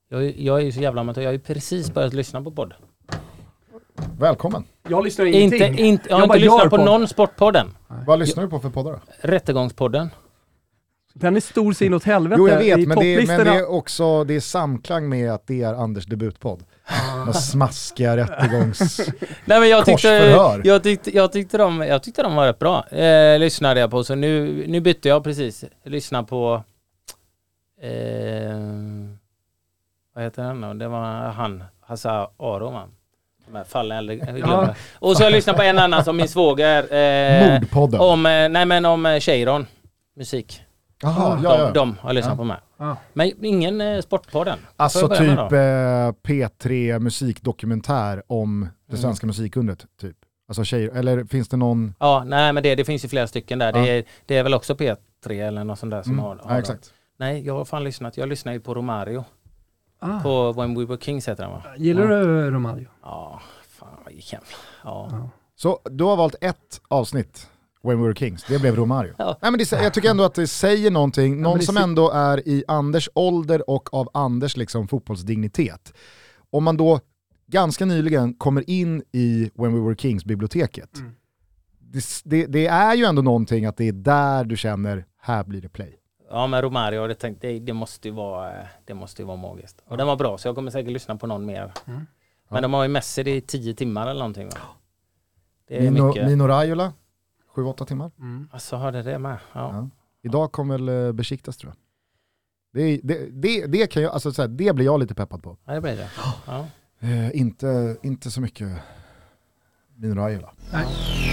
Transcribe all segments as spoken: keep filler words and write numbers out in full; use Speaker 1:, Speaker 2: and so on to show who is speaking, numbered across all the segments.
Speaker 1: Jag, jag är ju så jävla amatör. Jag har ju precis börjat lyssna på podd.
Speaker 2: Välkommen.
Speaker 3: Jag lyssnar ingenting.
Speaker 1: Inte, inte, jag har
Speaker 3: jag
Speaker 1: inte lyssnat på
Speaker 3: podd.
Speaker 1: någon sportpodden.
Speaker 2: Vad lyssnar du på för poddar då?
Speaker 1: Rättegångspodden.
Speaker 3: Den är stor sin åt helvete.
Speaker 2: Jo, jag vet,
Speaker 3: i
Speaker 2: men det, är, men det
Speaker 3: topplistorna.
Speaker 2: är också det är samklang med att det är Anders debutpodd. Med smaskiga rättegångs...
Speaker 1: Nej, men jag tyckte,
Speaker 2: Korsförhör.
Speaker 1: jag tyckte, jag tyckte, de, jag tyckte de var rätt bra. Eh, lyssnade jag på, så nu, nu bytte jag precis. Lyssna på... Eh, vad heter han då? Det var han, Hasse Aro, man. De här fallen eller
Speaker 3: Ja.
Speaker 1: Och så har jag lyssnat på en annan som min svåger. Eh,
Speaker 2: Mordpodden.
Speaker 1: om, eh, nej men om eh, Cheiron. Musik.
Speaker 2: Jaha,
Speaker 1: de,
Speaker 2: ja, ja.
Speaker 1: de har jag lyssnat
Speaker 2: Ja.
Speaker 1: på med.
Speaker 3: Ja.
Speaker 1: Men ingen eh, sportpodden. Får
Speaker 2: Alltså
Speaker 1: jag börja med
Speaker 2: typ
Speaker 1: då?
Speaker 2: eh, P tre musikdokumentär om det
Speaker 1: Mm.
Speaker 2: svenska musikundret typ. Alltså tjejer, eller finns det någon...
Speaker 1: Ja, nej men det, det finns ju flera stycken där.
Speaker 2: Ja.
Speaker 1: Det, är, det är väl också P tre eller något sånt där som
Speaker 2: Mm.
Speaker 1: har, har
Speaker 2: Ja,
Speaker 1: dem.
Speaker 2: exakt.
Speaker 1: Nej, jag har fan lyssnat. Jag lyssnar ju på Romario.
Speaker 3: Ah.
Speaker 1: På When We Were Kings heter den, va?
Speaker 3: Gillar
Speaker 1: ja.
Speaker 3: du Romario?
Speaker 1: Ja, fan vad jävla. Ja.
Speaker 3: Ja.
Speaker 2: Så du har valt ett avsnitt, When We Were Kings. Det blev Romario.
Speaker 1: Ja.
Speaker 2: Nej, men det, jag tycker ändå att det säger någonting. Någon
Speaker 3: men det
Speaker 2: som
Speaker 3: ser-
Speaker 2: ändå är i Anders ålder och av Anders liksom fotbollsdignitet. Om man då ganska nyligen kommer in i When We Were Kings-biblioteket.
Speaker 3: Mm.
Speaker 2: Det, det, det är ju ändå någonting att det är där du känner, här blir det play.
Speaker 1: Ja, men Romario, det, tänkte, det, det måste ju vara det måste ju vara magiskt. Och den var bra, så jag kommer säkert lyssna på någon mer.
Speaker 3: Mm.
Speaker 1: Men
Speaker 2: Ja.
Speaker 1: de har ju Messi i tio timmar eller någonting, va? Det är
Speaker 2: Mino,
Speaker 1: mycket.
Speaker 2: Mino Raiola, sju åtta timmar.
Speaker 3: Mm.
Speaker 1: Alltså, har det det med? Ja.
Speaker 2: Ja. Idag kommer väl eh, besiktas, tror jag. Det, det, det, det, kan jag, alltså, så här, det blir jag lite peppad på.
Speaker 1: Ja, det blir det. Ja.
Speaker 2: Eh, inte, inte så mycket Mino Raiola.
Speaker 3: Nej.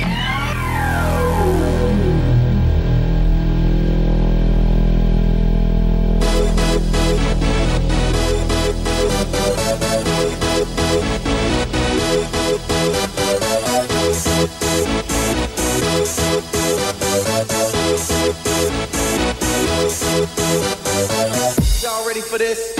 Speaker 4: Y'all ready for this?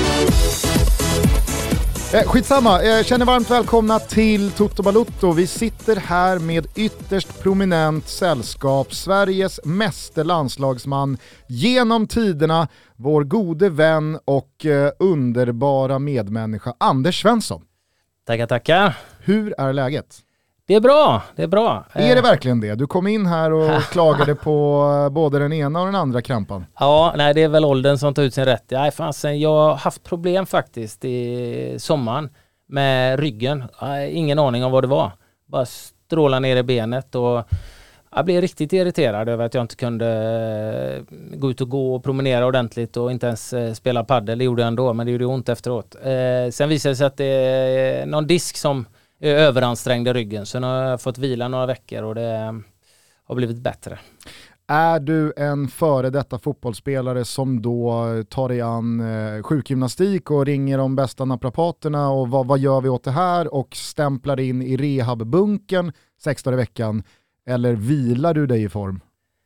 Speaker 2: Eh, skitsamma, eh, känner varmt välkomna till Toto Balutto. Vi sitter här med ytterst prominent sällskap, Sveriges meste landslagsman genom tiderna, vår gode vän och eh, underbara medmänniska Anders Svensson.
Speaker 1: Tackar, tackar.
Speaker 2: Hur är läget?
Speaker 1: Det är bra, det är bra.
Speaker 2: Är det
Speaker 1: Eh,
Speaker 2: verkligen det? Du kom in här och klagade på eh, både den ena och den andra krampan.
Speaker 1: Ja, nej, det är väl åldern som tar ut sin rätt. Nej, fan, sen, jag har haft problem faktiskt i sommaren med ryggen. Nej, ingen aning om vad det var. Bara stråla ner i benet och jag blev riktigt irriterad över att jag inte kunde eh, gå ut och gå och promenera ordentligt och inte ens eh, spela paddel. Det gjorde jag ändå, men det gjorde ont efteråt. Eh, sen visade det sig att det är någon disk som är överansträngd i ryggen. Så nu har jag fått vila några veckor och det har blivit bättre.
Speaker 2: Är du en före detta fotbollsspelare som då tar dig an eh, sjukgymnastik och ringer de bästa naprapaterna och vad, vad gör vi åt det här och stämplar in i rehabbunken sex dagar i veckan, eller vilar du dig i form?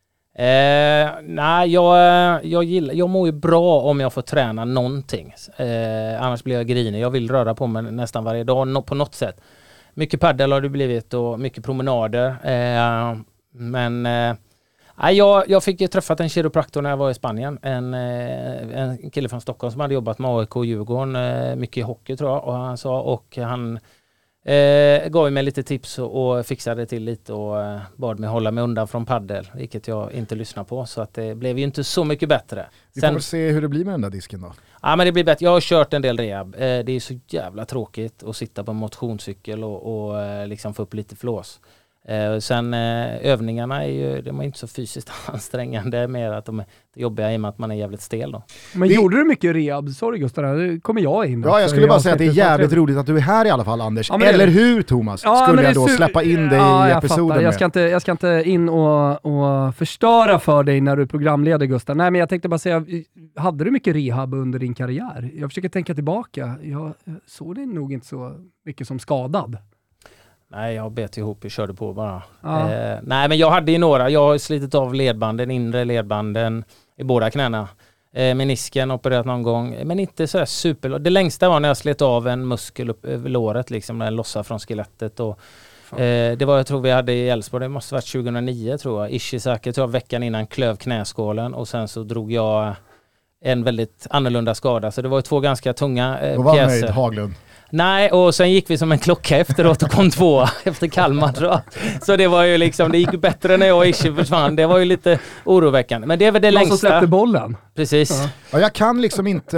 Speaker 1: Eh, nej, jag, jag, gillar, jag mår ju bra om jag får träna någonting. Eh, annars blir jag grinig. Jag vill röra på mig nästan varje dag no, på något sätt. Mycket paddel har det blivit och mycket promenader. Eh, men eh, nej, jag, jag fick ju träffat en kiropraktor när jag var i Spanien. En, eh, en kille från Stockholm som hade jobbat med A I K och Djurgården. Eh, mycket i hockey tror jag. Och han sa, och han Eh, gav mig lite tips och, och fixade till lite och eh, bad mig hålla mig undan från paddel, vilket jag inte lyssnar på, så att det blev ju inte så mycket bättre.
Speaker 2: Vi
Speaker 1: Sen,
Speaker 2: får väl se hur det blir med den där disken då.
Speaker 1: ja, men det blir bättre. Jag har kört en del rehab. Eh, det är så jävla tråkigt att sitta på en motionscykel och, och eh, liksom få upp lite flås. Eh, sen eh, övningarna är ju, de är inte så fysiskt ansträngande, mer att de är jobbiga i och med att man är jävligt stel då.
Speaker 3: Men
Speaker 2: Det-
Speaker 3: gjorde du mycket rehab? Sorry Gustav, det kommer jag in.
Speaker 2: Ja, jag skulle bara säga att det är
Speaker 3: tänkte-
Speaker 2: jävligt roligt att du är här i alla fall, Anders.
Speaker 3: Ja, men det-
Speaker 2: Eller hur, Thomas?
Speaker 3: Ja, men
Speaker 2: skulle
Speaker 3: det
Speaker 2: jag då
Speaker 3: är su-
Speaker 2: släppa in dig
Speaker 3: ja,
Speaker 2: i
Speaker 3: jag
Speaker 2: episoden
Speaker 3: fattar. Jag
Speaker 2: med.
Speaker 3: ska inte, jag ska inte in och, och förstöra för dig när du programleder, Gustav. Nej, men jag tänkte bara säga, hade du mycket rehab under din karriär? Jag försöker tänka tillbaka. Jag såg det nog inte så mycket som skadad.
Speaker 1: Nej, jag bet ihop och körde på bara.
Speaker 3: Ja.
Speaker 1: Eh, nej, men jag hade ju några. Jag har slitit av ledbanden, inre ledbanden i båda knäna. Eh, menisken opererat någon gång, men inte så super. Det längsta var när jag slet av en muskel upp över låret, liksom, när den lossade från skelettet. Och, eh, det var, jag tror vi hade i Älvsborg, det måste varit tjugohundranio tror jag. Ishizaki tror jag veckan innan klöv knäskålen och sen så drog jag en väldigt annorlunda skada. Så det var ju två ganska tunga eh,
Speaker 2: Då var
Speaker 1: pjäser.
Speaker 2: nöjd, Haglund.
Speaker 1: Nej, och sen gick vi som en klocka efteråt och kom två efter Kalmar. Så. så det var ju liksom, det gick ju bättre när jag och Ishi försvann. Det var ju lite oroväckande. Men det är väl det
Speaker 3: Någon
Speaker 1: längsta.
Speaker 3: som släppte bollen.
Speaker 1: Precis.
Speaker 3: Ja.
Speaker 2: Ja, jag kan liksom inte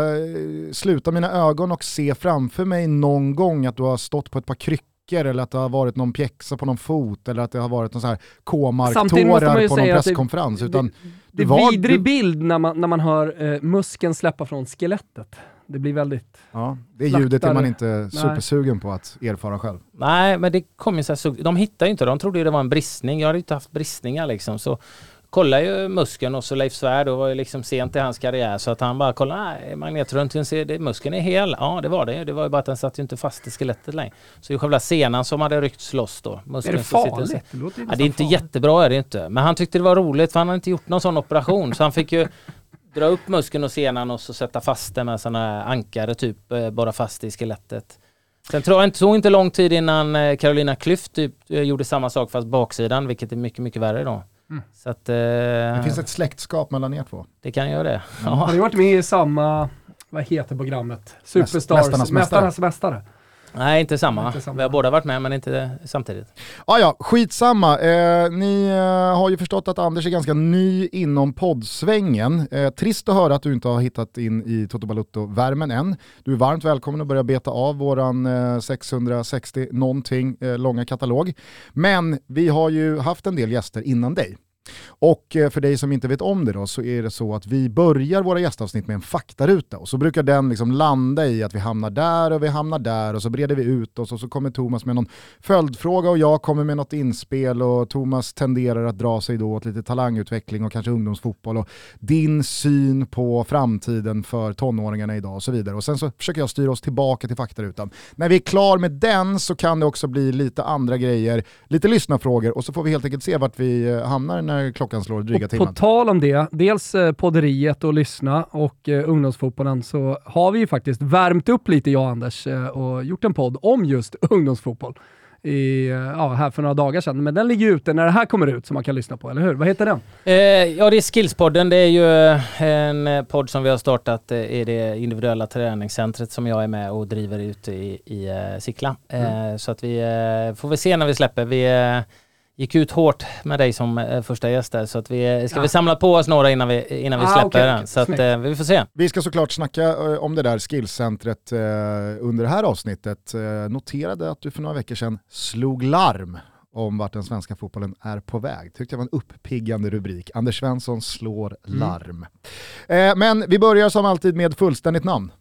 Speaker 2: uh, sluta mina ögon och se framför mig någon gång att du har stått på ett par kryckor eller att det har varit någon pjäxa på någon fot eller att det har varit någon så här K-marktårar på någon presskonferens.
Speaker 3: Det,
Speaker 2: utan
Speaker 3: det, det är
Speaker 2: var,
Speaker 3: vidrig
Speaker 2: du...
Speaker 3: bild när man, när man hör uh, muskeln släppa från skelettet. Det blir väldigt...
Speaker 2: Ja, det är ljudet är man inte Nej. supersugen på att erfara själv.
Speaker 1: Nej, men det kom ju så här, de hittade ju inte, de trodde ju det var en bristning. Jag hade inte haft bristningar liksom, så kollade ju muskeln och så Leif Svärd, då var ju liksom sent i hans karriär, så att han bara kollade, nej, magnetröntgen ser det, muskeln är hel. Ja, det var det. Det var ju bara att den satt ju inte fast i skelettet längre. Så det är själva senan som hade ryckts loss då. Muskeln
Speaker 3: är det farligt?
Speaker 1: Sitter,
Speaker 3: det, låter
Speaker 1: ja, det är inte farligt. Jättebra är det inte. Men han tyckte det var roligt för han hade inte gjort någon sån operation, så han fick ju dra upp muskeln och senan och så sätta fast den med sådana ankare typ, eh, bara fast i skelettet. Sen tror jag inte så inte lång tid innan eh, Carolina Klüft typ, eh, gjorde samma sak fast baksidan, vilket är mycket, mycket värre då. Mm. Så att, eh,
Speaker 2: det finns ett släktskap mellan er två.
Speaker 1: Det kan göra det.
Speaker 3: Mm.
Speaker 1: Ja.
Speaker 3: Har ni varit med i samma, vad heter programmet? Superstars,
Speaker 2: Mästarnas mästare.
Speaker 3: Mästarnas mästare.
Speaker 1: Nej, inte samma.
Speaker 3: inte samma.
Speaker 1: Vi har båda varit med, men inte samtidigt.
Speaker 2: Ah, ja, skitsamma. Eh, ni eh, har ju förstått att Anders är ganska ny inom poddsvängen. Eh, trist att höra att du inte har hittat in i Toto Balutto-värmen än. Du är varmt välkommen att börja beta av våran eh, sexhundrasextio någonting eh, långa katalog. Men vi har ju haft en del gäster innan dig. Och för dig som inte vet om det då, så är det så att vi börjar våra gästavsnitt med en faktaruta och så brukar den liksom landa i att vi hamnar där och vi hamnar där och så breder vi ut oss och så kommer Thomas med någon följdfråga och jag kommer med något inspel och Thomas tenderar att dra sig då åt lite talangutveckling och kanske ungdomsfotboll och din syn på framtiden för tonåringarna idag och så vidare. Och sen så försöker jag styra oss tillbaka till faktarutan. När vi är klar med den så kan det också bli lite andra grejer, lite lyssnarfrågor och så får vi helt enkelt se vart vi hamnar när klockan slår dryga
Speaker 3: och
Speaker 2: timmen.
Speaker 3: På tal om det, dels eh, podderiet och lyssna och eh, ungdomsfotbollen, så har vi ju faktiskt värmt upp lite, jag och Anders, eh, och gjort en podd om just ungdomsfotboll i, eh, ja, här för några dagar sedan. Men den ligger ute när det här kommer ut som man kan lyssna på, eller hur? Vad heter den?
Speaker 1: Eh, ja, det är Skillspodden. Det är ju en podd som vi har startat eh, i det individuella träningscentret som jag är med och driver ute i, i eh, Sickla. Mm. Eh, så att vi eh, får vi se när vi släpper. Vi eh, gick ut hårt med dig som eh, första gäst där, så att vi ska ja. vi samla på oss några innan vi, innan vi
Speaker 3: ah,
Speaker 1: släpper
Speaker 3: okay,
Speaker 1: den. Så att, eh, vi får se.
Speaker 2: Vi ska såklart snacka eh, om det där skillcentret eh, under det här avsnittet. Eh, noterade att du för några veckor sedan slog larm om vart den svenska fotbollen är på väg. Tyckte jag var en uppiggande rubrik. Anders Svensson slår larm. Mm. Eh, men vi börjar som alltid med fullständigt namn.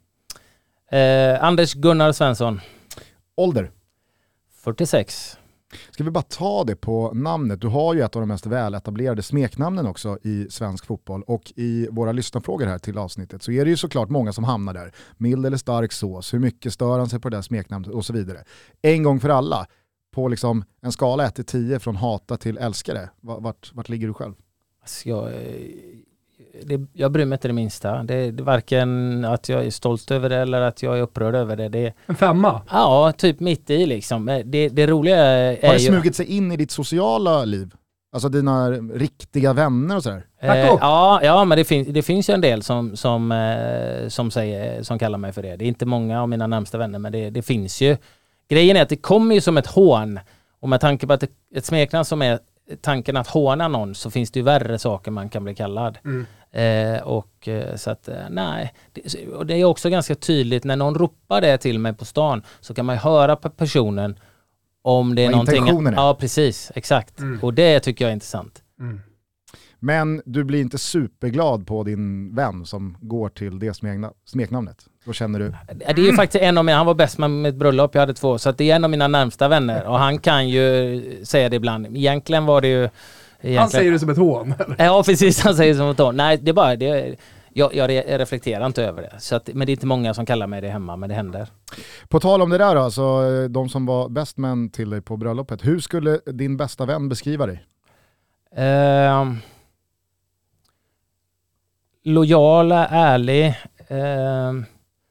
Speaker 1: Eh, Anders Gunnar Svensson.
Speaker 2: Ålder?
Speaker 1: fyrtiosex.
Speaker 2: Ska vi bara ta det på namnet? Du har ju ett av de mest väletablerade smeknamnen också i svensk fotboll och i våra lyssnarfrågor här till avsnittet så är det ju såklart många som hamnar där. Mild eller stark sås, hur mycket stör han sig på det där smeknamnet och så vidare. En gång för alla, på liksom en skala ett till tio från hata till älskare, vart, vart ligger du själv?
Speaker 1: Alltså jag, det, jag bryr mig inte det minsta. Det, det är varken att jag är stolt över det eller att jag är upprörd över det. det
Speaker 3: en femma?
Speaker 1: Ja, typ mitt i liksom. Det, det roliga är ju...
Speaker 2: Har det smugit sig in i ditt sociala liv? Alltså dina riktiga vänner och sådär?
Speaker 1: Eh, ja, ja, men det, fin- det finns ju en del som, som, eh, som, säger, som kallar mig för det. Det är inte många av mina närmsta vänner, men det, det finns ju. Grejen är att det kommer ju som ett hån. Och med tanke på att det, ett smeknamn som är tanken att håna någon, så finns det ju värre saker man kan bli kallad. Mm. Eh, och så att nej, det, och det är också ganska tydligt när någon ropar det till mig på stan, så kan man ju höra på personen om det är
Speaker 2: vad
Speaker 1: någonting.
Speaker 2: Är.
Speaker 1: Ja, precis, exakt. Mm. Och det tycker jag är intressant. Mm.
Speaker 2: Men du blir inte superglad på din vän som går till det smekna, smeknamnet. Då känner du...
Speaker 1: Det är ju faktiskt en av mina, han var bäst med mitt bröllop, jag hade två, så att det är en av mina närmsta vänner och han kan ju säga det ibland. Egentligen var det ju... Egentligen...
Speaker 3: Han säger det som ett hån? Eller?
Speaker 1: Ja, precis, han säger det som ett hån. Nej, det är bara... Det, jag, jag reflekterar inte över det. Så att, men det är inte många som kallar mig det hemma, men det händer.
Speaker 2: På tal om det där då, alltså, de som var bäst män till dig på bröllopet, hur skulle din bästa vän beskriva dig?
Speaker 1: Uh, lojala, ärlig, uh,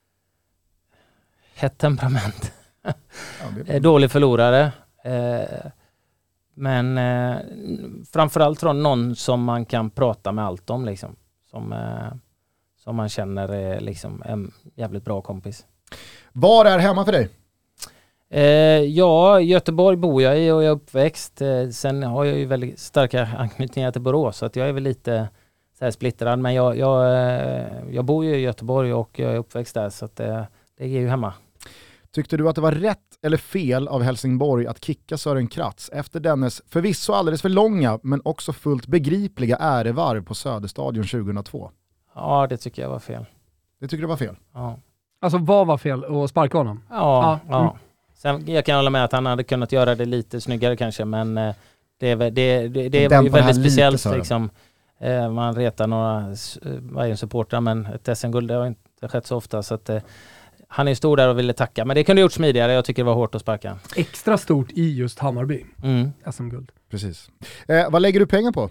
Speaker 1: hett temperament, ja, det... dålig förlorare, uh, men uh, framförallt från någon som man kan prata med allt om liksom. Som, uh, som man känner är liksom en jävligt bra kompis.
Speaker 2: Var är hemma för dig?
Speaker 1: Eh, ja, Göteborg bor jag i och jag är uppväxt. Eh, sen har jag ju väldigt starka anknytningar till Borås så att jag är väl lite så här splittrad. Men jag, jag, eh, jag bor ju i Göteborg och jag är uppväxt där så att eh, det är ju hemma.
Speaker 2: Tyckte du att det var rätt eller fel av Helsingborg att kicka Sören Kratz efter dennes förvisso alldeles för långa men också fullt begripliga ärevarv på Söderstadion tjugohundratvå?
Speaker 1: Ja, det tycker jag var fel.
Speaker 2: Det tycker du var fel?
Speaker 1: Ja.
Speaker 3: Alltså vad var fel att sparka honom?
Speaker 1: Ja,
Speaker 3: ja.
Speaker 1: ja.
Speaker 3: Mm.
Speaker 1: Sen jag kan hålla med att han hade kunnat göra det lite snyggare kanske, men eh, det, det, det, det, det var ju väldigt speciellt liksom. Eh, man retar några Bayern-supportrar men ett S M-guld det har inte skett så ofta så att eh, han är stor där och ville tacka, men det kunde gjort smidigare. Jag tycker det var hårt att sparka.
Speaker 3: Extra stort i just Hammarby.
Speaker 1: Mm.
Speaker 3: S M-guld.
Speaker 2: Precis. Eh, vad lägger du pengar på?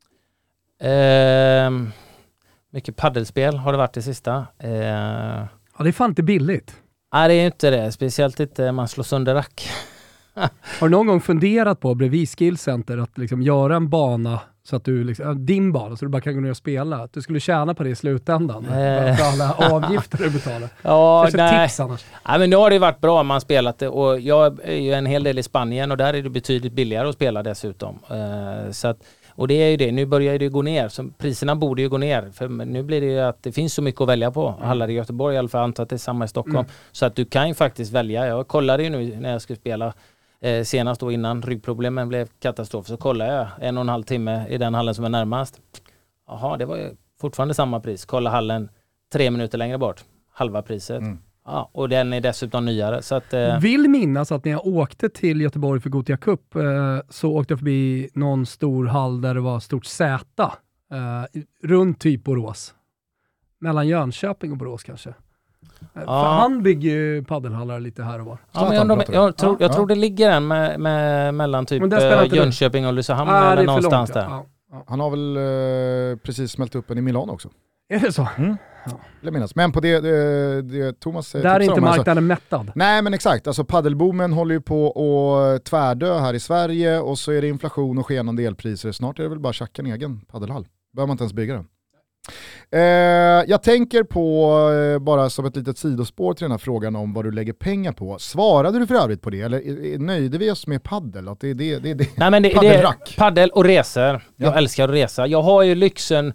Speaker 1: Eh, mycket paddelspel har det varit det sista. Eh,
Speaker 3: ja, det är fan inte billigt.
Speaker 1: Nej, det är inte det. Speciellt inte man slår sönder rack.
Speaker 3: Har du någon gång funderat på bredvid skillcenter att liksom göra en bana så att du liksom, din bana så du bara kan gå ner och spela? Att du skulle tjäna på det i slutändan eh. för alla avgifter du betalar.
Speaker 1: Ja, nej.
Speaker 3: Tips annars.
Speaker 1: Nej, men nu har det varit bra om man spelat det och jag är ju en hel del i Spanien och där är det betydligt billigare att spela dessutom. Uh, så att, och det är ju det, nu börjar det gå ner, så priserna borde ju gå ner för nu blir det ju att det finns så mycket att välja på. Hallar i Göteborg i alla fall, antar att det är samma i Stockholm. Mm. Så att du kan ju faktiskt välja. Jag kollade ju nu när jag skulle spela eh, senast då innan ryggproblemen blev katastrof så kollade jag en och en halv timme i den hallen som är närmast. Jaha, det var ju fortfarande samma pris. Kolla hallen tre minuter längre bort. Halva priset. Mm. Ja, och den är dessutom nyare. Så att, eh...
Speaker 3: Vill minnas att när jag åkte till Göteborg för Gothia Cup eh, så åkte jag förbi någon stor hall där det var stort Z. Eh, runt typ Borås. Mellan Jönköping och Borås kanske. Eh,
Speaker 1: ja.
Speaker 3: Han bygger ju paddelhallar lite här och var.
Speaker 1: Ja, men jag, jag, jag, tror, jag tror det ligger en med, med, mellan typ Jönköping och Ulricehamn
Speaker 3: ah,
Speaker 1: eller någonstans långt,
Speaker 3: ja.
Speaker 1: där.
Speaker 2: Ja. Han har väl eh, precis smält upp en i Milano också.
Speaker 3: Är det så?
Speaker 2: Mm. Ja. Minnas. Men på det, det, det Thomas
Speaker 3: där är inte marknaden alltså, mättad.
Speaker 2: Nej men exakt, alltså paddelboomen håller ju på att tvärdö här i Sverige och så är det inflation och skenande elpriser. Snart är det väl bara tjacka en egen paddelhall. Behöver man inte ens bygga den. Eh, jag tänker på, eh, bara som ett litet sidospår till den här frågan om vad du lägger pengar på. Svarade du för övrigt på det? Eller eh, nöjde vi oss med paddel? Att det, det, det, det,
Speaker 1: Nej men det, det är paddel och resor. Jag ja. älskar att resa. Jag har ju lyxen.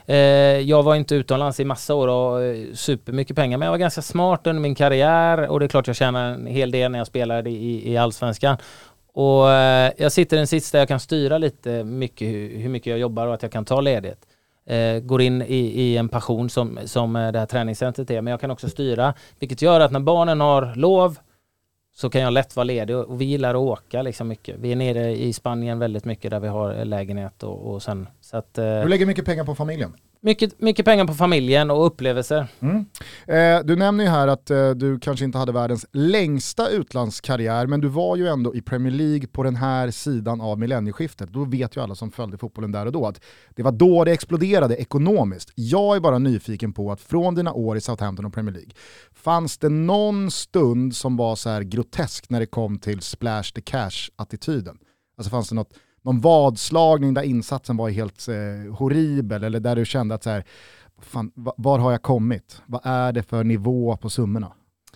Speaker 1: Jag var inte utomlands i massa år och supermycket pengar, men jag var ganska smart under min karriär och det är klart jag tjänar en hel del när jag spelade i, i Allsvenskan. Och jag sitter i en sits där jag kan styra lite mycket hur, hur mycket jag jobbar och att jag kan ta ledigt. Går in i, i en passion som, som det här träningscentret är, men jag kan också styra, vilket gör att när barnen har lov så kan jag lätt vara ledig och vi gillar att åka liksom mycket. Vi är nere i Spanien väldigt mycket där vi har lägenhet och, och sen så att,
Speaker 2: du lägger mycket pengar på familjen?
Speaker 1: Mycket, mycket pengar på familjen och upplevelser.
Speaker 2: Mm. Eh, du nämner ju här att eh, du kanske inte hade världens längsta utlandskarriär, men du var ju ändå i Premier League på den här sidan av millennieskiftet. Då vet ju alla som följde fotbollen där och då att det var då det exploderade ekonomiskt. Jag är bara nyfiken på att från dina år i Southampton och Premier League, fanns det någon stund som var så här grotesk när det kom till splash the cash-attityden? Alltså fanns det något någon vadslagning där insatsen var helt eh, horribel eller där du kände att så här, fan, var har jag kommit? Vad är det för nivå på summorna?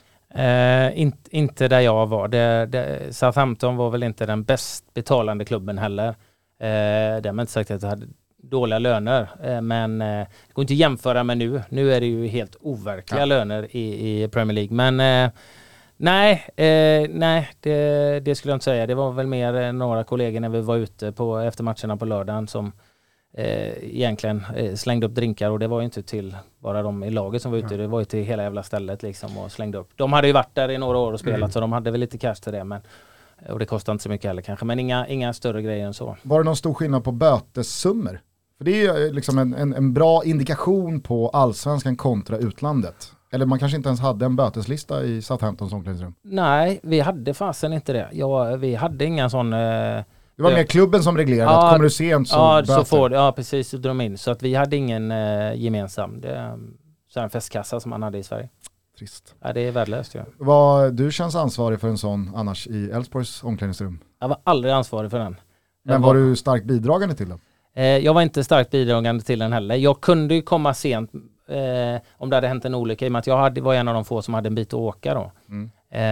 Speaker 1: Eh, in, inte där jag var. Det, det, Southampton var väl inte den bäst betalande klubben heller. Eh, det har man inte sagt att jag hade dåliga löner, eh, men eh, det går inte att jämföra med nu. Nu är det ju helt overkliga ja. löner i, i Premier League, men eh, Nej, eh, nej det, det skulle jag inte säga. Det var väl mer eh, några kollegor när vi var ute på, efter matcherna på lördagen som eh, egentligen eh, slängde upp drinkar och det var ju inte till bara de i laget som var ute, det var ju till hela jävla stället liksom och slängde upp. De hade ju varit där i några år och spelat mm. så de hade väl lite cash till det men, och det kostade inte så mycket heller kanske, men inga, inga större grejer än så.
Speaker 2: Var det någon stor skillnad på bötessummor? För det är ju liksom en, en, en bra indikation på allsvenskan kontra utlandet. Eller man kanske inte ens hade en böteslista i Southamptons omklädningsrum.
Speaker 1: Nej, vi hade fasen inte det. Ja, vi hade inga sån... Eh,
Speaker 2: det var mer klubben som reglerade.
Speaker 1: Ja,
Speaker 2: att kommer du sent så
Speaker 1: ja,
Speaker 2: böter.
Speaker 1: Så får, ja, precis. Så drog de in. Så att vi hade ingen eh, gemensam. Det, så en festkassa som man hade i Sverige.
Speaker 2: Trist.
Speaker 1: Ja, det är värdelöst. Ja.
Speaker 2: Vad, du känns ansvarig för en sån annars i Elfsborgs omklädningsrum?
Speaker 1: Jag var aldrig ansvarig för den.
Speaker 2: Men var, var du starkt bidragande till den?
Speaker 1: Eh, jag var inte starkt bidragande till den heller. Jag kunde ju komma sent eh, om det hade hänt en olycka, i och med att jag hade, var en av de få som hade en bit att åka då.
Speaker 2: Mm.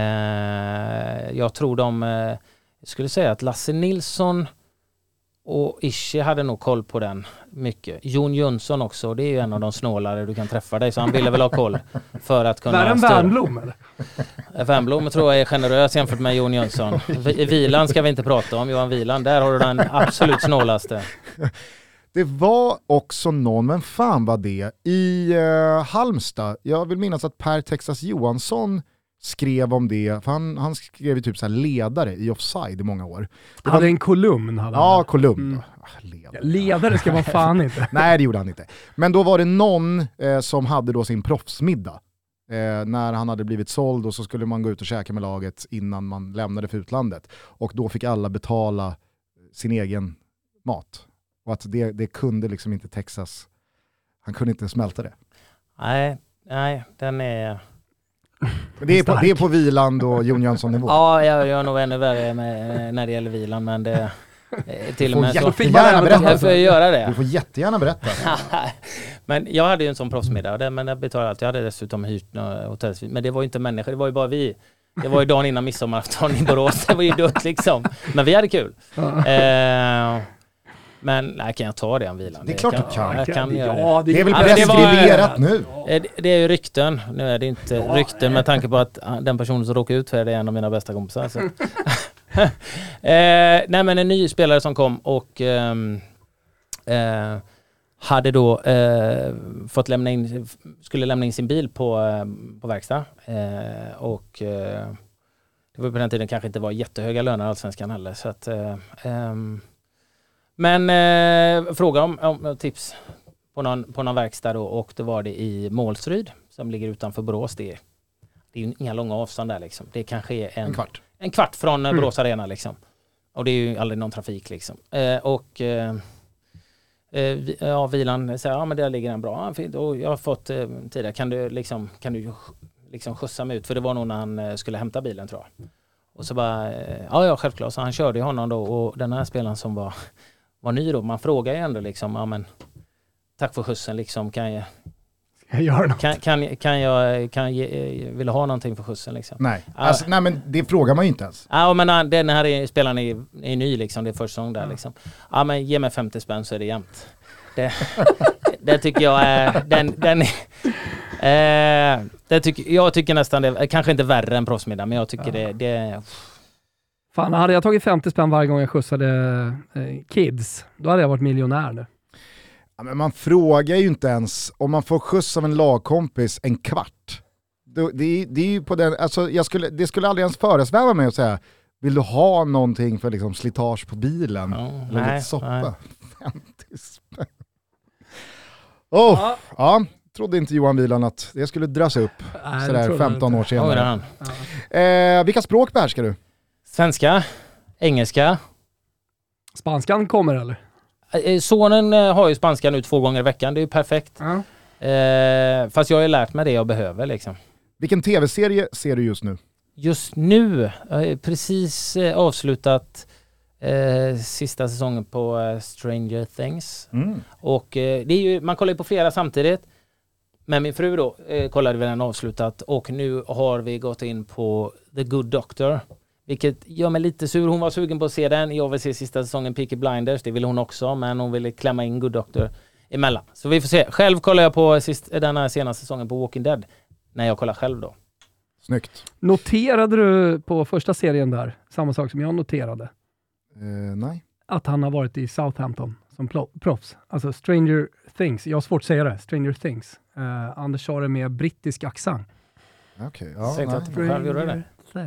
Speaker 1: Eh, jag tror de, eh, jag skulle säga att Lasse Nilsson och Ishi hade nog koll på den mycket. Jon Jönsson också, det är ju en av de snålare du kan träffa dig, så han ville väl ha koll för att kunna...
Speaker 3: Var en Wernbloom eller?
Speaker 1: Wernbloom tror jag är generös jämfört med Jon Jönsson. I Vilan ska vi inte prata om, Johan Vilan, där har du den absolut snålaste.
Speaker 2: Det var också någon, men fan var det, i uh, Halmstad. Jag vill minnas att Per Texas Johansson skrev om det, för han, han skrev ju typ så här ledare i Offside i många år. Det
Speaker 3: hade
Speaker 2: var
Speaker 3: en kolumn. Hade
Speaker 2: ja,
Speaker 3: han.
Speaker 2: kolumn.
Speaker 3: Mm.
Speaker 2: Ah, ledare.
Speaker 3: Ja, ledare ska man fan inte.
Speaker 2: Nej, det gjorde han inte. Men då var det någon eh, som hade då sin proffsmiddag. Eh, när han hade blivit såld, och så skulle man gå ut och käka med laget innan man lämnade för utlandet. Och då fick alla betala sin egen mat. Och att det, det kunde liksom inte Texas, han kunde inte smälta det.
Speaker 1: Nej, nej, den är...
Speaker 2: Det är, på, det är på Wieland och Jon Jönsson-nivå.
Speaker 1: Ja, jag gör nog ännu värre med, när det gäller Wieland, men det till och med så...
Speaker 2: Jättegärna berätta.
Speaker 1: Jag får göra det.
Speaker 2: Du får jättegärna berätta.
Speaker 1: Men jag hade ju en sån proffsmiddag, men jag betalade allt. Jag hade dessutom hyrt några hotellsvin. Men det var ju inte människor, det var ju bara vi. Det var ju dagen innan midsommarafton i Borås. Det var ju dött liksom. Men vi hade kul. eh, Men nej, kan jag ta det en Vilan?
Speaker 2: Det är klart
Speaker 1: kan,
Speaker 2: du kan.
Speaker 1: Jag kan
Speaker 3: ja,
Speaker 1: göra
Speaker 2: det. Det är väl
Speaker 1: ja,
Speaker 2: preskriberat nu?
Speaker 1: Det, det är ju rykten. Nu är det inte ja, rykten med tanke på att den personen som råkar ut för det är en av mina bästa kompisar. Så. eh, nej, men en ny spelare som kom och ehm, eh, hade då eh, fått lämna in, skulle lämna in sin bil på, eh, på verkstad. Eh, och eh, det var på den tiden kanske inte var jättehöga löner i Allsvenskan heller. Så att... Eh, ehm, Men eh, fråga om, om tips på någon, på någon verkstad då, och det var det i Målsryd som ligger utanför Borås. Det är, det är ju inga långa avstånd där liksom. Det kanske är en,
Speaker 2: en kvart.
Speaker 1: En kvart från
Speaker 3: mm.
Speaker 1: Borås Arena liksom. Och det är ju aldrig någon trafik liksom. Eh, och eh, eh, ja, Vilan säger, ja men där ligger en bra. Och jag har fått eh, tidigare, kan du liksom, kan du liksom skjutsa mig ut? För det var nog när han eh, skulle hämta bilen tror jag. Och så bara, eh, ja ja självklart. Så han körde ju honom då, och den här spelaren som var var ny då, man frågar ju ändå liksom, ja men tack för skjutsen liksom, kan jag
Speaker 3: jag gör något.
Speaker 1: Kan, kan, kan jag kan jag, vill ha någonting för skjutsen liksom?
Speaker 2: Nej, alltså, uh, nej men det frågar man ju inte ens.
Speaker 1: Ja, men den här är, spelaren är, är ny liksom, det är första gången där mm. liksom. Ja men ge mig femtio spänn så är det jämnt. Det, det tycker jag är den, den är, eh, det tycker, jag tycker nästan det kanske inte värre än proffsmiddag, men jag tycker ja. det, det
Speaker 3: fan, hade jag tagit femtio spänn varje gång jag skjutsade eh, kids, då hade jag varit miljonär nu.
Speaker 2: Ja, men man frågar ju inte ens om man får skjuts av en lagkompis en kvart. Det, det, det är ju på den, alltså jag skulle, det skulle aldrig ens föresväva mig att säga, vill du ha någonting för liksom slitage på bilen?
Speaker 1: Ja,
Speaker 2: eller
Speaker 1: nej,
Speaker 2: lite soppa?
Speaker 1: nej.
Speaker 2: femtio spänn. Oh, ja. ja, trodde inte Johan Wieland att det skulle dras upp nej, sådär femton år senare. Ja. Eh, vilka språk behärskar du?
Speaker 1: Svenska, engelska.
Speaker 3: Spanskan kommer eller?
Speaker 1: Sonen har ju spanska nu två gånger i veckan, det är ju perfekt.
Speaker 3: Ja.
Speaker 1: Eh, fast jag har ju lärt mig det jag behöver liksom.
Speaker 2: Vilken tv-serie ser du just nu?
Speaker 1: Just nu, jag har precis eh, avslutat eh, sista säsongen på eh, Stranger Things. Mm. Och eh, det är ju, man kollar ju på flera samtidigt. Men min fru då eh, kollade vi den avslutat, och nu har vi gått in på The Good Doctor. Vilket gör mig lite sur. Hon var sugen på att se den. Jag vill se sista säsongen Peaky Blinders. Det ville hon också. Men hon ville klämma in Good Doctor emellan. Så vi får se. Själv kollar jag på sist, den här senaste säsongen på Walking Dead. När jag kollar själv då.
Speaker 2: Snyggt.
Speaker 3: Noterade du på första serien där samma sak som jag noterade?
Speaker 2: Uh, nej.
Speaker 3: Att han har varit i Southampton som proffs. Alltså Stranger Things. Jag har svårt att säga det. Stranger Things. Uh, Anders sa det med brittisk accent.
Speaker 2: Okej. Okay. Ja,
Speaker 1: Säg att du själv gjorde det.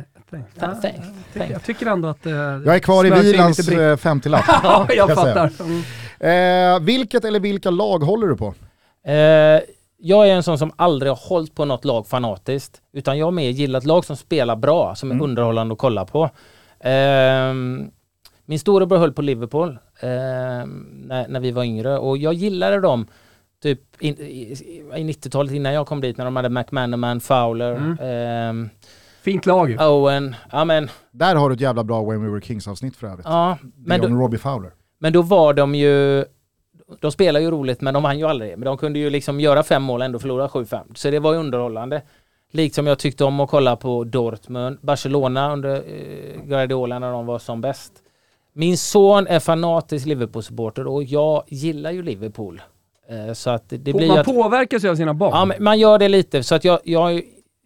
Speaker 3: Jag tycker ändå att... Eh,
Speaker 2: jag är kvar i Vilans femtio-lapp.
Speaker 3: Ja, jag fattar.
Speaker 2: Mm. Eh, vilket eller vilka lag håller du på?
Speaker 1: Eh, jag är en sån som aldrig har hållit på något lag fanatiskt. Utan jag mer gillar ett lag som spelar bra, som är mm. underhållande att kolla på. Eh, min storebror höll på Liverpool eh, när, när vi var yngre. Och jag gillade dem typ in, i, i nittiotalet innan jag kom dit, när de hade McManaman, Fowler...
Speaker 3: Mm.
Speaker 1: Eh,
Speaker 3: Fint lag.
Speaker 1: Owen, ja men...
Speaker 2: Där har du ett jävla bra When We Were Kings avsnitt för övrigt.
Speaker 1: Ja, men
Speaker 2: då,
Speaker 1: då,
Speaker 2: Robbie Fowler.
Speaker 1: men då var de ju... de spelar ju roligt men de vann ju aldrig. Men de kunde ju liksom göra fem mål och ändå förlora sju fem. Så det var ju underhållande. Liksom jag tyckte om att kolla på Dortmund, Barcelona under eh, Guardiola när de var som bäst. Min son är fanatisk Liverpool-supporter och jag gillar ju Liverpool. Eh, så att det, det blir
Speaker 3: man
Speaker 1: att,
Speaker 3: påverkas ju av sina barn.
Speaker 1: Ja, men man gör det lite. Så att jag, jag har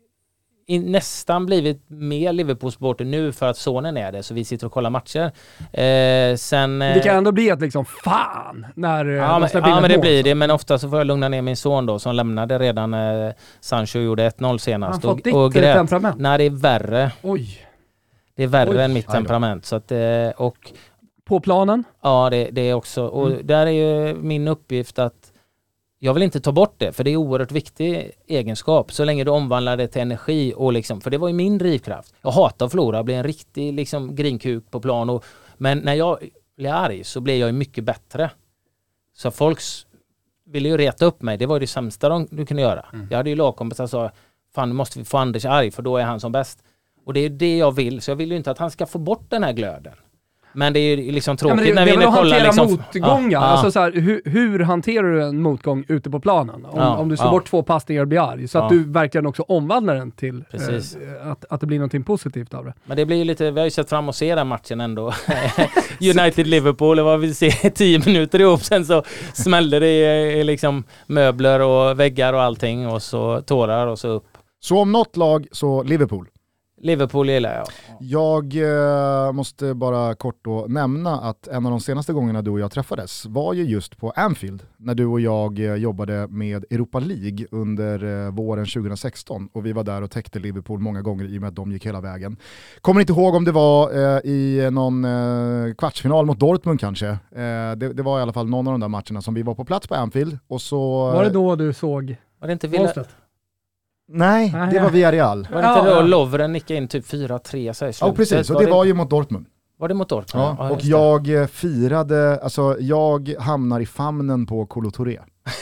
Speaker 1: nästan blivit mer Liverpool-supporter nu för att sonen är det. Så vi sitter och kollar matcher. Eh, sen, eh,
Speaker 3: det kan ändå bli att liksom, fan, när
Speaker 1: ja, men, ja, men det blir det. Men ofta så får jag lugna ner min son då, som lämnade redan eh, Sancho gjorde ett noll senast.
Speaker 3: Han fått ditt
Speaker 1: och grät.
Speaker 3: temperament?
Speaker 1: Nej, det är värre.
Speaker 3: Oj.
Speaker 1: Det är värre
Speaker 3: Oj.
Speaker 1: än mitt temperament. Så att, eh, och,
Speaker 3: på planen?
Speaker 1: Ja, det, det är också. Och mm. där är ju min uppgift att jag vill inte ta bort det, för det är oerhört viktig egenskap så länge du omvandlar det till energi. Och liksom, för det var ju min drivkraft. Jag hatar att förlora, bli en riktig liksom, grinkuk på plan. Och, men när jag blir arg så blir jag ju mycket bättre. Så folk ville ju reta upp mig. Det var ju det sämsta de, du kunde göra. Mm. Jag hade ju lagkompisar som sa, fan nu måste vi få Anders arg för då är han som bäst. Och det är det jag vill. Så jag vill ju inte att han ska få bort den här glöden. Men det är ju liksom tråkigt ja, det, när vi
Speaker 3: är
Speaker 1: kollar liksom
Speaker 3: motgångar.
Speaker 1: Ja,
Speaker 3: alltså
Speaker 1: ja.
Speaker 3: Så här, hur, hur hanterar du en motgång ute på planen? Om,
Speaker 1: ja,
Speaker 3: om du slår
Speaker 1: ja.
Speaker 3: bort två passningar och blir arg. Så att
Speaker 1: ja.
Speaker 3: du verkligen också omvandlar den till eh, att, att det blir någonting positivt av det.
Speaker 1: Men det blir ju lite, vi har ju sett fram och se den matchen ändå. United-Liverpool, det var vi se tio minuter ihop. Sen så smällde det i, i liksom möbler och väggar och allting. Och så tårar och så upp.
Speaker 2: Så om något lag så Liverpool.
Speaker 1: Liverpool gillar jag.
Speaker 2: Jag eh, måste bara kort då nämna att en av de senaste gångerna du och jag träffades var ju just på Anfield när du och jag eh, jobbade med Europa League under eh, våren tjugo sexton och vi var där och täckte Liverpool många gånger i och med att de gick hela vägen. Kommer inte ihåg om det var eh, i någon eh, kvartsfinal mot Dortmund kanske. Eh, det, det var i alla fall någon av de där matcherna som vi var på plats på Anfield. Och så,
Speaker 3: var det då du såg
Speaker 1: var det inte Villa?
Speaker 2: Nej,
Speaker 3: ah,
Speaker 2: det
Speaker 3: ja.
Speaker 2: var Villarreal.
Speaker 1: Var det inte ja, då ja. Lovren nickade in typ fyra tre så här
Speaker 2: Ja, precis. Och det, det var ju mot Dortmund.
Speaker 1: Var det mot Dortmund?
Speaker 2: Ja,
Speaker 1: ja
Speaker 2: och jag firade, alltså jag hamnar i famnen på Kolo Touré.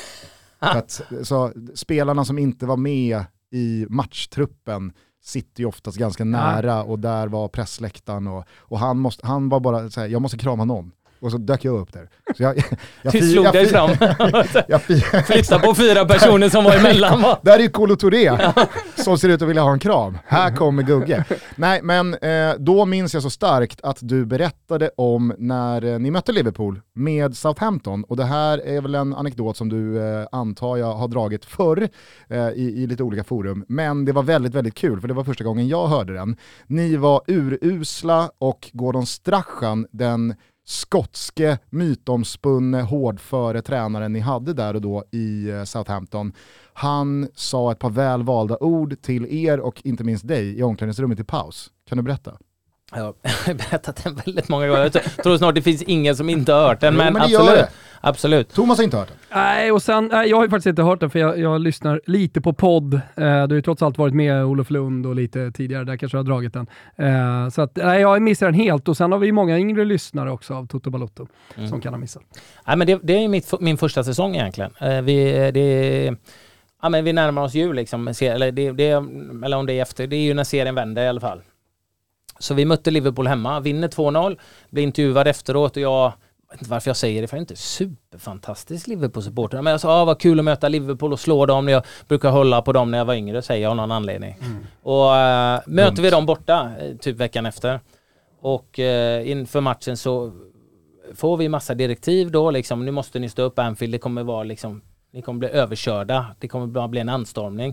Speaker 2: att, så, spelarna som inte var med i matchtruppen sitter ju oftast ganska nära ja. och där var pressläktaren och, och han, måste, han var bara så här, jag måste krama någon. Och så dök jag upp där. Så jag, jag,
Speaker 1: du slog
Speaker 2: jag,
Speaker 1: dig fram.
Speaker 2: jag
Speaker 1: flyttade på fyra personer som var emellan. Va?
Speaker 2: Där är ju Kolo Touré som ser ut att vilja ha en kram. Här kommer Gugge. Nej, men eh, då minns jag så starkt att du berättade om när eh, ni mötte Liverpool med Southampton. Och det här är väl en anekdot som du eh, antar jag har dragit förr eh, i, i lite olika forum. Men det var väldigt, väldigt kul för det var första gången jag hörde den. Ni var urusla och Gordon Strachan, den skotske mytomspunne hårdföre tränaren ni hade där och då i Southampton. Han sa ett par välvalda ord till er och inte minst dig i omklädningsrummet i paus. Kan du berätta?
Speaker 1: Jag har berättat den väldigt många gånger. Jag tror snart det finns ingen som inte har hört den. Men,
Speaker 2: men
Speaker 1: absolut. absolut.
Speaker 2: Thomas har inte hört den.
Speaker 3: Nej, och sen, nej, jag har ju faktiskt inte hört den för jag, jag lyssnar lite på podd. Eh, du har ju trots allt varit med Olof Lund och lite tidigare. Där kanske jag har dragit den. Eh, så att, nej, jag missar den helt. Och sen har vi många yngre lyssnare också av Toto Balotto mm. som kan ha missat.
Speaker 1: Nej, men det, det är mitt, min första säsong egentligen. Eh, vi, det, ja, men vi närmar oss jul liksom. Eller, det, det, eller om det är efter. Det är ju när serien vänder i alla fall. Så vi mötte Liverpool hemma, vinner två noll, blir intervjuad efteråt och jag, jag vet inte varför jag säger det, för jag är inte superfantastisk Liverpool-supporter. Men jag sa, ah, vad kul att möta Liverpool och slå dem. Jag brukar hålla på dem när jag var yngre, säger jag av någon anledning. Mm. Och äh, möter vi dem borta, typ veckan efter. Och äh, inför matchen så får vi massa direktiv då, liksom, nu måste ni stå upp Anfield, det kommer vara liksom, ni kommer bli överkörda, det kommer bara bli en anstormning.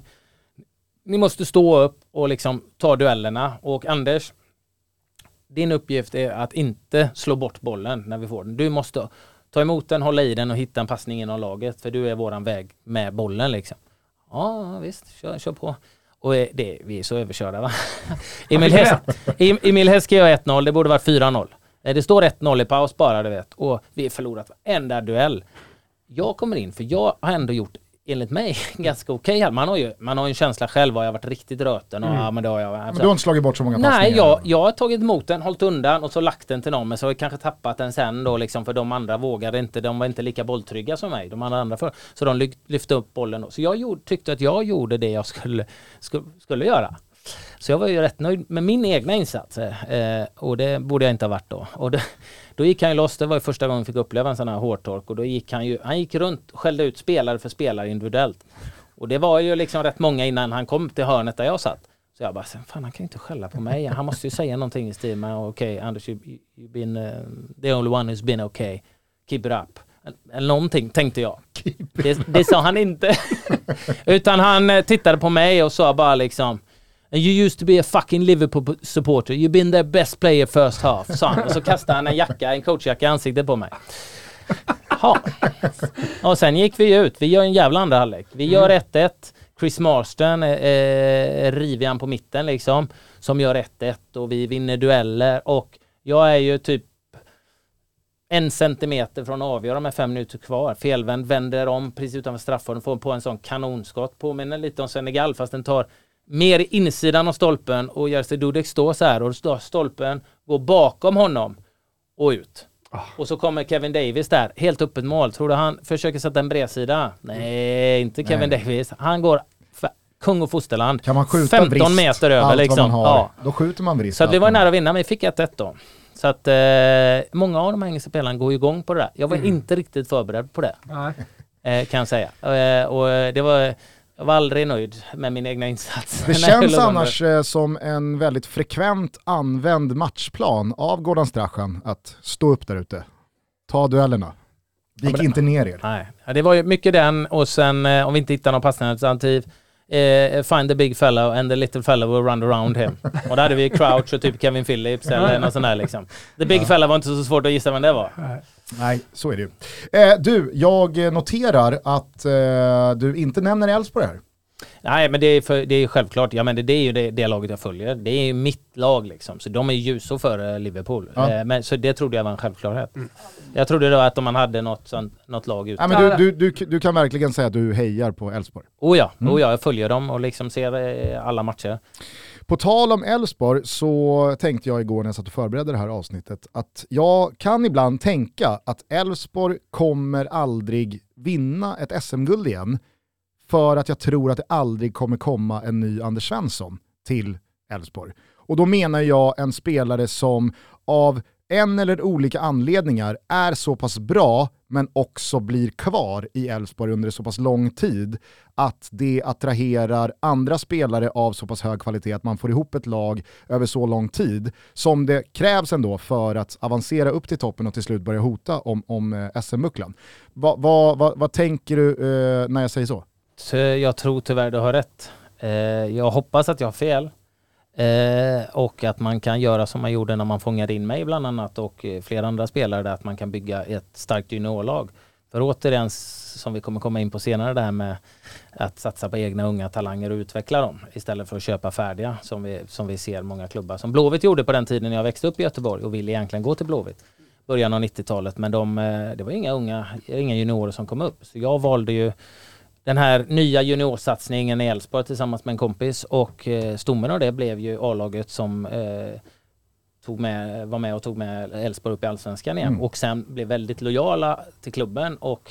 Speaker 1: Ni måste stå upp och liksom ta duellerna. Och Anders, din uppgift är att inte slå bort bollen när vi får den. Du måste ta emot den, hålla i den och hitta en passning inom laget. För du är våran väg med bollen liksom. Ja, visst. Kör, kör på. Och det, vi är så överkörda, va? Emil Häsk, Emil Häsk gör ett noll. Det borde vara fyra noll. Det står ett noll i paus bara, du vet. Och vi har förlorat varenda duell. Jag kommer in, för jag har ändå gjort enligt mig ganska okej. Okay. Man har ju man har ju en känsla själv, har jag varit riktigt röten och mm. ja, men då har jag alltså,
Speaker 2: men du har inte slagit bort så många passningar.
Speaker 1: Nej, jag, jag har tagit emot den, hållit undan och så lagt den till någon, men så har jag kanske tappat den sen då liksom, för de andra vågade inte, de var inte lika bolltrygga som mig, de andra andra för. Så de lyfte upp bollen då. Så jag gjorde, tyckte att jag gjorde det jag skulle skulle, skulle göra. Så jag var ju rätt nöjd med min egna insats. Eh, och det borde jag inte ha varit då. Och det, då gick han ju loss. Det var ju första gången jag fick uppleva en sån här hårtork. Och då gick han ju, han gick runt och skällde ut spelare för spelare individuellt. Och det var ju liksom rätt många innan han kom till hörnet där jag satt. Så jag bara, fan han kan inte skälla på mig. Han måste ju säga någonting i stil med, okej okay, Anders, you, you've been uh, the only one who's been okay. Keep it up. Eller någonting tänkte jag. Det, det sa han inte. Utan han uh, tittade på mig och sa bara liksom, you used to be a fucking Liverpool supporter. You've been their best player first half. Sa han. Och så kastade han en jacka, en coachjacka i ansiktet på mig. Ja. Och sen gick vi ut. Vi gör en jävla andra halvlek. Vi gör ett ett. Chris Marston eh, river han på mitten liksom. Som gör ett ett och vi vinner dueller. Och jag är ju typ en centimeter från att avgöra med fem minuter kvar. Felvänd, vänder om precis utanför straffområdet. Får på en sån kanonskott. Påminner lite om Senegal fast den tar mer insidan av stolpen och gör sig Dudek stå så här. Och stolpen går bakom honom och ut. Och så kommer Kevin Davis där, helt öppet mål. Tror du han försöker sätta en bredsida? Nej, inte Kevin Nej. Davis. Han går f- kung och fosterland.
Speaker 2: Kan man skjuta
Speaker 1: femton
Speaker 2: vrist,
Speaker 1: meter över
Speaker 2: allt
Speaker 1: liksom.
Speaker 2: vad man har,
Speaker 1: ja.
Speaker 2: Då skjuter man vrist.
Speaker 1: Så att vi var nära att vinna, men vi fick ett ett då. Så att eh, många av de här engelska spelarna går igång på det där. Jag var mm. inte riktigt förberedd på det. Eh, kan jag säga. Eh, och det var... Jag var aldrig nöjd med min egna insats.
Speaker 2: Det känns annars eh, som en väldigt frekvent använd matchplan av Gordon Strachan att stå upp där ute. Ta duellerna. Det gick ja, inte ner er.
Speaker 1: Nej, ja, det var ju mycket den och sen eh, om vi inte hittar någon passande alternativ eh, find the big fellow and the little fellow will run around him. Och där hade vi Crouch och typ Kevin Phillips eller något sånt där liksom. The big ja. fellow var inte så svårt att gissa vem det var.
Speaker 2: Nej. Nej, så är det ju. Eh, du, jag noterar att eh, du inte nämner Elfsborg här.
Speaker 1: Nej, men det är, för, det är självklart. Ja, men det, det är ju det, det laget jag följer. Det är ju mitt lag liksom. Så de är ljusår för Liverpool. Ja. Eh, men, så det trodde jag var en självklarhet. Mm. Jag trodde då att om man hade något, sånt, något lag ute.
Speaker 2: Ja, men du, du, du, du kan verkligen säga att du hejar på Elfsborg.
Speaker 1: Oh ja, mm. oh ja, jag följer dem och liksom ser eh, alla matcher.
Speaker 2: På tal om Elfsborg så tänkte jag igår när jag satt och förberedde det här avsnittet att jag kan ibland tänka att Elfsborg kommer aldrig vinna ett S M-guld igen för att jag tror att det aldrig kommer komma en ny Anders Svensson till Elfsborg. Och då menar jag en spelare som av en eller olika anledningar är så pass bra men också blir kvar i Elfsborg under så pass lång tid att det attraherar andra spelare av så pass hög kvalitet att man får ihop ett lag över så lång tid som det krävs ändå för att avancera upp till toppen och till slut börja hota om, om S M-bucklan. Va, va, va, vad tänker du eh, när jag säger så?
Speaker 1: Så jag tror tyvärr du har rätt. Eh, jag hoppas att jag har fel. Eh, och att man kan göra som man gjorde när man fångade in mig bland annat och eh, flera andra spelare där, att man kan bygga ett starkt juniorlag. För återigen, som vi kommer komma in på senare, det här med att satsa på egna unga talanger och utveckla dem istället för att köpa färdiga som vi, som vi ser många klubbar. Som Blåvitt gjorde på den tiden jag växte upp i Göteborg och ville egentligen gå till Blåvitt. Början av nittiotalet, men de, det var inga unga, inga juniorer som kom upp. Så jag valde ju den här nya juniorsatsningen i Elfsborg tillsammans med en kompis och eh, stommen av det blev ju A-laget som eh, tog med, var med och tog med Elfsborg upp i Allsvenskan igen mm. och sen blev väldigt lojala till klubben och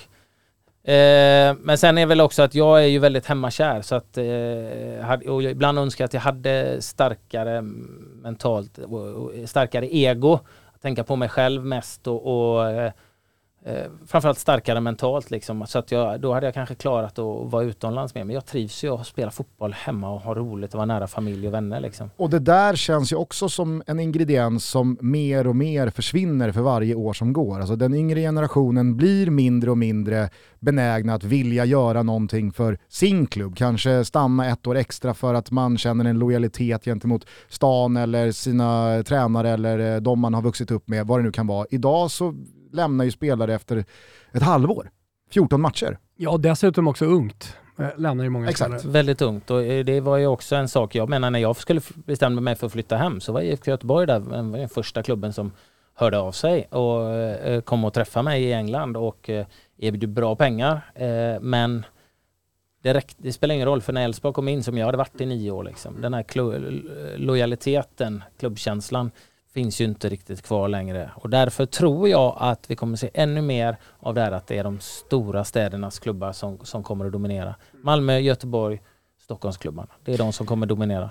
Speaker 1: eh, men sen är väl också att jag är ju väldigt hemmakär så att eh, och jag ibland önskar att jag hade starkare mentalt och starkare ego att tänka på mig själv mest och, och eh, Eh, framförallt starkare mentalt liksom. Så att jag, då hade jag kanske klarat att vara utomlands med. Men jag trivs ju att spela fotboll hemma och ha roligt och vara nära familj och vänner liksom.
Speaker 2: Och det där känns ju också som en ingrediens som mer och mer försvinner för varje år som går. Alltså den yngre generationen blir mindre och mindre benägna att vilja göra någonting för sin klubb. Kanske stanna ett år extra för att man känner en lojalitet gentemot stan eller sina tränare eller de man har vuxit upp med, vad det nu kan vara. Idag så lämnar ju spelare efter ett halvår. fjorton matcher.
Speaker 3: Ja, dessutom också ungt. Lämnar ju många
Speaker 1: Exakt,
Speaker 3: spelare.
Speaker 1: Väldigt ungt. Och det var ju också en sak, jag menar när jag skulle bestämma mig för att flytta hem så var I F K Göteborg där, den första klubben som hörde av sig och kom och träffa mig i England och erbjöd bra pengar. Men det, räck, det spelar ingen roll för när Elfsborg kom in som jag hade varit i nio år. Liksom. Den här klo- lojaliteten, klubbkänslan finns ju inte riktigt kvar längre. Och därför tror jag att vi kommer se ännu mer av det här att det är de stora städernas klubbar som, som kommer att dominera. Malmö, Göteborg, Stockholmsklubbarna. Det är de som kommer att dominera.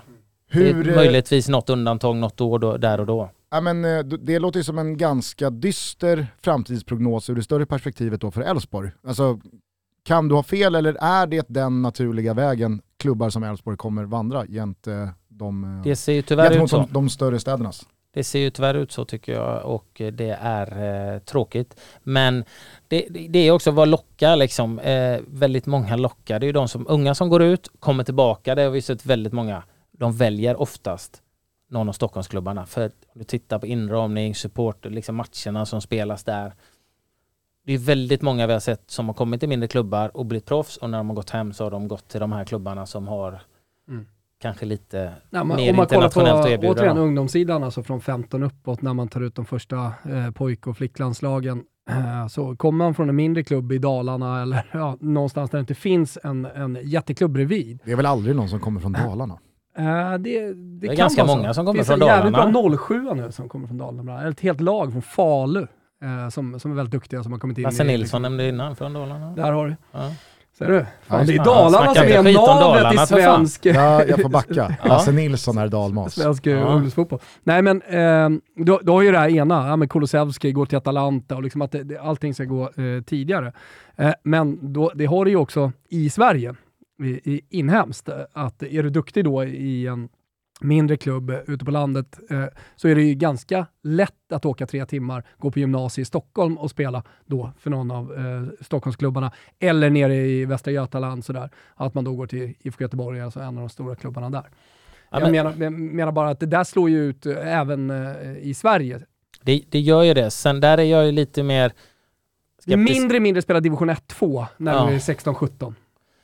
Speaker 2: Hur,
Speaker 1: det är möjligtvis något undantag något år då, där och då.
Speaker 2: Ja, men, det låter ju som en ganska dyster framtidsprognos ur det större perspektivet då för Elfsborg. Alltså, kan du ha fel eller är det den naturliga vägen klubbar som Elfsborg kommer vandra gentemot de,
Speaker 1: det ser ju tyvärr ut så.
Speaker 2: de, de större städernas?
Speaker 1: Det ser ju tyvärr ut så tycker jag och det är eh, tråkigt. Men det, det är också vad lockar liksom. Eh, väldigt många lockar. Det är ju de som, unga som går ut, kommer tillbaka. Det har vi sett väldigt många. De väljer oftast någon av Stockholmsklubbarna. För om du tittar på inramning, support, liksom matcherna som spelas där. Det är väldigt många vi har sett som har kommit till mindre klubbar och blivit proffs. Och när de har gått hem så har de gått till de här klubbarna som har mm. kanske lite
Speaker 3: ja, men,
Speaker 1: mer
Speaker 3: om man
Speaker 1: internationellt att
Speaker 3: erbjuda. Återigen
Speaker 1: dem.
Speaker 3: Ungdomssidan, alltså från femton uppåt när man tar ut de första eh, pojk- och flicklandslagen. Eh, så kommer man från en mindre klubb i Dalarna eller ja, någonstans där det inte finns en, en jätteklubb bredvid.
Speaker 2: Det är väl aldrig någon som kommer från Dalarna?
Speaker 3: Uh, det, det,
Speaker 1: det är ganska många
Speaker 3: så.
Speaker 1: som kommer
Speaker 3: det
Speaker 1: från Dalarna.
Speaker 3: Det finns en jävligt bra noll sju nu som kommer från Dalarna. Eller ett helt lag från Falu uh, som, som är väldigt duktiga som har kommit in.
Speaker 1: Lasse
Speaker 3: i,
Speaker 1: Nilsson
Speaker 3: liksom.
Speaker 1: nämnde innan från Dalarna.
Speaker 3: Där har du.
Speaker 1: Ja.
Speaker 3: Ser du? Fan,
Speaker 2: ja,
Speaker 3: det är
Speaker 2: ja,
Speaker 3: Dalarna som är navet i svensk...
Speaker 2: Ja, jag får backa. Lasse Nilsson är dalmas.
Speaker 3: Svensk
Speaker 2: ja.
Speaker 3: ungdomsfotboll. Nej men, eh, då, då har ju det här ena, ja, men Kulusevski går till Atalanta och liksom att det, det, allting ska gå eh, tidigare. Eh, men då, det har det ju också i Sverige, i, i inhemskt, att är du duktig då i en mindre klubb ute på landet eh, så är det ju ganska lätt att åka tre timmar, gå på gymnasiet i Stockholm och spela då för någon av eh, Stockholmsklubbarna eller nere i Västra Götaland sådär. Att man då går till I F K Göteborg, alltså en av de stora klubbarna där. Ja, jag, men, menar, jag menar bara att det där slår ju ut eh, även eh, i Sverige.
Speaker 1: Det, det gör ju det. Sen där är jag ju lite mer skeptisk.
Speaker 3: Mindre mindre spelar division ett två när
Speaker 1: ja.
Speaker 3: du är sexton sjutton.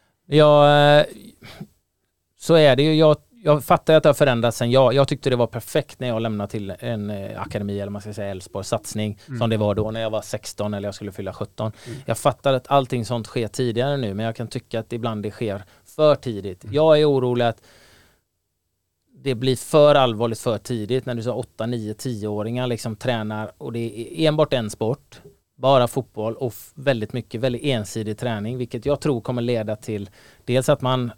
Speaker 1: Ja, eh, så är det ju. Jag Jag fattar att det har förändrats sen jag. Jag tyckte det var perfekt när jag lämnade till en eh, akademi eller man ska säga Elfsborg satsning mm. som det var då när jag var sexton eller jag skulle fylla sjutton. Mm. Jag fattar att allting sånt sker tidigare nu men jag kan tycka att ibland det sker för tidigt. Mm. Jag är orolig att det blir för allvarligt för tidigt när du så åtta, nio, tio-åringar liksom tränar och det är enbart en sport. Bara fotboll och f- väldigt mycket, väldigt ensidig träning vilket jag tror kommer leda till dels att man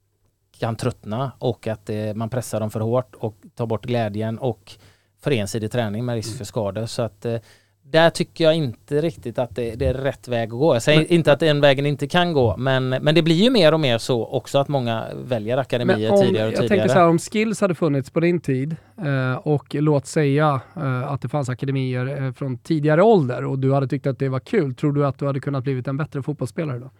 Speaker 1: kan tröttna och att eh, man pressar dem för hårt och tar bort glädjen och för ensidig träning med risk för skador. Så att eh, där tycker jag inte riktigt att det, det är rätt väg att gå. Jag säger men, inte att den vägen inte kan gå, men, men det blir ju mer och mer så också att många väljer akademier
Speaker 3: om,
Speaker 1: tidigare och
Speaker 3: jag
Speaker 1: tidigare. Jag
Speaker 3: tänker så här, om skills hade funnits på din tid eh, och låt säga eh, att det fanns akademier eh, från tidigare ålder och du hade tyckt att det var kul, tror du att du hade kunnat blivit en bättre fotbollsspelare då?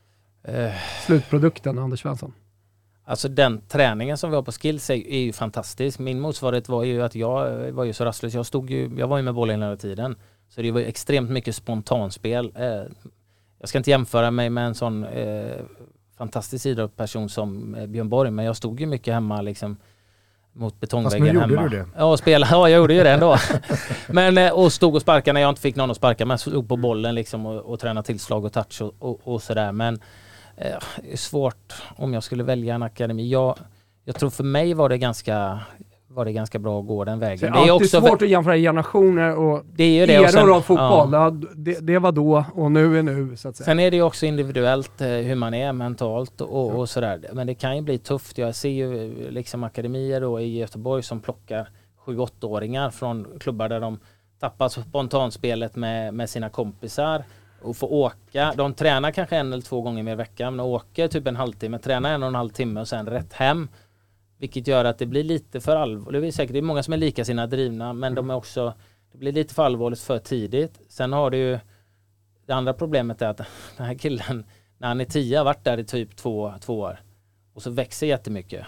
Speaker 3: Eh. Slutprodukten, Anders Svensson.
Speaker 1: Alltså den träningen som vi har på skills är, är ju fantastisk. Min motsvarighet var ju att jag var ju så rastlös. Jag, stod ju, jag var ju med bollen hela tiden. Så det var ju extremt mycket spontanspel. Eh, jag ska inte jämföra mig med en sån eh, fantastisk idrottsperson som eh, Björn Borg. Men jag stod ju mycket hemma liksom, mot betongväggen hemma.
Speaker 2: Fast nu gjorde du det.
Speaker 1: Ja, spela, ja, jag gjorde ju det ändå. men, eh, och stod och sparkade när jag inte fick någon att sparka. Men stod på bollen liksom, och, och tränade tillslag och touch och, och, och sådär. Men det är svårt om jag skulle välja en akademi. Jag, jag tror för mig var det ganska var det ganska bra att gå den vägen.
Speaker 3: Så
Speaker 1: det är också
Speaker 3: svårt att jämföra generationer och
Speaker 1: det är ju det. Och sen,
Speaker 3: av fotboll.
Speaker 1: Ja.
Speaker 3: Det, det var då och nu är nu. Så att säga.
Speaker 1: Sen är det ju också individuellt hur man är mentalt och, och sådär. Men det kan ju bli tufft. Jag ser ju liksom akademier då i Göteborg som plockar sju-åtta-åringar från klubbar där de tappar spontanspelet med, med sina kompisar. Och få åka. De tränar kanske en eller två gånger mer i veckan. Men åker typ en halvtimme. Tränar en och en halv timme och sen rätt hem. Vilket gör att det blir lite för allvarligt. Det är säkert det är många som är lika sina drivna. Men de är också, det blir lite för allvarligt för tidigt. Sen har du ju det andra problemet är att den här killen när han är tio har varit där i typ två, två år. Och så växer jättemycket.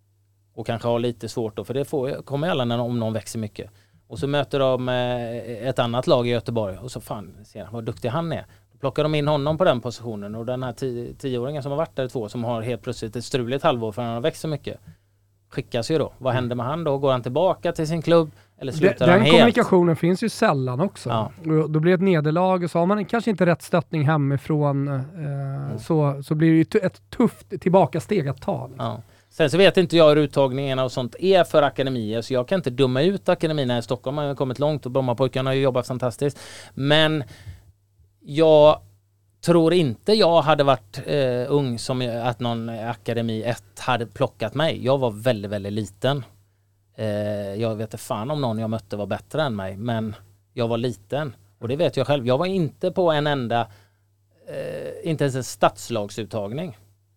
Speaker 1: Och kanske har lite svårt då. För det får, kommer alla när, om någon växer mycket. Och så möter de ett annat lag i Göteborg. Och så fan, ser han vad duktig han är. Då plockar de in honom på den positionen. Och den här tio, tioåringen som har varit där i två. Som har helt plötsligt ett struligt halvår för han har växt så mycket. Skickas ju då. Vad händer med han då? Går han tillbaka till sin klubb? Eller slutar
Speaker 3: den
Speaker 1: han helt?
Speaker 3: Den kommunikationen finns ju sällan också.
Speaker 1: Ja.
Speaker 3: Då blir det ett nederlag. Och så har man kanske inte rätt stöttning hemifrån. Eh, mm. så, så blir det ju ett tufft tillbakasteg att ta. Liksom.
Speaker 1: Ja. Sen så vet inte jag hur uttagningarna och sånt är för akademier. Så jag kan inte döma ut akademierna i Stockholm. Man har kommit långt och Brommapojkarna har ju jobbat fantastiskt. Men jag tror inte jag hade varit eh, ung som att någon akademi ett hade plockat mig. Jag var väldigt, väldigt liten. Eh, jag vet inte fan om någon jag mötte var bättre än mig, men jag var liten. Och det vet jag själv. Jag var inte på en enda, eh, inte ens en stadslagsuttagning.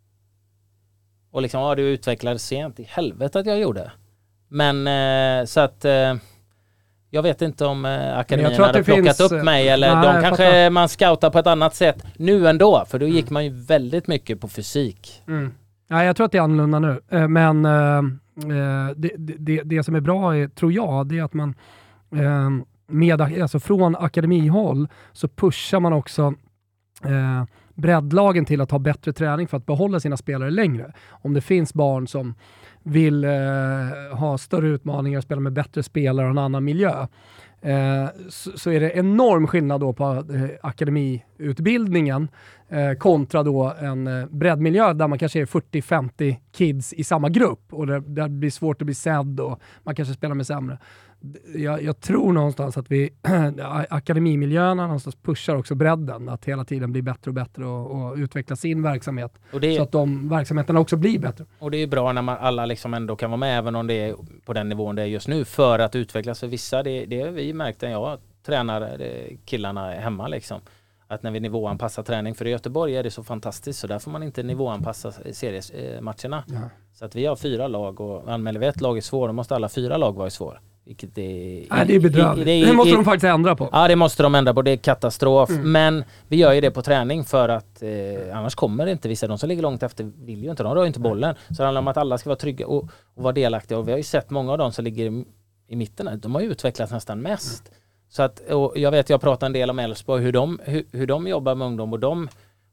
Speaker 1: Och liksom, ja, du utvecklades sent. I helvete att jag gjorde. Men eh, så att... Eh, jag vet inte om eh, akademin hade plockat finns, upp mig eller nej, de kanske fattar. Man scoutar på ett annat sätt nu ändå, för då gick mm. man ju väldigt mycket på fysik.
Speaker 3: Mm. Ja, jag tror att det är annorlunda nu. Eh, men eh, det, det, det som är bra är, tror jag, det är att man eh, med, alltså från akademihåll så pushar man också eh, breddlagen till att ha bättre träning för att behålla sina spelare längre. Om det finns barn som vill eh, ha större utmaningar och spela med bättre spelare och en annan miljö, eh, så, så är det enorm skillnad då på eh, akademiutbildningen eh, kontra då en eh, breddmiljö där man kanske är fyrtio femtio kids i samma grupp och där, där det blir svårt att bli sedd och man kanske spelar med sämre. Jag, jag tror någonstans att vi akademimiljöerna någonstans pushar också bredden, att hela tiden bli bättre och bättre och, och utveckla sin verksamhet och det är, så att de verksamheterna också blir bättre.
Speaker 1: Och det är bra när man alla liksom ändå kan vara med, även om det är på den nivån det är just nu, för att utvecklas för vissa. Det, det har vi märkt när jag tränar killarna hemma liksom. Att när vi nivåanpassar träning, för i Göteborg är det så fantastiskt så där får man inte nivåanpassa seriematcherna. Ja. Så att vi har fyra lag och anmäler vi ett lag i svår, då måste alla fyra lag vara i svår. Vilket är,
Speaker 3: Nej, det är bedrövligt. Det, det måste i, de faktiskt ändra på.
Speaker 1: Ja, det måste de ändra på. Det är katastrof. Mm. Men vi gör ju det på träning för att eh, annars kommer det inte vissa. De som ligger långt efter vill ju inte. De rör ju inte bollen. Så det handlar om att alla ska vara trygga och, och vara delaktiga. Och vi har ju sett många av dem som ligger i, i mitten. De har ju utvecklats nästan mest. Mm. Så att, och jag vet, jag pratar en del om Elfsborg, hur de, hur, hur de jobbar med ungdom och de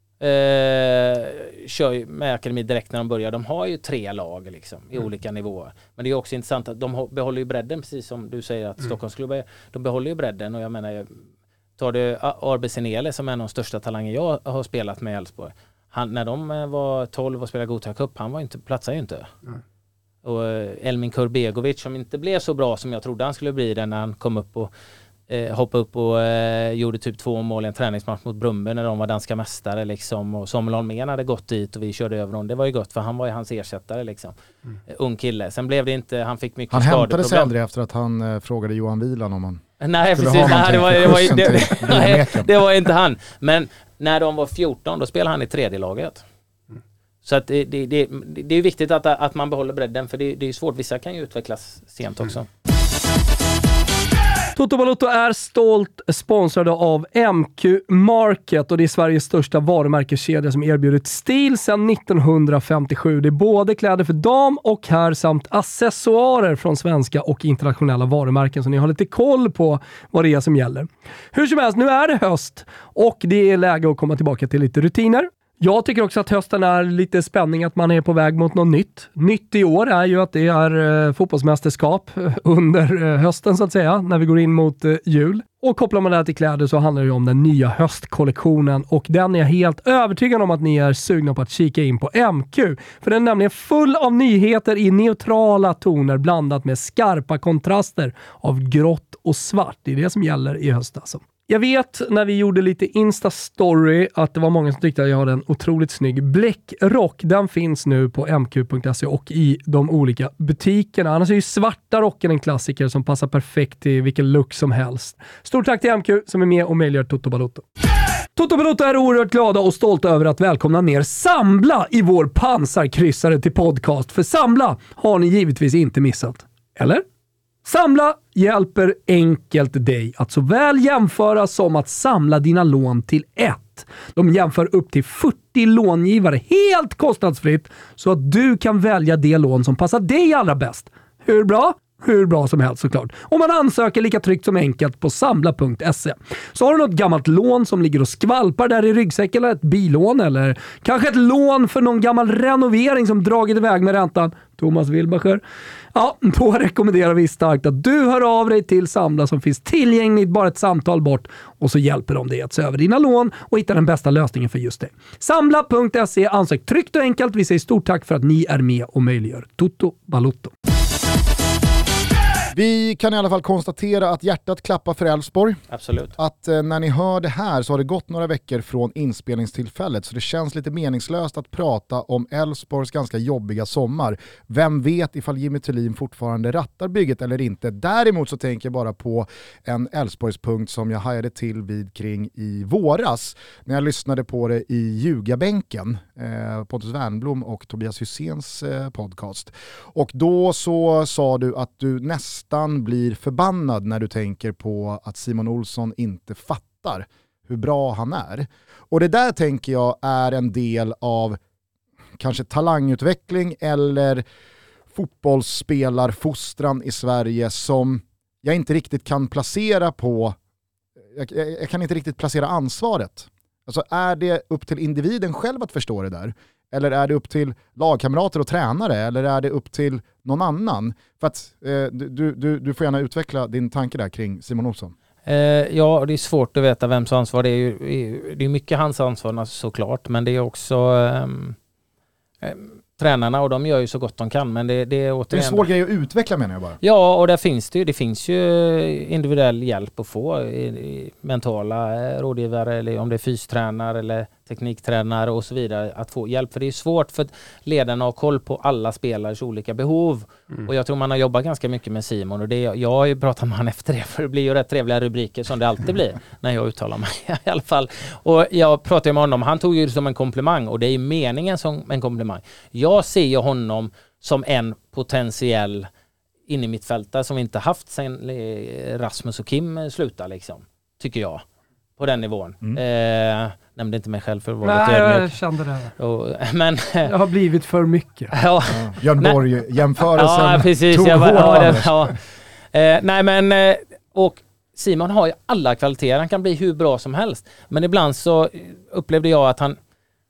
Speaker 1: eh, kör ju med akademi direkt när de börjar. De har ju tre lag liksom, i mm. olika nivåer. Men det är också intressant att de behåller ju bredden, precis som du säger att mm. Stockholmsklubbar, de behåller ju bredden. Och jag menar, tar du Arbe Senele som är en av de största talanger jag har spelat med i Elfsborg. Han, när de var tolv och spelade Gothia Cup, han var inte, platsade ju inte. Mm. Och Elmin Kurbegovic som inte blev så bra som jag trodde han skulle bli där när han kom upp och Eh, hoppade upp och eh, gjorde typ två mål i en träningsmatch mot Brumby när de var danska mästare liksom, och Samuel Holmén hade gått dit och vi körde över honom. Det var ju gott för han var ju hans ersättare liksom. Mm. Eh, ung kille. Sen blev det inte, han fick mycket
Speaker 2: han
Speaker 1: skadeproblem.
Speaker 2: Han hämtade sig aldrig efter att han eh, frågade Johan Wieland om han
Speaker 1: Nej, precis. Nej, det, var, det, var, det, nej, det var inte han. Men när de var fjorton då spelade han i tredje laget. Mm. Så att det, det, det, det är viktigt att, att man behåller bredden, för det, det är svårt. Vissa kan ju utvecklas sent också. Mm.
Speaker 3: Toto Balotto är stolt sponsrade av M Q Market och det är Sveriges största varumärkeskedja som erbjudit stil sedan nittonhundrafemtiosju. Det är både kläder för dam och herr samt accessoarer från svenska och internationella varumärken, så ni har lite koll på vad det är som gäller. Hur som helst, nu är det höst och det är läge att komma tillbaka till lite rutiner. Jag tycker också att hösten är lite spänning, att man är på väg mot något nytt. Nytt i år är ju att det är eh, fotbollsmästerskap under eh, hösten så att säga, när vi går in mot eh, jul. Och kopplar man det här till kläder så handlar det om den nya höstkollektionen och den är jag helt övertygad om att ni är sugna på att kika in på M Q. För den är nämligen full av nyheter i neutrala toner blandat med skarpa kontraster av grått och svart. Det är det som gäller i höst alltså. Jag vet när vi gjorde lite Insta-story att det var många som tyckte att jag hade en otroligt snygg bläckrock. Den finns nu på m q punkt se och i de olika butikerna. Annars är ju svarta rocken en klassiker som passar perfekt till vilken look som helst. Stort tack till M Q som är med och möjliggör Toto Balotto. Toto Balotto är oerhört glada och stolta över att välkomna ner Sambla i vår pansarkryssare till podcast. För Sambla har ni givetvis inte missat. Eller? Sambla hjälper enkelt dig att såväl jämföra som att samla dina lån till ett. De jämför upp till fyrtio långivare helt kostnadsfritt så att du kan välja det lån som passar dig allra bäst. Hur bra? Hur bra som helst såklart. Om man ansöker lika tryggt som enkelt på sambla punkt se. Så har du något gammalt lån som ligger och skvalpar där i ryggsäcken, eller ett bilån eller kanske ett lån för någon gammal renovering som dragit iväg med räntan. Thomas Wilbacher. Ja, då rekommenderar vi starkt att du hör av dig till Sambla som finns tillgängligt bara ett samtal bort och så hjälper de dig att se över dina lån och hitta den bästa lösningen för just dig. sambla punkt se, ansök tryggt och enkelt. Vi säger stort tack för att ni är med och möjliggör Toto Balotto.
Speaker 2: Vi kan i alla fall konstatera att hjärtat klappar för Elfsborg.
Speaker 1: Absolut.
Speaker 2: Att eh, när ni hör det här så har det gått några veckor från inspelningstillfället, så det känns lite meningslöst att prata om Elfsborgs ganska jobbiga sommar. Vem vet ifall Jimmy Thelin fortfarande rattar bygget eller inte. Däremot så tänker jag bara på en Elfsborgspunkt som jag hajade till vid kring i våras när jag lyssnade på det i Ljugarbänken, eh, Pontus Wernblom och Tobias Hyséns eh, podcast. Och då så sa du att du nästan blir förbannad när du tänker på att Simon Olsson inte fattar hur bra han är. Och det där tänker jag är en del av kanske talangutveckling eller fotbollsspelarfostran i Sverige som jag inte riktigt kan placera på, jag, jag, jag kan inte riktigt placera ansvaret. Alltså är det upp till individen själv att förstå det där? Eller är det upp till lagkamrater och tränare? Eller är det upp till någon annan? För att eh, du, du, du får gärna utveckla din tanke där kring Simon Olsson.
Speaker 1: Eh, ja, det är svårt att veta vems ansvar. Det är ju det är mycket hans ansvar såklart, men det är också eh, eh, tränarna, och de gör ju så gott de kan, men det, det är återigen...
Speaker 2: Det är en svår grej att utveckla, menar jag bara.
Speaker 1: Ja, och där finns det ju, det finns ju individuell hjälp att få, i, i mentala rådgivare, eller om det är fystränare eller tekniktränare och så vidare, att få hjälp. För det är svårt för ledarna att ha koll på alla spelares olika behov. Mm. Och jag tror man har jobbat ganska mycket med Simon, och det, jag har ju pratat med han efter det, för det blir ju rätt trevliga rubriker som det alltid blir när jag uttalar mig i alla fall. Och jag pratade med honom, han tog ju det som en komplimang, och det är ju meningen som en komplimang. Jag ser ju honom som en potentiell in i mitt fältare som vi inte haft sen Rasmus och Kim slutade, liksom, tycker jag. På den nivån. Mm. Eh, nämnde inte mig själv för att vara lite
Speaker 3: ödmjuk. Nej, jag kände det.
Speaker 1: Och, men,
Speaker 3: det har blivit för mycket.
Speaker 2: Ja. Ja. Björn Borg-jämförelsen
Speaker 1: ja, precis,
Speaker 2: tog
Speaker 1: jag
Speaker 2: hårt
Speaker 1: ja,
Speaker 2: det,
Speaker 1: ja. eh, Nej, men och Simon har ju alla kvaliteter. Han kan bli hur bra som helst. Men ibland så upplevde jag att han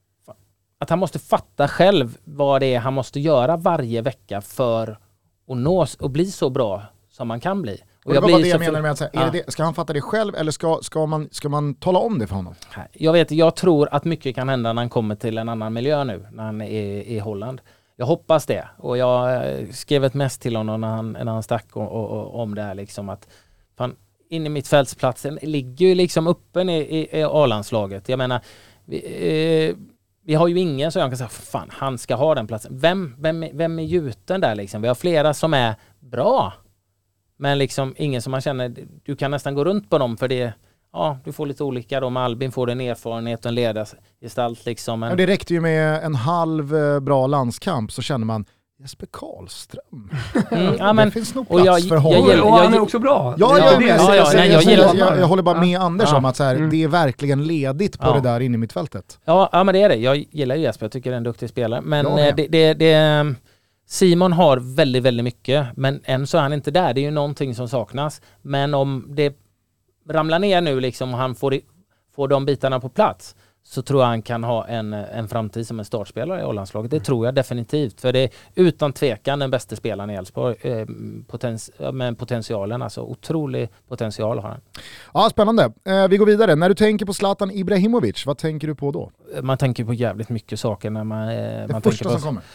Speaker 1: att han måste fatta själv vad det är han måste göra varje vecka för att nå och bli så bra som man kan bli.
Speaker 2: Och, och det var bara det jag menar med att säga, är ja. det, ska han fatta det själv eller ska, ska, man, ska man tala om det för honom?
Speaker 1: Jag vet, jag tror att mycket kan hända när han kommer till en annan miljö nu, när han är i Holland. Jag hoppas det. Och jag skrev ett mess till honom när han, när han stack och, och, och, om det här, liksom att fan, in i mittfältsplatsen ligger ju liksom uppen i, i, i A-landslaget. Jag menar, vi, eh, vi har ju ingen så jag kan säga, fan, han ska ha den platsen. Vem, vem, vem är gjuten där liksom? Vi har flera som är bra. Men liksom ingen som man känner, du kan nästan gå runt på dem, för det, ja, du får lite olika då. Med Albin får du en erfarenhet och en ledargestalt liksom. Men...
Speaker 2: Ja, det räckte ju med en halv eh, bra landskamp så känner man Jesper Karlström. Mm, ja, men, det finns nog plats
Speaker 1: jag,
Speaker 2: för honom.
Speaker 3: Jag, jag, och han är också bra.
Speaker 2: Ja,
Speaker 3: ja,
Speaker 2: jag,
Speaker 3: det,
Speaker 2: jag,
Speaker 3: ja,
Speaker 2: jag,
Speaker 1: nej,
Speaker 2: jag,
Speaker 1: jag,
Speaker 2: jag, jag håller bara med ja. Anders
Speaker 1: ja.
Speaker 2: om att så här,
Speaker 3: mm.
Speaker 2: det är verkligen ledigt på
Speaker 1: ja.
Speaker 2: det där inne i mittfältet.
Speaker 1: Ja, ja, men det är det. Jag gillar ju Jesper, jag tycker det är en duktig spelare. Men ja, det, det, det, Simon har väldigt, väldigt mycket, men än så är han inte där. Det är ju någonting som saknas. Men om det ramlar ner nu liksom och han får, får de bitarna på plats, så tror jag han kan ha en, en framtid som en startspelare i A-landslaget. Det tror jag definitivt. För det är utan tvekan den bästa spelaren i Elfsborg. Eh, potens- med potentialen, alltså otrolig potential har han.
Speaker 2: Ja, spännande. Eh, vi går vidare. När du tänker på Zlatan Ibrahimovic, vad tänker du på då?
Speaker 1: Man tänker på jävligt mycket saker när man... Eh,
Speaker 2: det
Speaker 1: man
Speaker 2: första
Speaker 1: tänker på,
Speaker 2: som kommer.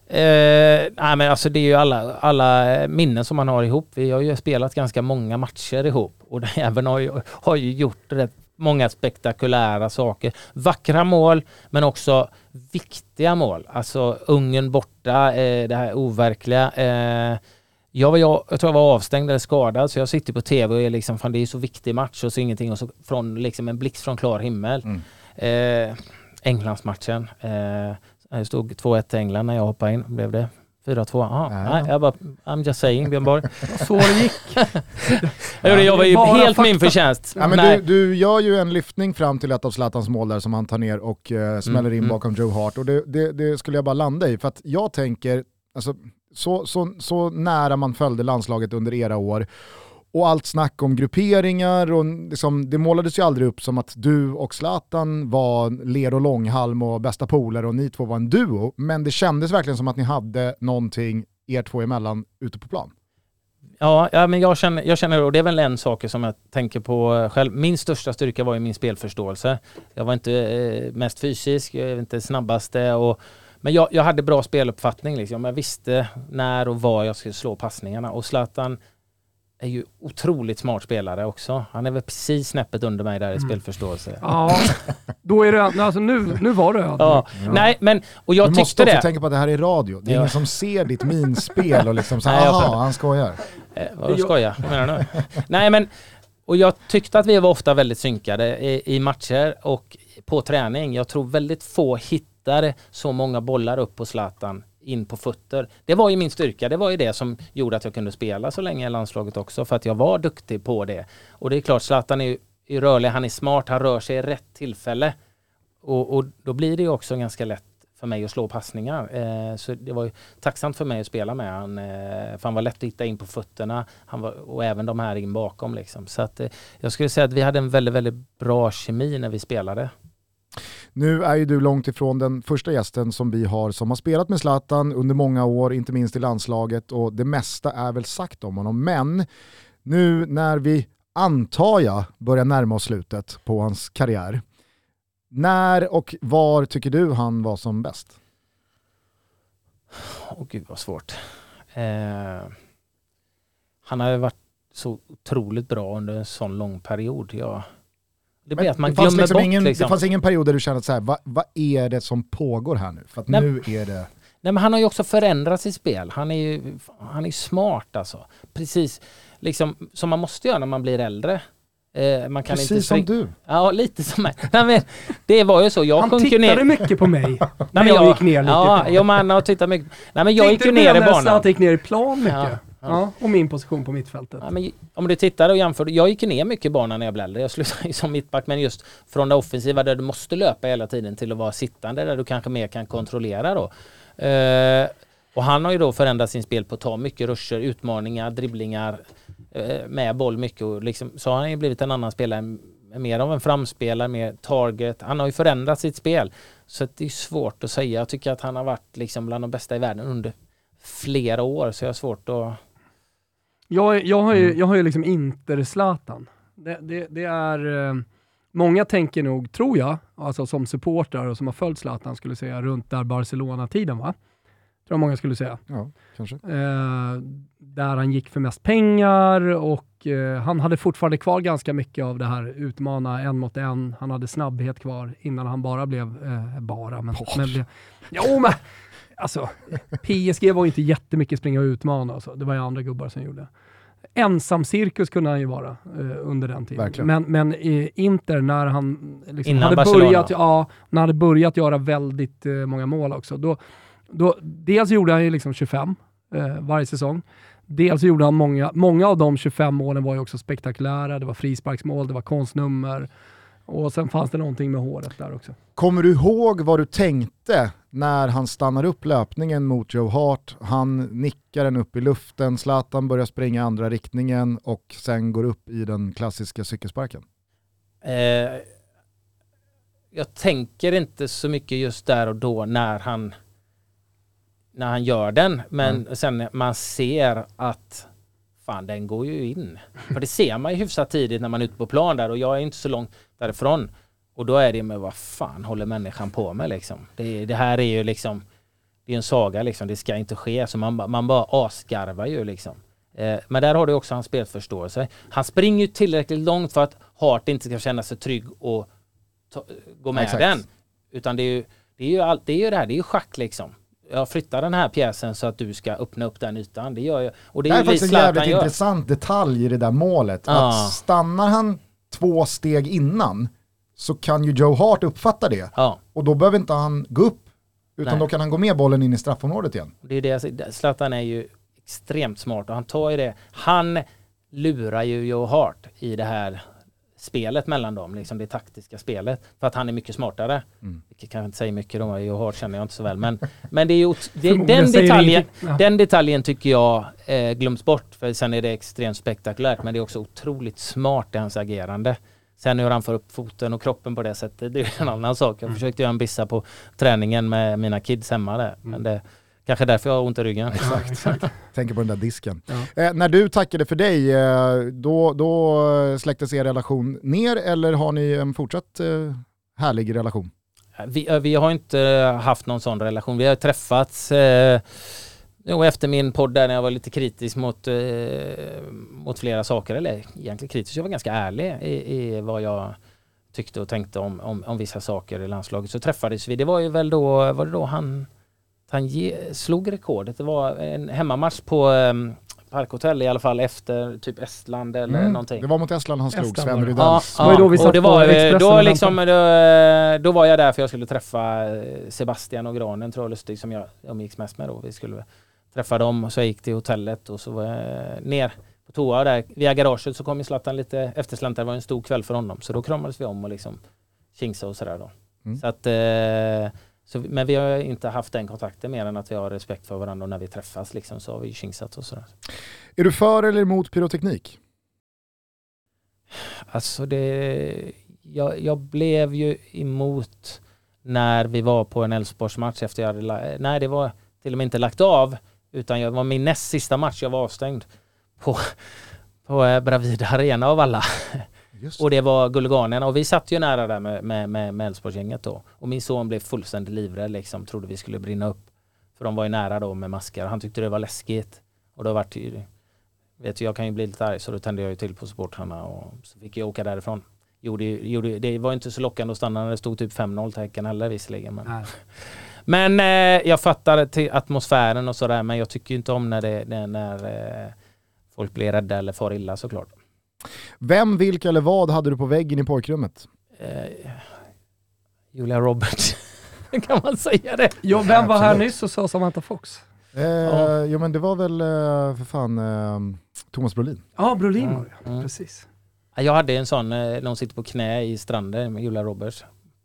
Speaker 1: Eh, nej, men alltså det är ju alla, alla minnen som man har ihop. Vi har ju spelat ganska många matcher ihop. Och även har ju, har ju gjort rätt många spektakulära saker. Vackra mål, men också viktiga mål. Alltså Ungern borta, eh, det här overkliga. Eh, jag, var, jag, jag tror jag var avstängd eller skadad, så jag sitter på tv och är liksom, fan det är så viktig match och så ingenting. Och så från liksom en blixt från klar himmel. Mm. Eh, Englandsmatchen. Eh, det stod två ett till England när jag hoppade in. Blev det fyra två? Aha, ja. Nej, jag bara, I'm just saying, Björn Borg.
Speaker 3: Så det gick.
Speaker 1: ja, jag var ju helt min förtjänst.
Speaker 2: Ja, men du, du gör ju en lyftning fram till ett av Zlatans mål där som han tar ner och uh, smäller in mm. bakom Joe Hart. Och det, det, det skulle jag bara landa i. För att jag tänker, alltså, så, så, så nära man följde landslaget under era år. Och allt snack om grupperingar och liksom, det målades ju aldrig upp som att du och Zlatan var ler och långhalm och bästa polare och ni två var en duo. Men det kändes verkligen som att ni hade någonting er två emellan ute på plan.
Speaker 1: Ja, ja men jag känner, jag känner, och det är väl en sak som jag tänker på själv. Min största styrka var ju min spelförståelse. Jag var inte eh, mest fysisk, jag var inte snabbaste och men jag, jag hade bra speluppfattning liksom. Jag visste när och var jag skulle slå passningarna och Zlatan är ju otroligt smart spelare också. Han är väl precis snäppet under mig där i mm. spelförståelse.
Speaker 3: Ja, då är det alltså nu nu var det ödmjuk.
Speaker 1: Ja. Ja. Nej, men och jag
Speaker 2: du
Speaker 1: tyckte
Speaker 2: måste också
Speaker 1: det.
Speaker 2: tänka på att det här är radio. Det är
Speaker 1: ja.
Speaker 2: ingen som ser ditt minspel och liksom så här, aha, han skojar.
Speaker 1: Eh, vad skojar? Vad menar du? Nej, men och jag tyckte att vi var ofta väldigt synkade i, i matcher och på träning. Jag tror väldigt få hittade så många bollar upp på Zlatan in på fötter. Det var ju min styrka. Det var ju det som gjorde att jag kunde spela så länge i landslaget också. För att jag var duktig på det. Och det är klart, Zlatan är, är rörlig. Han är smart. Han rör sig i rätt tillfälle. Och, och då blir det ju också ganska lätt för mig att slå passningar. Eh, så det var ju tacksamt för mig att spela med han. Eh, för han var lätt att hitta in på fötterna. Han var, och även de här in bakom. Liksom. Så att, eh, jag skulle säga att vi hade en väldigt, väldigt bra kemi när vi spelade.
Speaker 2: Nu är ju du långt ifrån den första gästen som vi har som har spelat med Zlatan under många år, inte minst i landslaget, och det mesta är väl sagt om honom. Men nu när vi, antar jag, börjar närma oss slutet på hans karriär, när och var tycker du han var som bäst?
Speaker 1: Åh oh, gud vad svårt. Eh, han har ju varit så otroligt bra under en sån lång period. Jag Det blir att man
Speaker 2: det fanns
Speaker 1: glömmer
Speaker 2: liksom
Speaker 1: bort.
Speaker 2: Ingen,
Speaker 1: liksom.
Speaker 2: Det fanns ingen period där du kände så här, vad, vad är det som pågår här nu? För att
Speaker 1: nej,
Speaker 2: nu är det...
Speaker 1: Nej, men han har ju också förändrat sitt spel. Han är ju han är smart alltså. Precis liksom, som man måste göra när man blir äldre. Eh, man kan
Speaker 2: Precis
Speaker 1: inte
Speaker 2: som du.
Speaker 1: Ja, lite som mig. Nej, men det var ju så. Jag
Speaker 3: han
Speaker 1: tittade
Speaker 3: ner. mycket på mig när jag, jag gick ner lite.
Speaker 1: Ja, jag man har tittat mycket. Nej, men jag gick ju ner i banan.
Speaker 3: Jag gick ner i plan mycket.
Speaker 1: Ja. Ja.
Speaker 3: Ja, och min position på mittfältet.
Speaker 1: Ja, men om du tittar och jämför, jag gick ner mycket i banan när jag blev äldre. Jag slutade som mittback, men just från det offensiva där du måste löpa hela tiden till att vara sittande där du kanske mer kan kontrollera då. Uh, och han har ju då förändrat sin spel på att ta mycket ruscher, utmaningar, dribblingar uh, med boll mycket. Och liksom, så har han ju blivit en annan spelare, mer av en framspelare, mer target. Han har ju förändrat sitt spel. Så det är svårt att säga. Jag tycker att han har varit liksom bland de bästa i världen under flera år, så jag har svårt att...
Speaker 3: Jag, jag har ju, jag har ju liksom Inter-Zlatan. Det, det, det är... Eh, många tänker nog, tror jag, alltså som supportrar och som har följt Zlatan skulle säga runt där Barcelona-tiden, va? Tror jag många skulle säga.
Speaker 2: Ja, kanske.
Speaker 3: Eh, där han gick för mest pengar och eh, han hade fortfarande kvar ganska mycket av det här utmana en mot en. Han hade snabbhet kvar innan han bara blev... Eh, bara, men... men blev, jo, men... Alltså, P S G var ju inte jättemycket springa och utmana. Alltså. Det var ju andra gubbar som gjorde. Ensam cirkus kunde han ju vara eh, under den tiden.
Speaker 2: Verkligen.
Speaker 3: Men, men i Inter, när han liksom hade, börjat, ja, när han hade börjat göra väldigt eh, många mål också. Då, då, dels gjorde han ju liksom tjugofem eh, varje säsong. Dels gjorde han många, många av de tjugofem målen var ju också spektakulära. Det var frisparksmål, det var konstnummer. Och sen fanns det någonting med håret där också.
Speaker 2: Kommer du ihåg vad du tänkte när han stannar upp löpningen mot Joe Hart? Han nickar den upp i luften, Zlatan börjar springa i andra riktningen och sen går upp i den klassiska cykelsparken.
Speaker 1: Eh, jag tänker inte så mycket just där och då när han när han gör den, men mm. sen man ser att fan, den går ju in. För det ser man ju hyfsat tidigt när man är ute på plan där, och jag är inte så långt därifrån. Och då är det med vad fan håller människan på med liksom. Det, det här är ju liksom, det är en saga liksom, det ska inte ske. Så man, man bara asgarvar ju liksom. Eh, men där har du också hans spelförståelse. Han springer ju tillräckligt långt för att Hart inte ska känna sig trygg och ta, gå med
Speaker 2: Exakt.
Speaker 1: den. Utan det är ju det, är ju allt, det, är ju det här, det är ju schack liksom. Jag flyttar den här pjäsen så att du ska öppna upp den ytan. Det gör jag. Och det är,
Speaker 2: det är
Speaker 1: ju
Speaker 2: faktiskt en jävligt
Speaker 1: gör.
Speaker 2: intressant detalj i det där målet.
Speaker 1: Ah.
Speaker 2: Att stannar han två steg innan så kan ju Joe Hart uppfatta det.
Speaker 1: Ja.
Speaker 2: Och då behöver inte han gå upp, utan
Speaker 1: Nej.
Speaker 2: Då kan han gå med bollen in i straffområdet igen.
Speaker 1: Det är det jag säger. Zlatan är ju extremt smart och han tar ju det. Han lurar ju Joe Hart i det här spelet mellan dem, liksom det taktiska spelet, för att han är mycket smartare. Mm. Vilket kan jag inte säga mycket om, Joe Hart känner jag inte så väl, men, men det är ju det, den, detaljen, ja. den detaljen tycker jag eh, glöms bort, för sen är det extremt spektakulärt, men det är också otroligt smart i hans agerande. Sen hur han får upp foten och kroppen på det sättet, det är en annan sak. Jag försökte göra en bissa på träningen med mina kids hemma där, men det kanske därför jag har ont i ryggen.
Speaker 2: Exakt, exakt. Tänker på den där disken. Ja. Eh, när du tackade för dig, eh, då, då släcktes er relation ner, eller har ni en fortsatt eh, härlig relation?
Speaker 1: Vi, vi har inte haft någon sån relation. Vi har träffats eh, Och efter min podd där när jag var lite kritisk mot, eh, mot flera saker, eller egentligen kritisk, jag var ganska ärlig i, i vad jag tyckte och tänkte om, om, om vissa saker i landslaget, så träffades vi. Det var ju väl då, var det då han, han ge, slog rekordet. Det var en hemmamatch på eh, Parkhotell i alla fall efter typ Estland eller
Speaker 2: mm,
Speaker 1: någonting.
Speaker 2: Det var mot Estland han slog,
Speaker 3: Estland,
Speaker 2: Sven
Speaker 3: ja.
Speaker 2: Rydels.
Speaker 1: Ja,
Speaker 3: ja. Då vi satt
Speaker 1: och det
Speaker 3: på
Speaker 1: var
Speaker 3: Expressen
Speaker 1: då
Speaker 3: och
Speaker 1: liksom då, då var jag där för jag skulle träffa Sebastian och Granen, tror jag, Lustig, som jag umgicks mest med då. Vi skulle träffa dem och så jag gick till hotellet och så var jag ner på toa där via garaget, så kom ju Zlatan lite efterslänt. Det var en stor kväll för honom, så då kramades vi om och liksom tjingsa och sådär då.
Speaker 2: Mm.
Speaker 1: Så att, eh, så, men vi har inte haft den kontakten mer än att vi har respekt för varandra, och när vi träffas liksom, så har vi tjingsat och sådär.
Speaker 2: Är du för eller emot pyroteknik?
Speaker 1: Alltså det, jag, jag blev ju emot när vi var på en Elfsborgsmatch efter jag hade, nej det var till och med inte lagt av, utan jag var min näst sista match, jag var avstängd på, på Bravida Arena av alla. Just. Och det var Gulliganerna, och vi satt ju nära där med, med, med, med Elfsborgsgänget då. Och min son blev fullständigt livrädd liksom, trodde vi skulle brinna upp. För de var ju nära då med maskar, han tyckte det var läskigt. Och då var det ju, vet du, jag kan ju bli lite arg, så då tände jag ju till på supportrarna och så fick jag åka därifrån. Gjorde, gjorde, det var inte så lockande att stanna när det stod typ fem noll till Häcken heller visserligen. Men, men eh, jag fattar till atmosfären och sådär, men jag tycker ju inte om när, det, när, när eh, folk blir rädda eller far illa såklart.
Speaker 2: Vem, vilka eller vad hade du på väggen i pojkrummet?
Speaker 1: Eh, Julia Roberts. Kan man säga det?
Speaker 3: Jo, vem var här nyss och sa Samantha Fox?
Speaker 2: Eh, ja. Jo, men det var väl eh, för fan eh, Thomas Brolin.
Speaker 3: Ja, Brolin var det.
Speaker 1: Mm.
Speaker 3: Precis.
Speaker 1: Jag hade en sån, eh, när hon sitter på knä i stranden med Julia Roberts.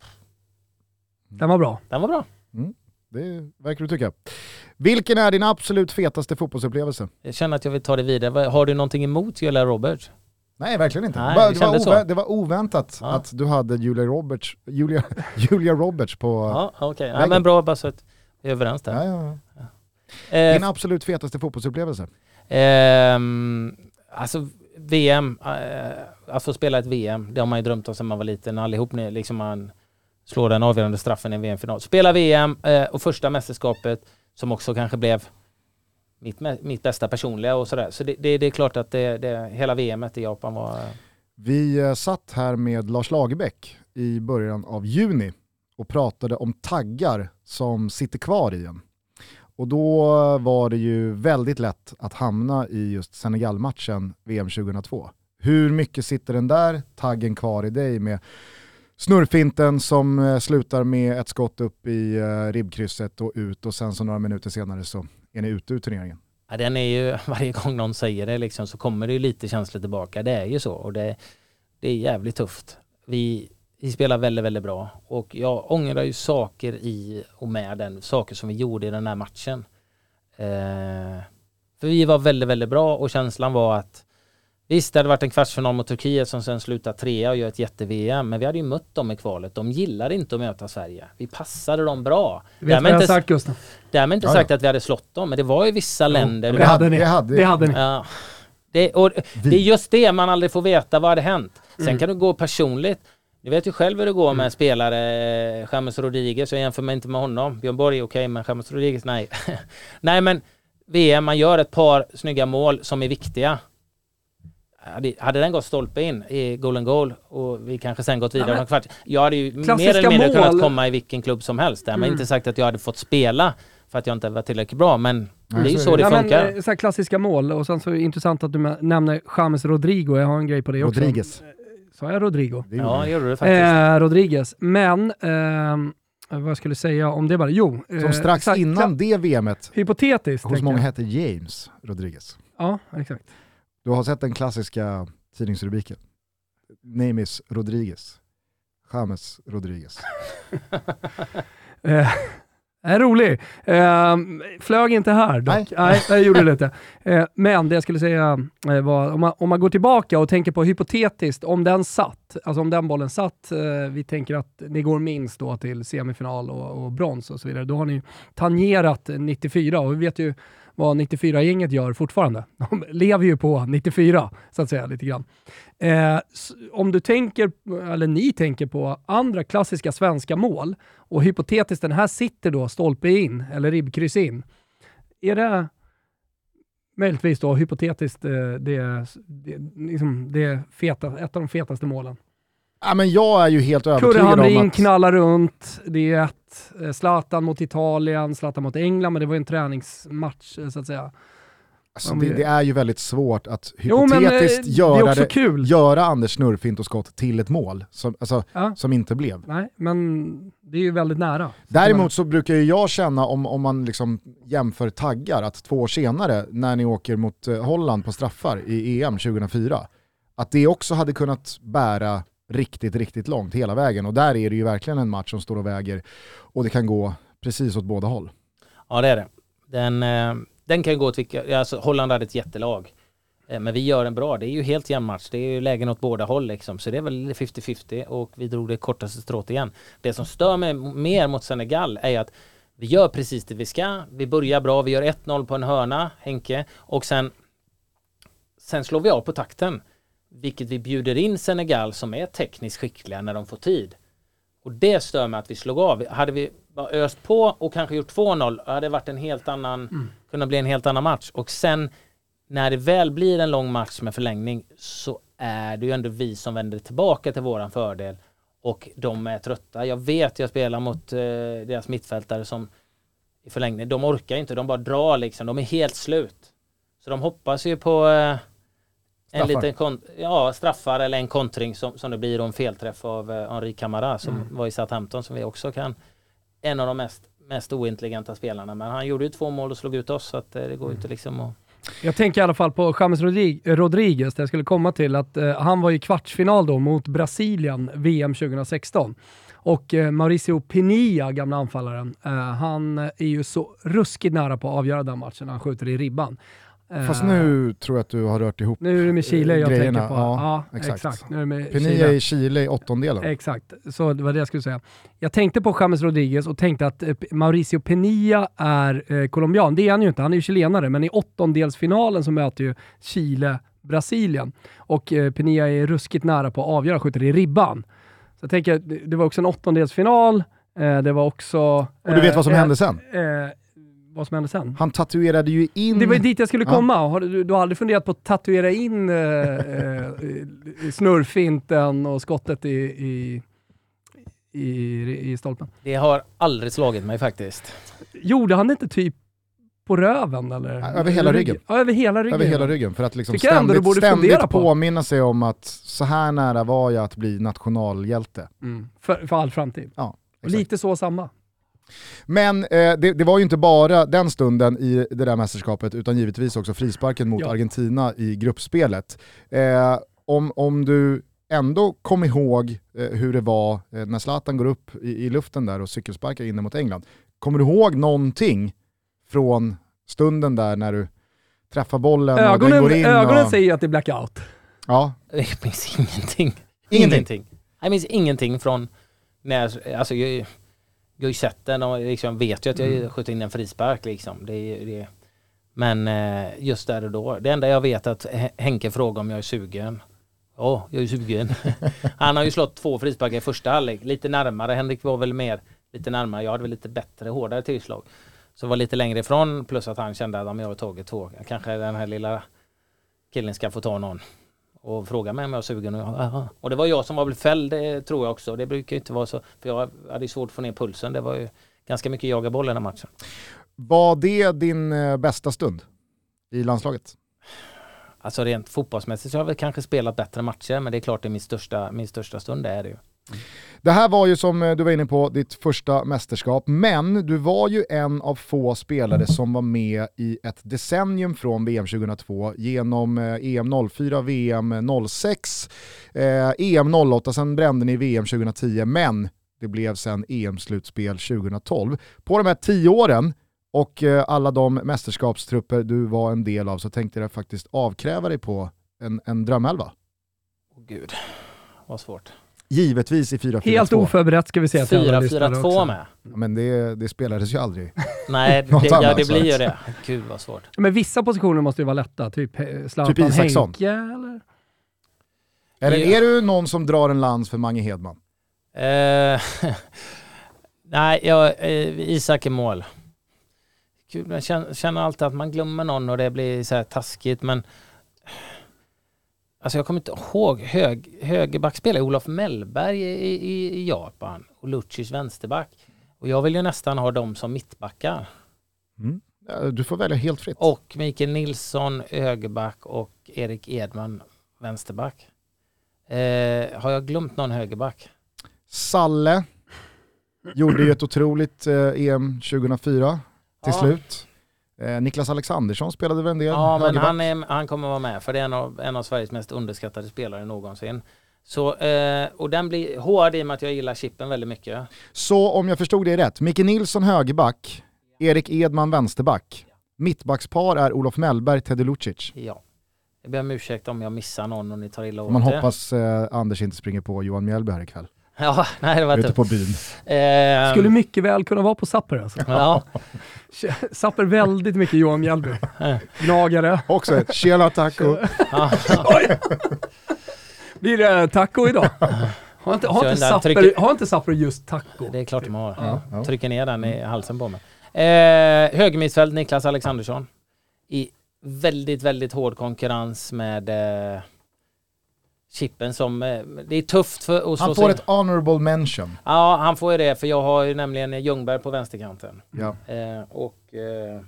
Speaker 3: Den var bra.
Speaker 1: Den var bra.
Speaker 2: Mm. Det verkar du tycka. Vilken är din absolut fetaste fotbollsupplevelse?
Speaker 1: Jag känner att jag vill ta det vidare. Har du någonting emot Julia Roberts?
Speaker 2: Nej, verkligen inte.
Speaker 1: Nej,
Speaker 2: det,
Speaker 1: det,
Speaker 2: var
Speaker 1: ovä-
Speaker 2: det var oväntat ja. att du hade Julia Roberts, Julia, Julia Roberts på...
Speaker 1: Ja, okej. Okay. Ja, men bra, bara så att vi är överens där.
Speaker 2: Ja, ja, ja.
Speaker 1: Eh,
Speaker 2: din absolut fetaste fotbollsupplevelse?
Speaker 1: Eh, alltså V M, eh, att få spela ett V M, det har man ju drömt om sedan man var liten. Allihop nu, liksom man slår den avgörande straffen i en V M-final. Spela V M eh, och första mästerskapet som också kanske blev mitt, mitt bästa personliga och sådär. Så det, det, det är klart att det, det, hela V M:et i Japan var...
Speaker 2: Vi eh, satt här med Lars Lagerbäck i början av juni och pratade om taggar som sitter kvar i en. Och då var det ju väldigt lätt att hamna i just Senegal-matchen V M tjugohundratvå. Hur mycket sitter den där taggen kvar i dig med snurrfinten som eh, slutar med ett skott upp i eh, ribbkrysset och ut, och sen så några minuter senare så är ni ute ur turneringen?
Speaker 1: Ja, den är ju, varje gång någon säger det liksom, så kommer det ju lite känsla tillbaka. Det är ju så, och det, det är jävligt tufft. Vi, vi spelar väldigt, väldigt bra, och jag ångrar ju saker i och med den, saker som vi gjorde i den här matchen. Eh, för vi var väldigt, väldigt bra, och känslan var att visst, det hade varit en kvartsfinal mot Turkiet som sen slutar trea och gör ett jätte-V M, men vi hade ju mött dem i kvalet. De gillade inte att möta Sverige. Vi passade dem bra.
Speaker 3: Vet vad jag sagt, Gustav?
Speaker 1: Därmed inte
Speaker 2: ja,
Speaker 1: sagt
Speaker 2: ja.
Speaker 1: att vi hade slått dem, men det var ju vissa jo, länder.
Speaker 3: Det hade ni.
Speaker 2: Det hade,
Speaker 3: det hade ni.
Speaker 1: Ja. Det, och det är just det man aldrig får veta, vad hade hänt. Sen mm. kan du gå personligt. Du vet ju själv hur det går med mm. spelare, James Rodriguez, jag jämför mig inte med honom. Björn Borg, okej, okay, men James Rodriguez, nej. Nej, men V M, man gör ett par snygga mål som är viktiga. Hade den gått stolpe in i Golden Goal och vi kanske sen gått vidare, ja, kvart, jag hade ju mer eller mindre mål. kunnat komma i vilken klubb som helst där. Mm. Men inte sagt att jag hade fått spela för att jag inte var tillräckligt bra, men mm. det är ju så det ja, funkar.
Speaker 3: Men, så här klassiska mål, och sen så är det intressant att du nämner James Rodrigo. Jag har en grej på det också.
Speaker 2: Rodriguez.
Speaker 3: Sa jag Rodrigo?
Speaker 1: Det ja, det gjorde du faktiskt.
Speaker 3: Eh, Rodriguez. Men eh, vad skulle jag säga om det bara? Jo.
Speaker 2: Som eh, strax exakt, innan det V M:et.
Speaker 3: Hypotetiskt.
Speaker 2: Hos många hette James Rodriguez.
Speaker 3: Ja, exakt.
Speaker 2: Du har sett den klassiska tidningsrubriken. Name is Rodriguez. James Rodriguez.
Speaker 3: eh, är rolig. Eh, flög inte här dock. Nej, Nej jag gjorde det inte. Eh, men det jag skulle säga eh, var, om man, om man går tillbaka och tänker på hypotetiskt, om den satt, alltså om den bollen satt, eh, vi tänker att ni går minst då till semifinal och, och brons och så vidare, då har ni tangerat nittiofyra, och vi vet ju vad nittiofyra-gänget gör fortfarande. De lever ju på nittiofyra, så att säga, lite grann. Eh, om du tänker, eller ni tänker på andra klassiska svenska mål, och hypotetiskt den här sitter då stolpe in, eller ribbkryss in. är det möjligtvis då hypotetiskt det, det, det, liksom det feta, ett av de fetaste målen?
Speaker 2: Ja, men jag är ju helt övertygad
Speaker 3: Kurre
Speaker 2: om
Speaker 3: Hamrin
Speaker 2: att...
Speaker 3: knallar runt, det är ett Zlatan mot Italien, Zlatan mot England, men det var ju en träningsmatch så att säga.
Speaker 2: Alltså, det, det är ju väldigt svårt att
Speaker 3: jo,
Speaker 2: hypotetiskt
Speaker 3: men,
Speaker 2: göra,
Speaker 3: det
Speaker 2: det,
Speaker 3: kul.
Speaker 2: göra Anders snurrfint och skott till ett mål som, alltså,
Speaker 3: ja.
Speaker 2: som inte blev.
Speaker 3: Nej, men det är ju väldigt nära. Så
Speaker 2: Däremot så brukar ju jag känna, om, om man liksom jämför taggar, att två år senare när ni åker mot Holland på straffar i E M tjugohundrafyra, att det också hade kunnat bära riktigt, riktigt långt hela vägen. Och där är det ju verkligen en match som står och väger och det kan gå precis åt båda håll.
Speaker 1: Ja, det är det. Den, eh, den kan gå åt vilka... Alltså, Holland hade ett jättelag. Eh, men vi gör en bra. Det är ju helt jämn match. Det är ju lägen åt båda håll liksom. Så det är väl femtio femtio och vi drog det kortaste strået igen. Det som stör mig mer mot Senegal är att vi gör precis det vi ska. Vi börjar bra. Vi gör ett noll på en hörna, Henke. Och sen, sen slår vi av på takten. Vilket vi bjuder in Senegal som är tekniskt skickliga när de får tid. Och det stör mig att vi slog av. Hade vi bara öst på och kanske gjort två noll hade det varit en helt annan, mm. kunnat bli en helt annan match. Och sen när det väl blir en lång match med förlängning så är det ju ändå vi som vänder tillbaka till våran fördel. Och de är trötta. Jag vet, jag spelar mot eh, deras mittfältare som i förlängning, de orkar inte, de bara drar liksom. De är helt slut. Så de hoppas ju på... Eh, En liten kont- ja, straffar eller en kontring som, som det blir en felträff av uh, Henri Camara som mm. var i Southampton som vi också kan. En av de mest, mest ointelligenta spelarna. Men han gjorde ju två mål och slog ut oss så att uh, det går mm. inte liksom att...
Speaker 3: Jag tänker i alla fall på James Rodrig- Rodriguez där jag skulle komma till att uh, han var i kvartsfinal då mot Brasilien V M tjugohundrasexton. Och uh, Mauricio Pinilla, gamla anfallaren, uh, han är ju så ruskigt nära på att avgöra den matchen när han skjuter i ribban.
Speaker 2: Fast nu tror jag att du har rört ihop
Speaker 3: nu är det med Chile jag
Speaker 2: grejerna.
Speaker 3: tänker på.
Speaker 2: Ja,
Speaker 3: ja
Speaker 2: exakt.
Speaker 3: exakt. Nu är det med
Speaker 2: Pinilla
Speaker 3: Chile.
Speaker 2: i Chile i åttondelen.
Speaker 3: Exakt, så det var det jag skulle säga. Jag tänkte på James Rodriguez och tänkte att eh, Mauricio Pinilla är eh, colombian. Det är han ju inte, han är ju chilenare. Men i åttondelsfinalen så möter ju Chile Brasilien. Och eh, Pinilla är ruskigt nära på att avgöra, skjuter i ribban. Så jag tänker, det var också en åttondelsfinal. Eh, det var också...
Speaker 2: Och du vet vad som
Speaker 3: eh,
Speaker 2: hände sen?
Speaker 3: Eh, vad som hände sen?
Speaker 2: Han tatuerade ju in...
Speaker 3: Det var dit jag skulle
Speaker 2: ja.
Speaker 3: komma. Har du, du har aldrig funderat på att tatuera in eh, eh, snurrfinten och skottet i, i, i, i stolpen?
Speaker 1: Det har aldrig slagit mig faktiskt.
Speaker 3: Gjorde han inte typ på röven? Eller?
Speaker 2: Ja, över hela ryggen.
Speaker 3: Ja, över hela ryggen.
Speaker 2: Över hela ryggen. För att liksom
Speaker 3: Tycker ändå
Speaker 2: ständigt,
Speaker 3: borde
Speaker 2: ständigt
Speaker 3: på.
Speaker 2: påminna sig om att så här nära var jag att bli nationalhjälte.
Speaker 3: Mm. För, för all framtid.
Speaker 2: Ja,
Speaker 3: och lite så samma.
Speaker 2: Men eh, det, det var ju inte bara den stunden i det där mästerskapet utan givetvis också frisparken mot ja. Argentina i gruppspelet. Eh, om, om du ändå kom ihåg eh, hur det var eh, när Zlatan går upp i, i luften där och cykelsparkar in mot England. Kommer du ihåg någonting från stunden där när du träffar bollen
Speaker 3: ögonen,
Speaker 2: och den går in?
Speaker 3: Ögonen
Speaker 2: och...
Speaker 3: säger att det är blackout.
Speaker 2: Ja.
Speaker 1: Jag minns ingenting.
Speaker 2: Ingenting?
Speaker 1: ingenting. Jag minns ingenting från när... Alltså, jag, jag har ju sett den och liksom vet ju att jag mm. sköt in en frispark liksom. Det är, det. Men just där och då. Det enda jag vet är att Henke frågar om jag är sugen. Ja, oh, jag är sugen. Han har ju slått två frisparkar i första halvlek. Lite närmare. Henrik var väl mer lite närmare. Jag hade väl lite bättre, hårdare tillslag. Så var lite längre ifrån. Plus att han kände att om jag har tagit två. Kanske den här lilla killen ska få ta någon. Och fråga mig om jag är sugen. Och, och det var jag som var väl fälld, det tror jag också. Det brukar ju inte vara så. För jag hade svårt att få ner pulsen. Det var ju ganska mycket jaga boll i den här matchen.
Speaker 2: Var det din bästa stund i landslaget?
Speaker 1: Alltså rent fotbollsmässigt så har jag väl kanske spelat bättre matcher. Men det är klart det är min största, min största stund, det är det ju. Mm.
Speaker 2: Det här var ju som du var inne på ditt första mästerskap, men du var ju en av få spelare som var med i ett decennium från V M tjugohundratvå genom E M noll fyra, V M noll sex, eh, E M noll åtta, sen brände ni V M tjugohundratio, men det blev sen E M-slutspel tjugotolv. På de här tio åren och eh, alla de mästerskapstrupper du var en del av så tänkte jag faktiskt avkräva dig på en, en drömelva.
Speaker 1: Åh gud, vad svårt.
Speaker 2: Givetvis i fyra fyra två.
Speaker 3: Helt oförberett ska vi säga.
Speaker 1: fyra fyra två med.
Speaker 2: Ja, men det, det spelades ju aldrig.
Speaker 1: Nej, det, ja, det blir ju det. Gud vad svårt.
Speaker 3: Men vissa positioner måste ju vara lätta. Typ Zlatan,
Speaker 2: typ Isaksson.
Speaker 3: Henke eller?
Speaker 2: Eller ja. Är du någon som drar en lans för Mange Hedman?
Speaker 1: Uh, nej, jag, uh, Isak är mål. Gud, jag känner, känner alltid att man glömmer någon och det blir så här taskigt, men alltså jag kommer inte ihåg hög, högerbackspelare Olof Mellberg i, i, i Japan och Lucic vänsterback. Och jag vill ju nästan ha dem som mittbackar.
Speaker 2: Mm. Du får välja helt fritt.
Speaker 1: Och Mikael Nilsson högerback och Erik Edman vänsterback. Eh, har jag glömt någon högerback?
Speaker 2: Salle gjorde ju ett otroligt eh, E M tjugohundrafyra till
Speaker 1: ja.
Speaker 2: slut. Eh, Niklas Alexandersson spelade väl en del.
Speaker 1: Ja, men
Speaker 2: högerback.
Speaker 1: han, är, han kommer vara med för det är en av, en av Sveriges mest underskattade spelare någonsin. Så, eh, och den blir hård i och med att jag gillar Chippen väldigt mycket.
Speaker 2: Så om jag förstod det rätt, Mikael Nilsson högerback, Erik Edman vänsterback. Mittbackspar är Olof Mellberg, Teddy Lucic.
Speaker 1: Ja. Jag ber om ursäkt om jag missar någon och ni tar illa åt
Speaker 2: Man
Speaker 1: det.
Speaker 2: hoppas eh, Anders inte springer på Johan Mjällby här ikväll.
Speaker 1: Ja, nej det var
Speaker 2: Ute
Speaker 1: tufft.
Speaker 2: på byn.
Speaker 1: Eh,
Speaker 3: Skulle mycket väl kunna vara på Sapper alltså.
Speaker 1: ja.
Speaker 3: Sapper väldigt mycket Johan Mjällby. Gnagare.
Speaker 2: Också ett tjena taco.
Speaker 1: ja.
Speaker 3: Blir det taco idag? Har inte, har inte, Sapper, trycker... har inte Sapper just taco?
Speaker 1: Det är klart de har.
Speaker 2: Ja, ja.
Speaker 1: Trycker ner den i halsen på mig. Eh, högermittfält Niklas Alexandersson. I väldigt, väldigt hård konkurrens med eh, Chippen som... Eh, det är tufft för...
Speaker 2: Han får ett honorable mention.
Speaker 1: Ja, han får ju det. För jag har ju nämligen Ljungberg på vänsterkanten.
Speaker 2: Ja.
Speaker 1: Eh, och... Eh,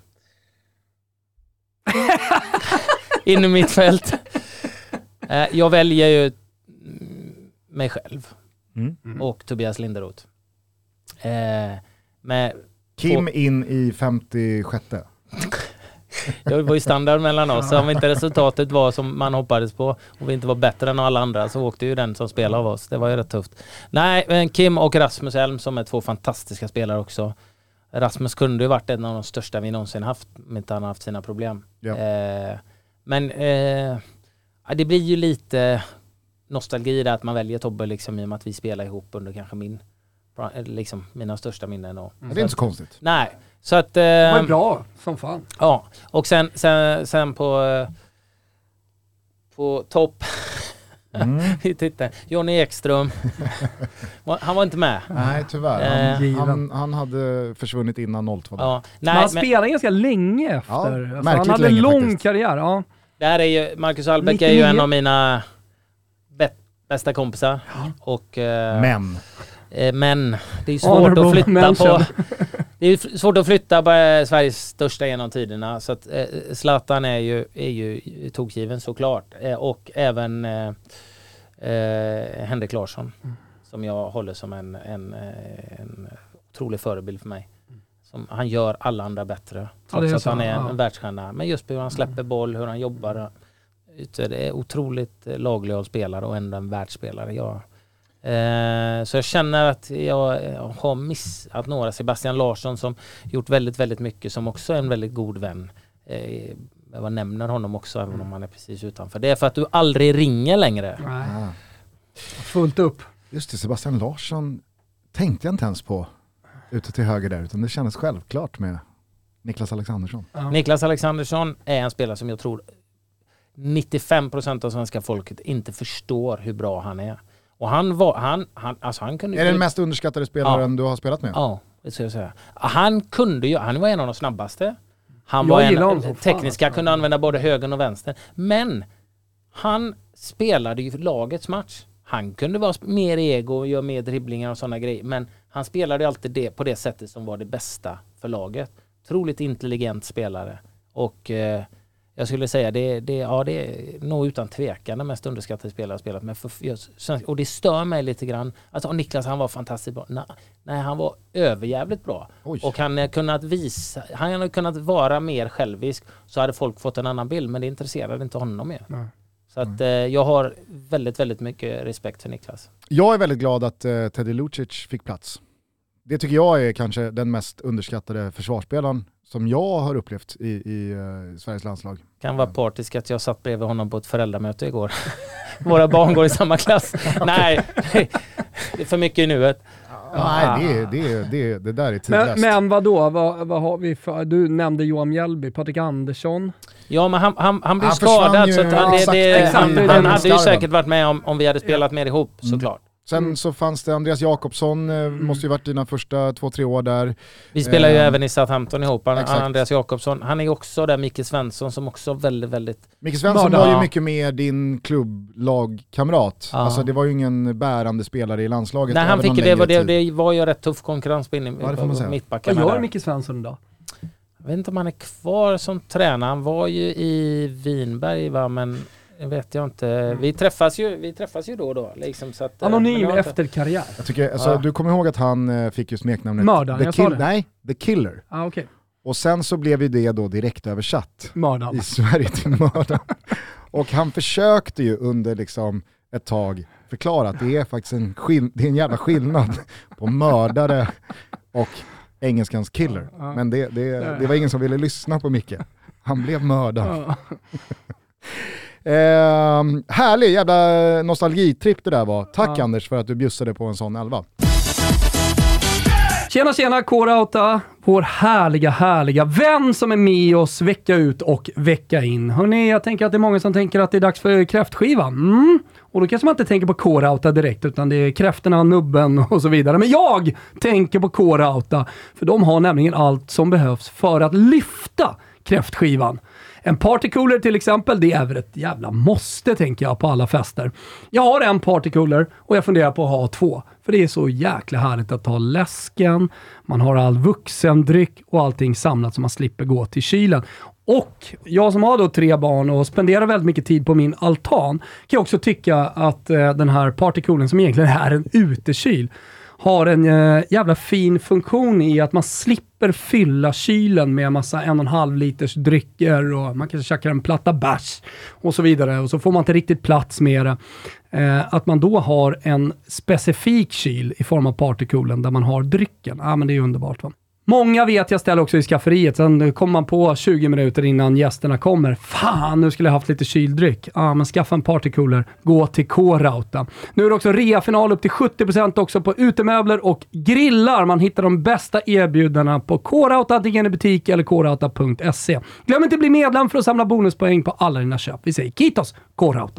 Speaker 1: in i mitt fält. Eh, jag väljer ju mig själv.
Speaker 2: Mm. Mm.
Speaker 1: Och Tobias Linderoth. Eh, med
Speaker 2: Kim
Speaker 1: på...
Speaker 2: in i femtiosjätte.
Speaker 1: Det var ju standard mellan oss. Så om inte resultatet var som man hoppades på och vi inte var bättre än alla andra så åkte ju den som spelade av oss. Det var ju rätt tufft. Nej, men Kim och Rasmus Elm som är två fantastiska spelare också. Rasmus kunde ju varit en av de största vi någonsin haft om inte han haft sina problem.
Speaker 2: Ja.
Speaker 1: Eh, men eh, det blir ju lite nostalgi där att man väljer Tobbe liksom i och med att vi spelar ihop under kanske min liksom mina största minnen. Och,
Speaker 2: mm. Det är inte så konstigt.
Speaker 1: Nej. Så att, eh,
Speaker 3: det var bra som fan.
Speaker 1: Ja, och sen, sen, sen på på topp mm. titta, Johnny Ekström han var inte med.
Speaker 2: Nej, tyvärr. Han,
Speaker 1: eh,
Speaker 2: han, han hade försvunnit innan noll två.
Speaker 1: Ja.
Speaker 3: Nej, han men, spelade ganska länge efter.
Speaker 2: Ja,
Speaker 3: alltså, han hade en lång faktiskt. karriär. Ja.
Speaker 1: Där är ju, Marcus Albeck är ju en av mina bästa kompisar.
Speaker 2: Ja.
Speaker 1: Och, eh,
Speaker 2: men.
Speaker 1: Eh, men det är ju svårt Honorable att flytta mention. på det är svårt att flytta på eh, Sveriges största genom tiderna. Så att eh, Zlatan är ju, är ju tokgiven såklart. Eh, och även eh, eh, Henrik Larsson mm. som jag håller som en, en, en otrolig förebild för mig. Som, han gör alla andra bättre. Trots ja, att han är en, ja. en världsstjärna. Men just hur han släpper mm. boll, hur han jobbar. Det är otroligt laglös spelare och ändå en världsspelare. Jag Eh, så jag känner att jag har missat några. Sebastian Larsson som gjort väldigt, väldigt mycket som också är en väldigt god vän. Eh, jag nämner honom också även om han är precis utanför. Det är för att du aldrig ringer längre.
Speaker 3: Nej. Ah. Fullt upp.
Speaker 2: Just det, Sebastian Larsson tänkte jag inte ens på ute till höger där utan det kändes självklart med Niklas Alexandersson.
Speaker 1: Ah. Niklas Alexandersson är en spelare som jag tror nittiofem procent av svenska folket inte förstår hur bra han är. Och han var han han alltså han kunde
Speaker 2: är den mest underskattade spelaren ja. du har spelat med?
Speaker 1: Ja, det ska jag säga. Han kunde ju han var en av de snabbaste. Han jag var en, en tekniska kunde använda både höger och vänster, men han spelade ju lagets match. Han kunde vara mer ego och göra mer dribblingar och sådana grejer, men han spelade alltid det på det sättet som var det bästa för laget. Otroligt intelligent spelare och eh, jag skulle säga det, det, ja, det är nog utan tvekan den mest underskattade spelare jag spelat med. För, och det stör mig lite grann. Alltså Niklas han var fantastiskt bra. Nej, nej han var överjävligt bra. Oj. Och han hade kunnat visa, han hade kunnat vara mer självisk så hade folk fått en annan bild. Men det intresserade inte honom mer. Nej. Så att eh, jag har väldigt, väldigt mycket respekt för Niklas.
Speaker 2: Jag är väldigt glad att eh, Teddy Lucic fick plats. Det tycker jag är kanske den mest underskattade försvarsspelaren som jag har upplevt i, i uh, Sveriges landslag.
Speaker 1: Kan vara partisk att jag satt bredvid honom på ett föräldramöte igår. Våra barn går i samma klass. Nej, det är för mycket i nuet.
Speaker 2: Ja, nej, det, det, det, det där är tidlöst.
Speaker 3: Men, men vadå? Vad, vad har vi för, du nämnde Johan Mjällby, Patrik Andersson.
Speaker 1: Ja, men han, han, han blev han skadad. Så att han, det, det, exakt, han, han hade ju säkert varit med om, om vi hade spelat ja. mer ihop, såklart.
Speaker 2: Sen
Speaker 3: Mm.
Speaker 2: så fanns det Andreas Jakobsson, eh,
Speaker 3: Mm.
Speaker 2: måste ju varit dina första två, tre år där.
Speaker 1: Vi spelar ju
Speaker 2: Eh,
Speaker 1: även i Southampton ihop. Han,
Speaker 2: exakt.
Speaker 1: Andreas Jakobsson. Han är ju också där, Micke Svensson, som också väldigt, väldigt...
Speaker 2: Micke Svensson
Speaker 3: Mördar.
Speaker 2: var ju
Speaker 1: Ja.
Speaker 2: mycket mer din klubblagkamrat.
Speaker 1: Ja.
Speaker 2: Alltså det var ju ingen bärande spelare i landslaget.
Speaker 1: Nej, han
Speaker 2: även
Speaker 1: fick
Speaker 2: någon
Speaker 1: det, var,
Speaker 2: längre
Speaker 1: det,
Speaker 2: tid.
Speaker 1: det var ju rätt tuff konkurrens på, in,
Speaker 2: Ja, det får man säga.
Speaker 3: Vad
Speaker 1: mittbackarna
Speaker 3: gör
Speaker 1: där.
Speaker 3: Micke Svensson idag?
Speaker 1: Jag vet inte om han är kvar som tränare. Han var ju i Vinberg, va, men det vet jag inte. Vi träffas ju, vi träffas ju då och då. Liksom, så att, eh, men
Speaker 3: Anonym
Speaker 1: jag har inte-
Speaker 3: efter karriär.
Speaker 2: Jag tycker, alltså,
Speaker 1: Ja.
Speaker 2: Du kommer ihåg att han eh, fick ju smeknamnet
Speaker 3: Mördaren,
Speaker 2: The
Speaker 3: jag sa det.
Speaker 2: Nej, The Killer.
Speaker 3: Ah, okej.
Speaker 2: Och sen så blev ju det då direkt översatt
Speaker 3: Mördaren.
Speaker 2: i Sverige till mördaren. Och han försökte ju under liksom ett tag förklara att det är faktiskt en, skill- det är en jävla skillnad på mördare och engelskans killer.
Speaker 3: Ja.
Speaker 2: Men det, det, det var ingen som ville lyssna på Micke. Han blev mördad.
Speaker 3: Ja.
Speaker 2: Eh, härlig jävla nostalgitripp det där var. Tack
Speaker 3: Ja.
Speaker 2: Anders för att du bjussade på en sån elva.
Speaker 3: Tjena tjena K-Rauta, vår härliga härliga vän som är med oss vecka ut och vecka in. Hörrni, jag tänker att det är många som tänker att det är dags för kräftskivan. Mm. Och då kanske man inte tänker på K-Rauta direkt, utan det är kräftorna, nubben och så vidare. Men jag tänker på K-Rauta, för de har nämligen allt som behövs för att lyfta kräftskivan. En partycooler till exempel, det är väl ett jävla måste tänker jag på alla fester. Jag har en partycooler och jag funderar på att ha två. För det är så jäkla härligt att ta läsken, man har all vuxendryck och allting samlat så man slipper gå till kylen. Och jag som har då tre barn och spenderar väldigt mycket tid på min altan kan också tycka att eh, den här partycoolern som egentligen är en utekyl har en äh, jävla fin funktion i att man slipper fylla kylen med en massa en och en halv liters drycker och man kanske käkar en platta bärs och så vidare och så får man inte riktigt plats med det. Eh, att man då har en specifik kyl i form av partykoolen där man har drycken. Ja, men det är underbart va? Många vet jag ställer också i skafferiet. Sen kommer man på tjugo minuter innan gästerna kommer. Fan, nu skulle jag haft lite kyldryck. Ja, ah, men skaffa en partycooler. Gå till K-Rauta. Nu är det också rea-final upp till sjuttio procent också på utemöbler och grillar. Man hittar de bästa erbjudandena på K-Rauta, antingen i butik eller k rauta punkt se. Glöm inte att bli medlem för att samla bonuspoäng på alla dina köp. Vi säger kitos, K-Rauta.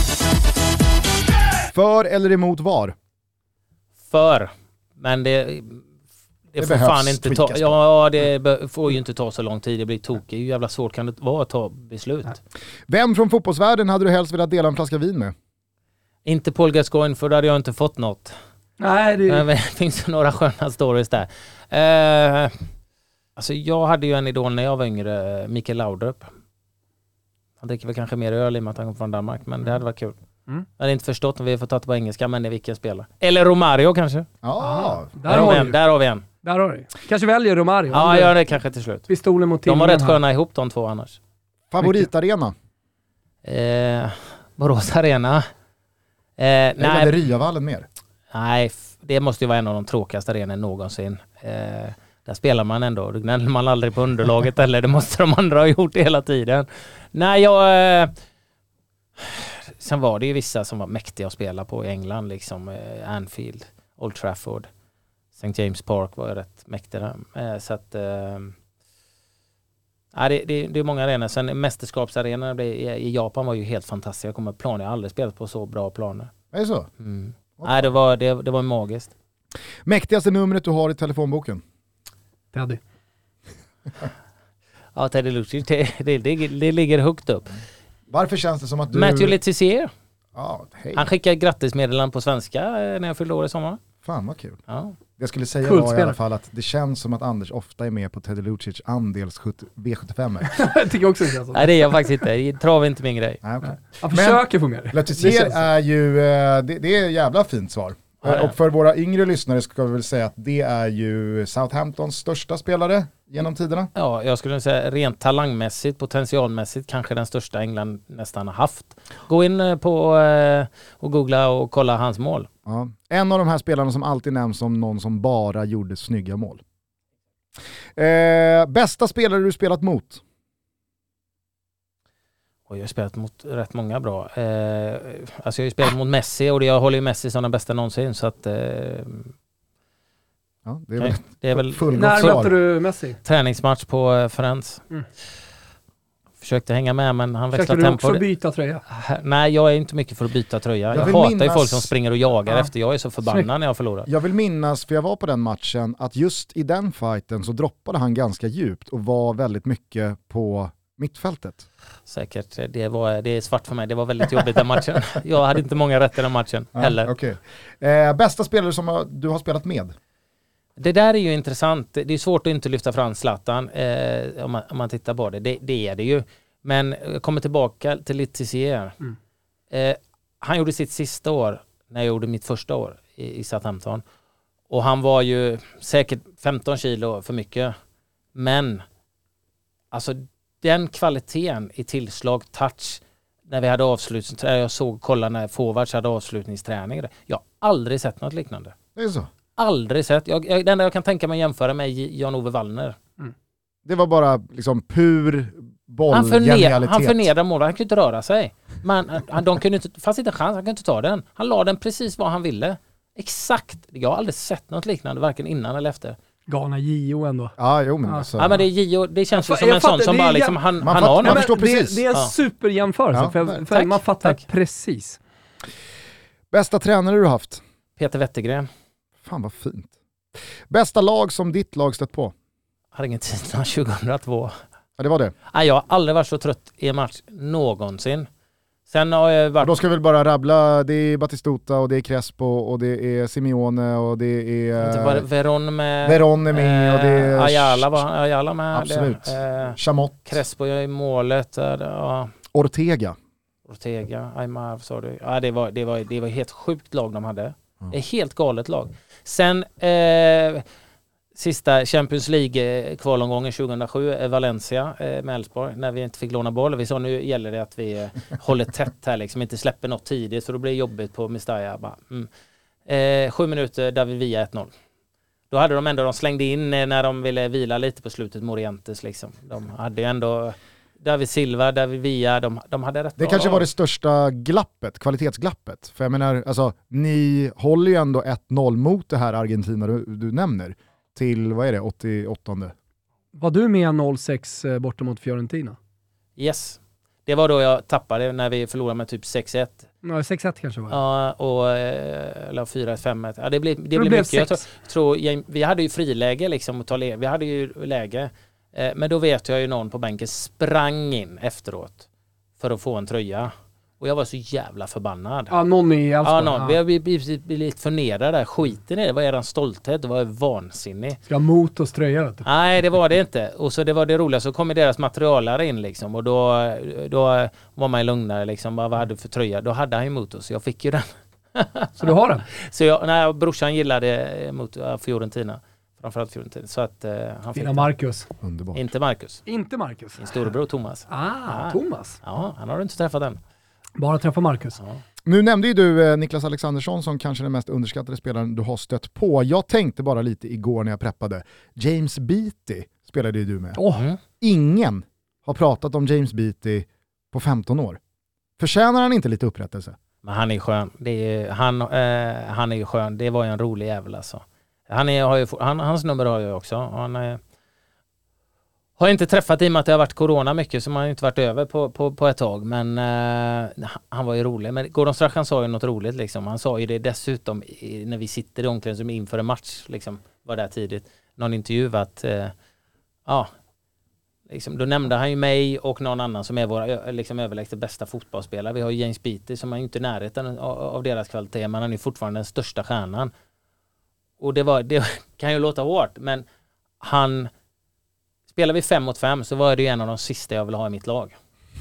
Speaker 2: För eller emot var?
Speaker 1: För. Men det... Det,
Speaker 2: Det
Speaker 1: får
Speaker 2: behövs
Speaker 1: fan inte ta,
Speaker 2: tweakas på.
Speaker 1: ja, det be, får ju inte ta så lång tid. Det blir tokigt. Hur jävla svårt kan det vara att ta beslut?
Speaker 2: Vem från fotbollsvärlden hade du helst velat dela en flaska vin med?
Speaker 1: Inte Paul Gascoigne, för då hade jag inte fått något.
Speaker 3: Nej, det...
Speaker 1: Men det finns några sköna stories där. Eh, alltså jag hade ju en idol när jag var yngre, Mikael Laudrup. Han dricker väl kanske mer öl i och med att han kom från Danmark, men det hade varit kul.
Speaker 3: Mm.
Speaker 1: Jag hade inte förstått om vi får ta det på engelska, men det är vilken spelare. Eller Romario kanske.
Speaker 2: Ja,
Speaker 3: Där
Speaker 1: Där har
Speaker 3: har
Speaker 1: vi
Speaker 3: du.
Speaker 1: en. Där har vi en.
Speaker 3: Där har du. Kanske väljer Romario.
Speaker 1: Ja,
Speaker 3: Om
Speaker 1: gör
Speaker 3: du-
Speaker 1: det kanske till slut.
Speaker 3: Pistolen mot
Speaker 1: De var
Speaker 3: tinningen
Speaker 1: rätt
Speaker 3: här.
Speaker 1: sköna ihop de två annars.
Speaker 2: favoritarena?
Speaker 1: Eh, Borås Arena. Eh,
Speaker 2: Nej. Eller
Speaker 1: nej,
Speaker 2: Ryavallen mer?
Speaker 1: nej, f- det måste ju vara en av de tråkigaste arenorna någonsin. Eh, där spelar man ändå. Då gnäller man aldrig på underlaget eller det måste de andra ha gjort hela tiden. Nej, jag... Eh, sen var det ju vissa som var mäktiga att spela på i England. Liksom eh, Anfield, Old Trafford, Saint James Park var ju rätt mäktiga. Eh, så att... Eh, ja, det, det, det är många arenor. Sen mästerskapsarenorna i, i Japan var ju helt fantastiska. Jag kommer på planer. Jag har aldrig spelat på så bra planer.
Speaker 2: Är det så?
Speaker 1: Mm. Nej, det var, det, det var magiskt.
Speaker 2: Mäktigaste numret du har i telefonboken?
Speaker 3: Teddy.
Speaker 1: Ja, Teddy Lucic, det, det, det, det ligger högt upp.
Speaker 2: Varför känns det som att du...
Speaker 1: Matthew Letizier.
Speaker 2: Ja, hej.
Speaker 1: Han skickade grattismeddelanden på svenska eh, när jag fyllde år i sommar.
Speaker 2: Fan vad kul.
Speaker 1: Ja.
Speaker 2: Det jag skulle säga
Speaker 3: Coolt
Speaker 2: var i
Speaker 3: spelare.
Speaker 2: alla fall att det känns som att Anders ofta är med på Teddy Lucic andels V sjuttiofem.
Speaker 3: Jag tycker också det känns så.
Speaker 1: Nej, det är jag faktiskt inte. Trav är inte min grej.
Speaker 2: Nej, okay.
Speaker 3: Jag
Speaker 2: Men-
Speaker 3: försöker få med det. Det
Speaker 2: Letizier
Speaker 3: känns-
Speaker 2: är ju, eh, det, det är ett jävla fint svar.
Speaker 1: Ja, ja.
Speaker 2: Och för våra yngre lyssnare ska vi väl säga att det är ju Southamptons största spelare genom tiderna.
Speaker 1: Ja, jag skulle säga rent talangmässigt, potentialmässigt, kanske den största England nästan har haft. Gå in eh, på eh, och googla och kolla hans mål.
Speaker 2: Ja. En av de här spelarna som alltid nämns som någon som bara gjorde snygga mål. Eh, bästa spelare du spelat mot?
Speaker 1: Och jag har spelat mot rätt många bra. Eh, alltså jag har ju spelat mot Messi och jag håller ju Messi som den bästa någonsin. Så att, eh,
Speaker 2: Ja, det är väl
Speaker 1: det är väl
Speaker 2: fullgott
Speaker 3: När
Speaker 2: svar.
Speaker 3: mötte du Messi?
Speaker 1: träningsmatch på eh, Friends.
Speaker 3: Mm.
Speaker 1: försökte hänga med, men han
Speaker 3: Försökte
Speaker 1: växlade
Speaker 3: du
Speaker 1: tempo.
Speaker 3: också byta tröja?
Speaker 1: Nej, jag är inte mycket för att byta tröja.
Speaker 2: Jag
Speaker 1: Jag,
Speaker 2: vill
Speaker 1: hatar
Speaker 2: minnas-
Speaker 1: ju folk som springer och jagar
Speaker 2: Ja.
Speaker 1: efter. Jag är så förbannad
Speaker 3: Snyggt.
Speaker 1: när jag förlorar.
Speaker 2: Jag vill minnas, för jag var på den matchen, att just i den fighten så droppade han ganska djupt och var väldigt mycket på mittfältet.
Speaker 1: Säkert. Det, var, det är svart för mig. Det var väldigt jobbigt den matchen. Jag hade inte många rätt i den matchen heller.
Speaker 2: Ja, okay. eh, bästa spelare som har- du har spelat med?
Speaker 1: Det där är ju intressant. Det är svårt att inte lyfta fram Zlatan eh, om, man, om man tittar på det. det. Det är det ju. Men jag kommer tillbaka till Letizia.
Speaker 3: Mm.
Speaker 1: Eh, han gjorde sitt sista år när jag gjorde mitt första år i, i Southampton. Och han var ju säkert femton kilo för mycket. Men alltså den kvaliteten i tillslag, touch, när vi hade avslutning, jag såg kolla när forwards hade avslutningsträning. Jag har aldrig sett något liknande.
Speaker 2: Det är så.
Speaker 1: Aldrig sett. Jag, jag, det enda jag kan tänka mig jämföra med Jan-Ove Wallner.
Speaker 2: Det var bara liksom pur
Speaker 1: Han, förne,
Speaker 2: bollgenialitet.
Speaker 1: han förnedrar mål. Han kunde inte röra sig. Men han, de kunde inte, fanns inte en chans. Han kunde inte ta den. Han la den precis vad han ville. Exakt. Jag har aldrig sett något liknande, varken innan eller efter.
Speaker 3: Galna J O ändå.
Speaker 2: Ja, jo men
Speaker 3: Ja.
Speaker 2: alltså.
Speaker 1: Ja, men det är Gio. Det känns ju
Speaker 3: Jag
Speaker 1: som en
Speaker 3: fattar,
Speaker 1: sån som
Speaker 3: det är
Speaker 1: bara liksom,
Speaker 3: jäm-
Speaker 1: han,
Speaker 2: Man
Speaker 1: han
Speaker 2: fattar-
Speaker 1: har
Speaker 2: man
Speaker 1: något.
Speaker 2: förstår
Speaker 3: det,
Speaker 2: precis.
Speaker 3: det är en
Speaker 1: Ja.
Speaker 3: superjämförelse,
Speaker 2: Ja,
Speaker 3: för,
Speaker 2: tack.
Speaker 3: för man fattar
Speaker 1: Tack.
Speaker 3: precis.
Speaker 2: Bästa tränare du har haft?
Speaker 1: Peter Wettergren.
Speaker 2: Fan vad fint. Bästa lag som ditt lag stött på?
Speaker 1: Argentina tjugohundratvå.
Speaker 2: Ja, det var det.
Speaker 1: Nej, jag har aldrig varit så trött i en match någonsin. Sen har jag
Speaker 2: Och
Speaker 1: varit...
Speaker 2: då ska vi väl bara rabbla, det är Batistuta och det är Crespo och det är Simeone och det är...
Speaker 1: Inte bara Veron med...
Speaker 2: Veron är med och det är...
Speaker 1: Eh, Ayala var Ayala med.
Speaker 2: Absolut.
Speaker 1: Det, eh,
Speaker 2: Chamot.
Speaker 1: Crespo jag i målet. eh, Ja,
Speaker 2: Ortega.
Speaker 1: Ortega, Aymar sa du. Ja, det var, det var, det var helt sjukt lag de hade.
Speaker 2: Mm.
Speaker 1: Ett helt galet lag. Sen eh, sista Champions League-kvalomgången tjugohundrasju, eh, Valencia eh, med Elfsborg, när vi inte fick låna boll. Vi sa nu gäller det att vi eh, håller tätt här, liksom inte släpper något tidigt, för då blir det jobbigt på Mestalla. Bara, mm. eh, sju minuter, David Villa ett noll. Då hade de ändå, de slängde in eh, när de ville vila lite på slutet, Morientes liksom. De hade ju ändå David Silva, David Villa, de, de hade rätt
Speaker 2: Det
Speaker 1: bra
Speaker 2: kanske
Speaker 1: lag.
Speaker 2: var det största glappet, kvalitetsglappet. För jag menar, alltså, ni håller ju ändå ett noll mot det här Argentina du, du nämner. Till, vad är det, åttioåttonde?
Speaker 3: Var du med noll sex eh, borta mot Fiorentina?
Speaker 1: Yes. Det var då jag tappade när vi förlorade med typ sex ett.
Speaker 3: Ja, sex ett kanske var det.
Speaker 1: Ja, och eh, eller fyra ett fem ett. Ja, det blev det blev
Speaker 3: blev
Speaker 1: mycket. Jag tror,
Speaker 3: sex.
Speaker 1: tror jag, vi hade ju friläge liksom att ta le- vi hade ju läge. Eh, men då vet jag ju någon på bänken sprang in efteråt för att få en tröja. Och jag var så jävla förbannad.
Speaker 3: Ja, någon i
Speaker 1: Ja,
Speaker 3: Elfsborg.
Speaker 1: någon.
Speaker 3: Ja.
Speaker 1: Vi har blivit, blivit, blivit lite förnedrade där. Skiten i det. Vad är er stolthet? Det var ju vansinnig.
Speaker 3: Ska ha Motos tröja, vet du.
Speaker 1: Nej, det var det inte. Och så det var det roliga. Så kom deras materialare in liksom. Och då, då var man ju lugnare liksom. Vad hade du för tröja? Då hade han ju Motos. Jag fick ju den.
Speaker 3: Så du har den?
Speaker 1: Så jag, nej, brorsan gillade mot uh, Fiorentina. Framförallt Fiorentina. Så att uh, han fick
Speaker 3: Fina
Speaker 1: den.
Speaker 3: Marcus.
Speaker 2: Underbart.
Speaker 1: Inte Marcus.
Speaker 3: Inte Marcus.
Speaker 1: Min storebror Thomas.
Speaker 3: Ah,
Speaker 1: Ah.
Speaker 3: Thomas.
Speaker 1: Ja, han har du inte träffat än.
Speaker 3: Bara träffa Marcus.
Speaker 1: Ja.
Speaker 2: Nu nämnde ju du eh, Niklas Alexandersson som kanske den mest underskattade spelaren du har stött på. Jag tänkte bara lite igår när jag preppade. James Beattie spelade ju du med.
Speaker 3: Åh,
Speaker 1: Mm.
Speaker 2: Ingen har pratat om James Beattie på femton år. Förtjänar han inte lite upprättelse?
Speaker 1: Men han är skön. Det är, han, eh, han är ju skön. Det var ju en rolig jävel alltså. Han är, har ju, han, hans nummer har jag också. Han eh, har inte träffat i och med att det har varit corona mycket, så man har inte varit över på, på, på ett tag. Men eh, han var ju rolig. Men Gordon Strachan sa ju något roligt liksom. Han sa ju det dessutom i, när vi sitter i omklädningsrummet inför en match liksom, var där tidigt. Någon intervju att eh, ja, liksom, då nämnde han ju mig och någon annan som är våra liksom, överlägset bästa fotbollsspelare. Vi har ju James Beattie som är inte i närheten av, av deras kvalitet, men han är fortfarande den största stjärnan. Och det, var, det kan ju låta hårt, men han spelar vi fem mot fem så var det ju en av de sista jag ville ha i mitt lag.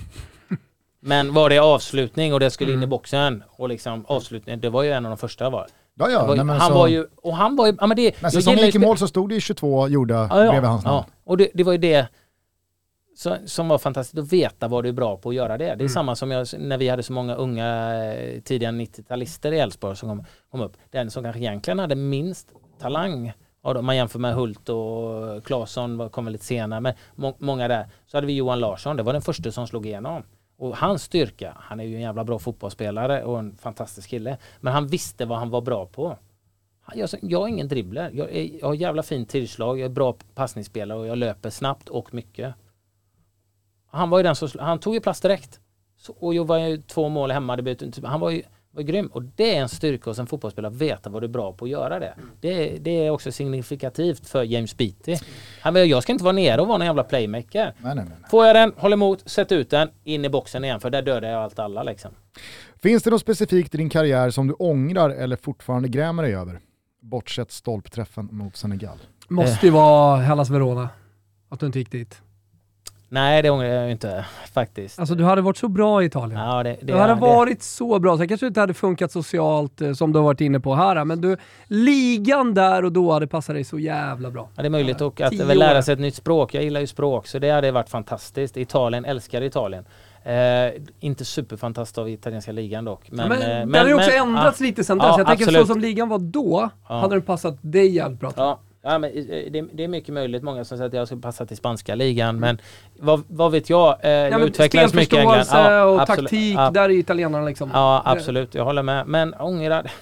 Speaker 1: Men var det avslutning och det skulle in i boxen och liksom avslutning, det var ju en av de första jag var.
Speaker 2: Ja, ja.
Speaker 1: Det var ju,
Speaker 2: nej, men
Speaker 1: han
Speaker 2: så,
Speaker 1: var ju, och han var ju, ja men det...
Speaker 2: när
Speaker 1: jag
Speaker 2: säsongen
Speaker 1: gillar
Speaker 2: gick i
Speaker 1: ju-
Speaker 2: mål så stod det ju tjugotvå gjorda
Speaker 1: Ja, ja,
Speaker 2: bredvid hans namn.
Speaker 1: ja. Och det, det var ju det så, som var fantastiskt, att veta vad du är bra på att göra det. Det är
Speaker 3: Mm.
Speaker 1: samma som jag, när vi hade så många unga eh, tidiga nittio-talister i Elfsborg som kom, kom upp. Den som kanske egentligen hade minst talang, om man jämför med Hult och Claesson var- kom väl lite senare, men må, många där. Så hade vi Johan Larsson, det var den första som slog igenom. Och hans styrka, han är ju en jävla bra fotbollsspelare och en fantastisk kille, men han visste vad han var bra på. Jag, jag är ingen dribbler. Jag, är, jag har jävla fint tillslag, jag är bra passningsspelare och jag löper snabbt och mycket. Han var ju den som, han tog ju plats direkt. Så, och jag var ju två mål hemma. Det, han var ju, var ju grym. Och det är en styrka hos en fotbollsspelare att veta vad du är bra på att göra det. Det, det är också signifikativt för James Beattie. Han, jag ska inte vara nere och vara en jävla playmaker.
Speaker 2: Nej, nej, nej.
Speaker 1: Får jag den, håll emot, sätt ut den, in i boxen igen. För där dödar jag allt alla liksom.
Speaker 2: Finns det något specifikt i din karriär som du ångrar eller fortfarande grämer dig över? Bortsett stolpträffen mot Senegal.
Speaker 3: Måste ju vara Hellas Verona. Att du inte gick dit.
Speaker 1: Nej, det ångrar jag inte faktiskt.
Speaker 3: Alltså du hade varit så bra i Italien.
Speaker 1: Ja, det, det,
Speaker 3: du hade
Speaker 1: det.
Speaker 3: varit så bra. Sen kanske inte hade funkat socialt eh, som du har varit inne på här. Men du, ligan där och då hade passat dig så jävla bra.
Speaker 1: Ja, det är möjligt. Och att
Speaker 3: Tio
Speaker 1: väl lära
Speaker 3: år.
Speaker 1: sig ett nytt språk. Jag gillar ju språk, så det hade varit fantastiskt. Italien, älskar Italien. Eh, inte superfantastiskt av italienska ligan dock. Men,
Speaker 3: Ja, men,
Speaker 1: eh,
Speaker 3: den
Speaker 1: men,
Speaker 3: har ju också
Speaker 1: men,
Speaker 3: ändrats
Speaker 1: ja,
Speaker 3: lite sen dess.
Speaker 1: ja,
Speaker 3: Jag tänker
Speaker 1: absolut.
Speaker 3: så som ligan var då,
Speaker 1: Ja.
Speaker 3: hade den passat dig jävligt bra.
Speaker 1: Ja. Ja, men det, det är mycket möjligt. Många som säger att jag ska passa till spanska ligan. Men vad, vad vet jag? Eh, jag utvecklades mycket i England.
Speaker 3: Ja, och
Speaker 1: absolut.
Speaker 3: taktik,
Speaker 1: Ja,
Speaker 3: där är italienarna liksom.
Speaker 1: ja, absolut. Jag håller med. Men ångra... Det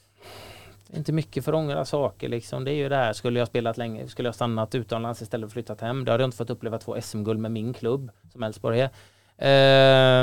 Speaker 1: är inte mycket för ångra saker liksom. Det är ju det här. Skulle jag spelat länge, skulle jag stannat utomlands istället för att flyttat hem. Då hade jag inte fått uppleva två S M-guld med min klubb som Elfsborg är. Eh,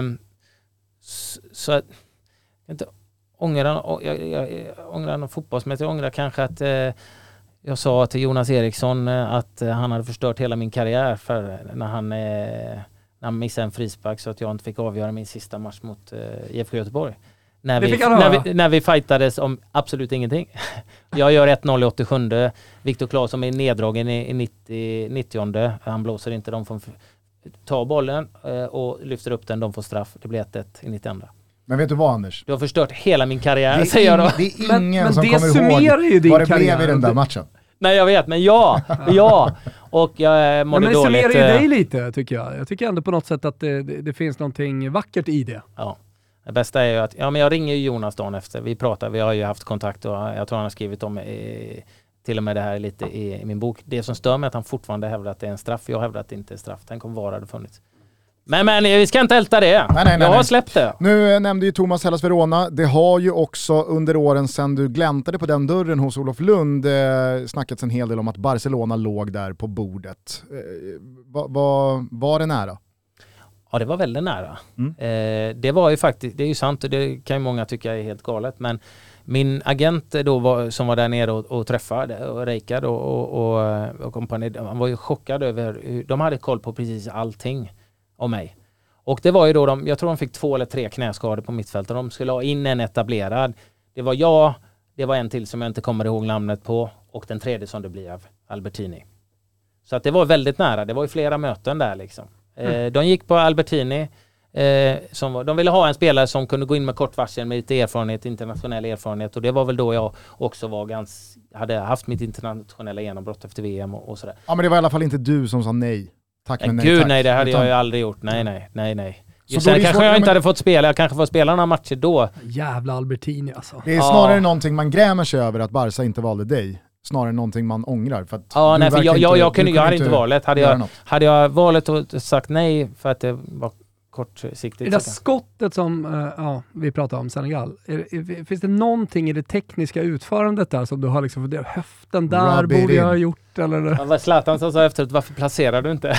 Speaker 1: så, så att... Inte ångra... Jag, jag, jag ångrar någon fotbollsmässigt. Jag ångrar kanske att... Eh, Jag sa till Jonas Eriksson att han hade förstört hela min karriär för när han, när han missade en frispark så att jag inte fick avgöra min sista match mot I F K Göteborg. När vi, när, vi, när vi fightades om absolut ingenting. Jag gör ett noll i åttiosju. Viktor Claesson är neddragen i, i nittio, nittionde. Han blåser inte, de får ta bollen och lyfter upp den, de får straff. Det blir ett ett i nittioandra.
Speaker 2: Men vet du vad, Anders?
Speaker 1: Du har förstört hela min karriär,
Speaker 2: det
Speaker 1: säger jag då.
Speaker 2: Det är ingen
Speaker 3: men, men
Speaker 2: som
Speaker 3: det
Speaker 2: kommer ihåg
Speaker 3: ju din
Speaker 2: vad det
Speaker 3: karriär.
Speaker 2: blev i den där matchen.
Speaker 1: Nej, jag vet, men ja, ja. Och jag mådde
Speaker 3: ja, men det
Speaker 1: dåligt.
Speaker 3: summerar ju dig lite, tycker jag. Jag tycker ändå på något sätt att det, det, det finns någonting vackert i det.
Speaker 1: Ja. Det bästa är ju att, ja men jag ringer ju Jonas dagen efter. Vi pratar, vi har ju haft kontakt och jag tror han har skrivit om i, till och med det här lite i, i min bok. Det som stör mig är att han fortfarande hävdar att det är en straff. Jag hävdar att det inte är straff. Den kommer vara det funnits. Men, men vi ska inte älta det.
Speaker 2: Nej, nej, nej,
Speaker 1: jag har
Speaker 2: nej.
Speaker 1: släppt det.
Speaker 2: Nu nämnde ju Thomas Hellas Verona. Det har ju också under åren sedan du gläntade på den dörren hos Olof Lund eh, snackats en hel del om att Barcelona låg där på bordet. Eh, va, va, var det nära?
Speaker 1: Ja, det var väldigt nära.
Speaker 2: Mm.
Speaker 1: Eh, det var ju faktiskt, det är ju sant och det kan ju många tycka är helt galet, men min agent då var, som var där nere och, och träffade och Reikard och, och, och, och kompani, han var ju chockad över hur de hade koll på precis allting om mig. Och det var ju då de, jag tror de fick två eller tre knäskador på mittfältet. De skulle ha in en etablerad. Det var jag, det var en till som jag inte kommer ihåg namnet på och den tredje som det blir av Albertini. Så att det var väldigt nära, det var ju flera möten där liksom. Mm. Eh, de gick på Albertini. Eh, som var, de ville ha en spelare som kunde gå in med kort varsel med lite erfarenhet, internationell erfarenhet, och det var väl då jag också var ganska, hade haft mitt internationella genombrott efter V M och, och sådär.
Speaker 2: Ja, men det var i alla fall inte du som sa nej. Tack men nej,
Speaker 1: Gud
Speaker 2: tack.
Speaker 1: nej, det hade
Speaker 2: Utan...
Speaker 1: jag ju aldrig gjort. Nej, nej, nej, nej.
Speaker 2: Så
Speaker 1: Sen kanske
Speaker 2: svårt,
Speaker 1: jag
Speaker 2: men...
Speaker 1: inte hade fått spela, jag kanske får spela några matcher då.
Speaker 3: Jävla Albertini alltså.
Speaker 2: Det är snarare ja. någonting man grämer sig över att Barca inte valde dig. Snarare någonting man ångrar. För att
Speaker 1: ja, nej, för jag, jag, jag, kunde, jag hade
Speaker 2: inte
Speaker 1: inte valet. Hade jag, hade jag valet och sagt nej för att det var kortsiktigt.
Speaker 3: Det där skottet som uh, ja, vi pratade om Senegal, är, är, finns det någonting i det tekniska utförandet där som du har liksom funderat, höften där
Speaker 2: Rub
Speaker 3: borde jag ha gjort? Eller?
Speaker 1: Ja, vad Zlatan sa efteråt, varför placerar du inte?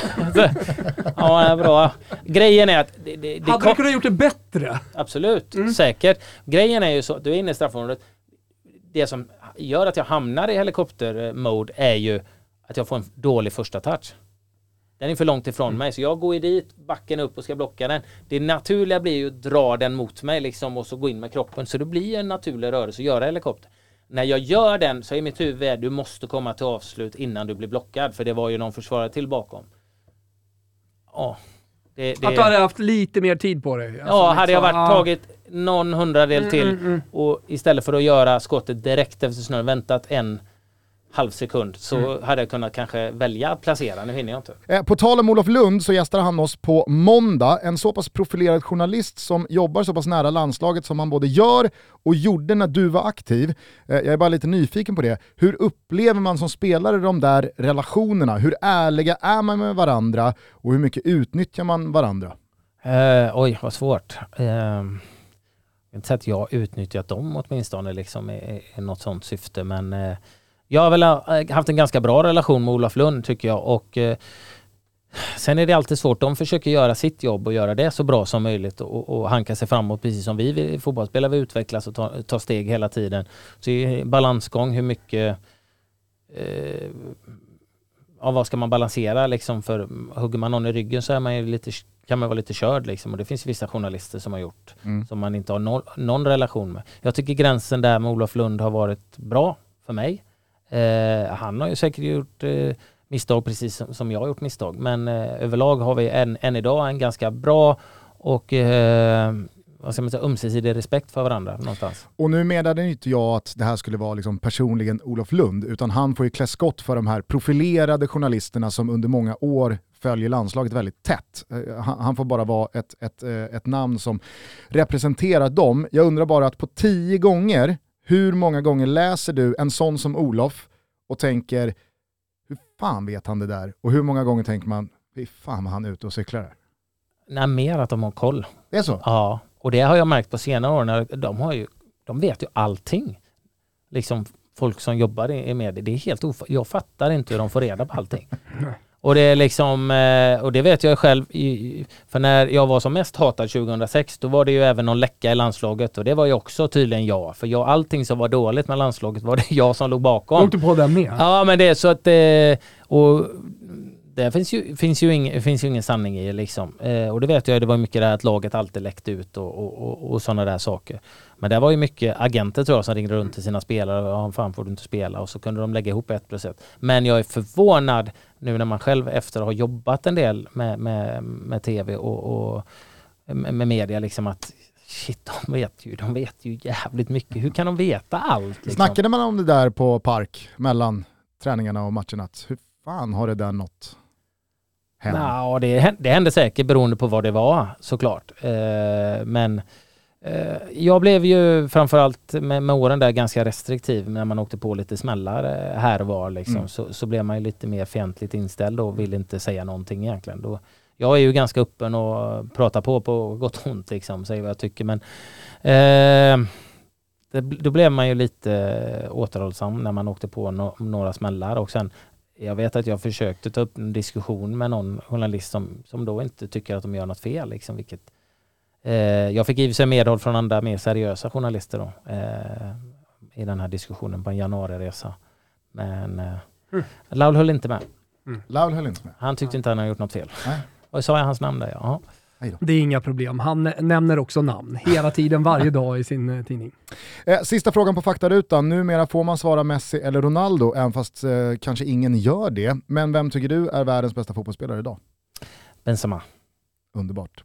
Speaker 1: Ja, det är bra. Grejen är att... Det, det, det
Speaker 3: hade kom... du kunnat gjort det bättre?
Speaker 1: Absolut,
Speaker 3: mm.
Speaker 1: säkert. Grejen är ju så, du är inne i straffområdet. Det som gör att jag hamnar i helikoptermode är ju att jag får en dålig första touch. Den är för långt ifrån mm. mig, så jag går ju dit, backen upp och ska blocka den. Det naturliga blir ju att dra den mot mig liksom, och så gå in med kroppen. Så det blir en naturlig rörelse att göra helikopter. När jag gör den så är mitt huvud, du måste komma till avslut innan du blir blockad. För det var ju någon försvarare till bakom. Ja. Det, det...
Speaker 3: Att du hade haft lite mer tid på dig.
Speaker 1: Alltså, ja, hade jag varit ah. tagit någon hundradel mm, till mm, mm. och istället för att göra skottet direkt efter snön, väntat en halv sekund, så mm. hade jag kunnat kanske välja att placera. Nu hinner jag inte.
Speaker 2: Eh, på tal om Olof Lund så gästar han oss på måndag. En så pass profilerad journalist som jobbar så pass nära landslaget som han både gör och gjorde när du var aktiv. Eh, jag är bara lite nyfiken på det. Hur upplever man som spelare de där relationerna? Hur ärliga är man med varandra och hur mycket utnyttjar man varandra?
Speaker 1: Eh, oj, vad svårt. Eh, jag vet inte att jag har utnyttjat dem åtminstone liksom, i, i något sånt syfte, men eh, jag har väl haft en ganska bra relation med Olof Lund tycker jag, och eh, Sen är det alltid svårt. De försöker göra sitt jobb och göra det så bra som möjligt och, och hanka sig framåt precis som vi vill. Fotbollsspelare vi utvecklas och tar ta steg hela tiden. Så det är balansgång, hur mycket eh, ja, vad ska man balansera liksom, för hugger man någon i ryggen så är man ju lite, kan man vara lite körd liksom, och det finns vissa journalister som har gjort mm. som man inte har no, någon relation med. Jag tycker gränsen där med Olof Lund har varit bra för mig. Eh, han har ju säkert gjort eh, misstag precis som, som jag har gjort misstag, men eh, överlag har vi än, än idag en ganska bra och eh, vad ska man säga, ömsesidig respekt för varandra någonstans.
Speaker 2: Och nu menade inte jag att det här skulle vara liksom personligen Olof Lund, utan han får ju klä skott för de här profilerade journalisterna som under många år följer landslaget väldigt tätt. Han, han får bara vara ett, ett, ett namn som representerar dem. Jag undrar bara att på tio gånger, hur många gånger läser du en sån som Olof och tänker, hur fan vet han det där? Och hur många gånger tänker man, fy fan vad han är ute och cyklar där?
Speaker 1: Nej, mer att de har koll.
Speaker 2: Det är så?
Speaker 1: Ja, och det har jag märkt på senare år. När de, har ju, de vet ju allting. Liksom folk som jobbar i media. Det är helt of- jag fattar inte hur de får reda på allting. Och det är liksom, och det vet jag själv, för när jag var som mest hatad tjugohundrasex, då var det ju även någon läcka i landslaget och det var ju också tydligen jag. För jag, allting som var dåligt med landslaget var det jag som låg bakom.
Speaker 3: Låg du på den med?
Speaker 1: Ja, men det är så att, och det finns ju, finns ju, ing, finns ju ingen sanning i liksom. Och det vet jag, det var mycket det här att laget alltid läckte ut och, och, och, och sådana där saker. Men det var ju mycket agenter tror jag som ringde runt till sina spelare. Ja, fan får du inte spela? Och så kunde de lägga ihop ett plus ett. Men jag är förvånad nu när man själv efter att ha jobbat en del med, med, med tv och, och med media liksom att shit, de vet ju, de vet ju jävligt mycket. Hur kan de veta allt? Liksom?
Speaker 2: Snackade man om det där på Park mellan träningarna och matcherna? Hur fan har det där något hänt?
Speaker 1: Ja, det hände, det hände säkert beroende på vad det var såklart. Eh, men eh, jag blev ju framförallt med, med åren där ganska restriktiv när man åkte på lite smällar här och var liksom. Mm. Så, så blev man ju lite mer fientligt inställd och ville inte säga någonting egentligen. Då, jag är ju ganska öppen och pratar på på gott och ont liksom, säger vad jag tycker. Men eh, det, då blev man ju lite återhållsam när man åkte på no, några smällar. Och sen, jag vet att jag försökte ta upp en diskussion med någon journalist som, som då inte tycker att de gör något fel. Liksom, vilket, eh, jag fick i sig medhåll från andra mer seriösa journalister då, eh, i den här diskussionen på en januariresa. Men eh, mm. Laul höll inte med.
Speaker 2: Mm. Laul höll inte med.
Speaker 1: Han tyckte inte att han hade gjort något fel.
Speaker 2: Nej.
Speaker 1: Och sa jag hans namn där, ja.
Speaker 3: Det är inga problem. Han nämner också namn hela tiden, varje dag i sin uh, tidning.
Speaker 2: Eh, sista frågan på faktarutan. Numera får man svara Messi eller Ronaldo, även fast eh, kanske ingen gör det. Men vem tycker du är världens bästa fotbollsspelare idag?
Speaker 1: Benzema.
Speaker 2: Underbart.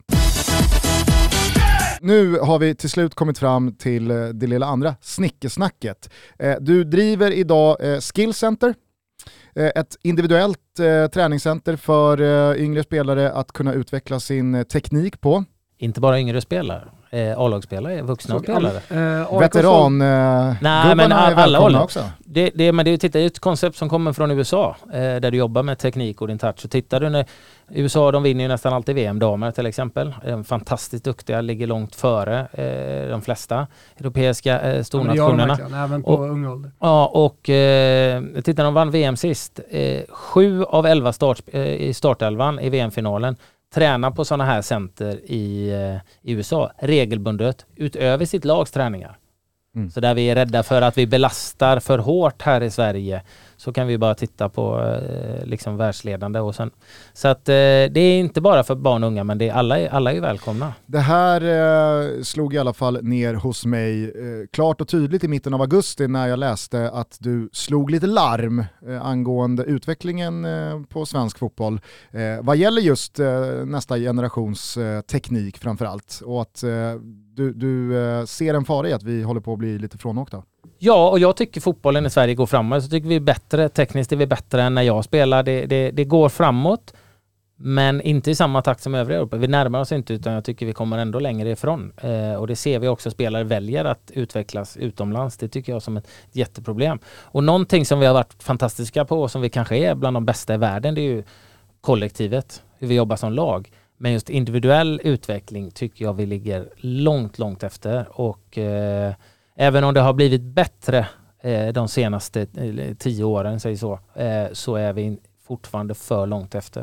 Speaker 2: Nu har vi till slut kommit fram till eh, det lilla andra snickesnacket. Eh, du driver idag eh, Skill Center. Ett individuellt eh, träningscenter för eh, yngre spelare att kunna utveckla sin eh, teknik på.
Speaker 1: Inte bara yngre spelare, eh, A-lagsspelare, vuxna
Speaker 3: Så,
Speaker 1: spelare.
Speaker 2: Eh, Veteran eh,
Speaker 1: Nej, men all, alla håller
Speaker 2: också.
Speaker 1: Det, det, men det, titta, det är ett koncept som kommer från U S A eh, där du jobbar med teknik och din touch. Så tittar du när U S A, de vinner ju nästan alltid V M-damer till exempel. De är fantastiskt duktiga, ligger långt före eh, de flesta europeiska eh, stornationerna.
Speaker 3: Ja, även på ung ålder.
Speaker 1: Ja, och eh, titta, de vann V M sist. Eh, sju av elva start, eh, i startelvan i V M-finalen tränar på sådana här center i, eh, i U S A regelbundet utöver sitt lags träningar. Mm. Så där vi är rädda för att vi belastar för hårt här i Sverige, så kan vi bara titta på eh, liksom världsledande. Och sen, så att eh, det är inte bara för barn och unga, men det är alla, alla är välkomna.
Speaker 2: Det här eh, slog i alla fall ner hos mig eh, klart och tydligt i mitten av augusti när jag läste att du slog lite larm eh, angående utvecklingen eh, på svensk fotboll. Eh, vad gäller just eh, nästa generations eh, teknik framförallt, och att eh, du, du eh, ser en fara i att vi håller på att bli lite frånåkta.
Speaker 1: Ja, och jag tycker fotbollen i Sverige går framåt. Så tycker vi är bättre, tekniskt är vi bättre än när jag spelar. Det, det, det går framåt, men inte i samma takt som övriga Europa. Vi närmar oss inte, utan jag tycker vi kommer ändå längre ifrån. Eh, och det ser vi också, spelare väljer att utvecklas utomlands. Det tycker jag som ett jätteproblem. Och någonting som vi har varit fantastiska på och som vi kanske är bland de bästa i världen, det är ju kollektivet. Hur vi jobbar som lag. Men just individuell utveckling tycker jag vi ligger långt, långt efter. Och eh, även om det har blivit bättre eh, de senaste eh, tio åren, säger så, eh, så är vi fortfarande för långt efter.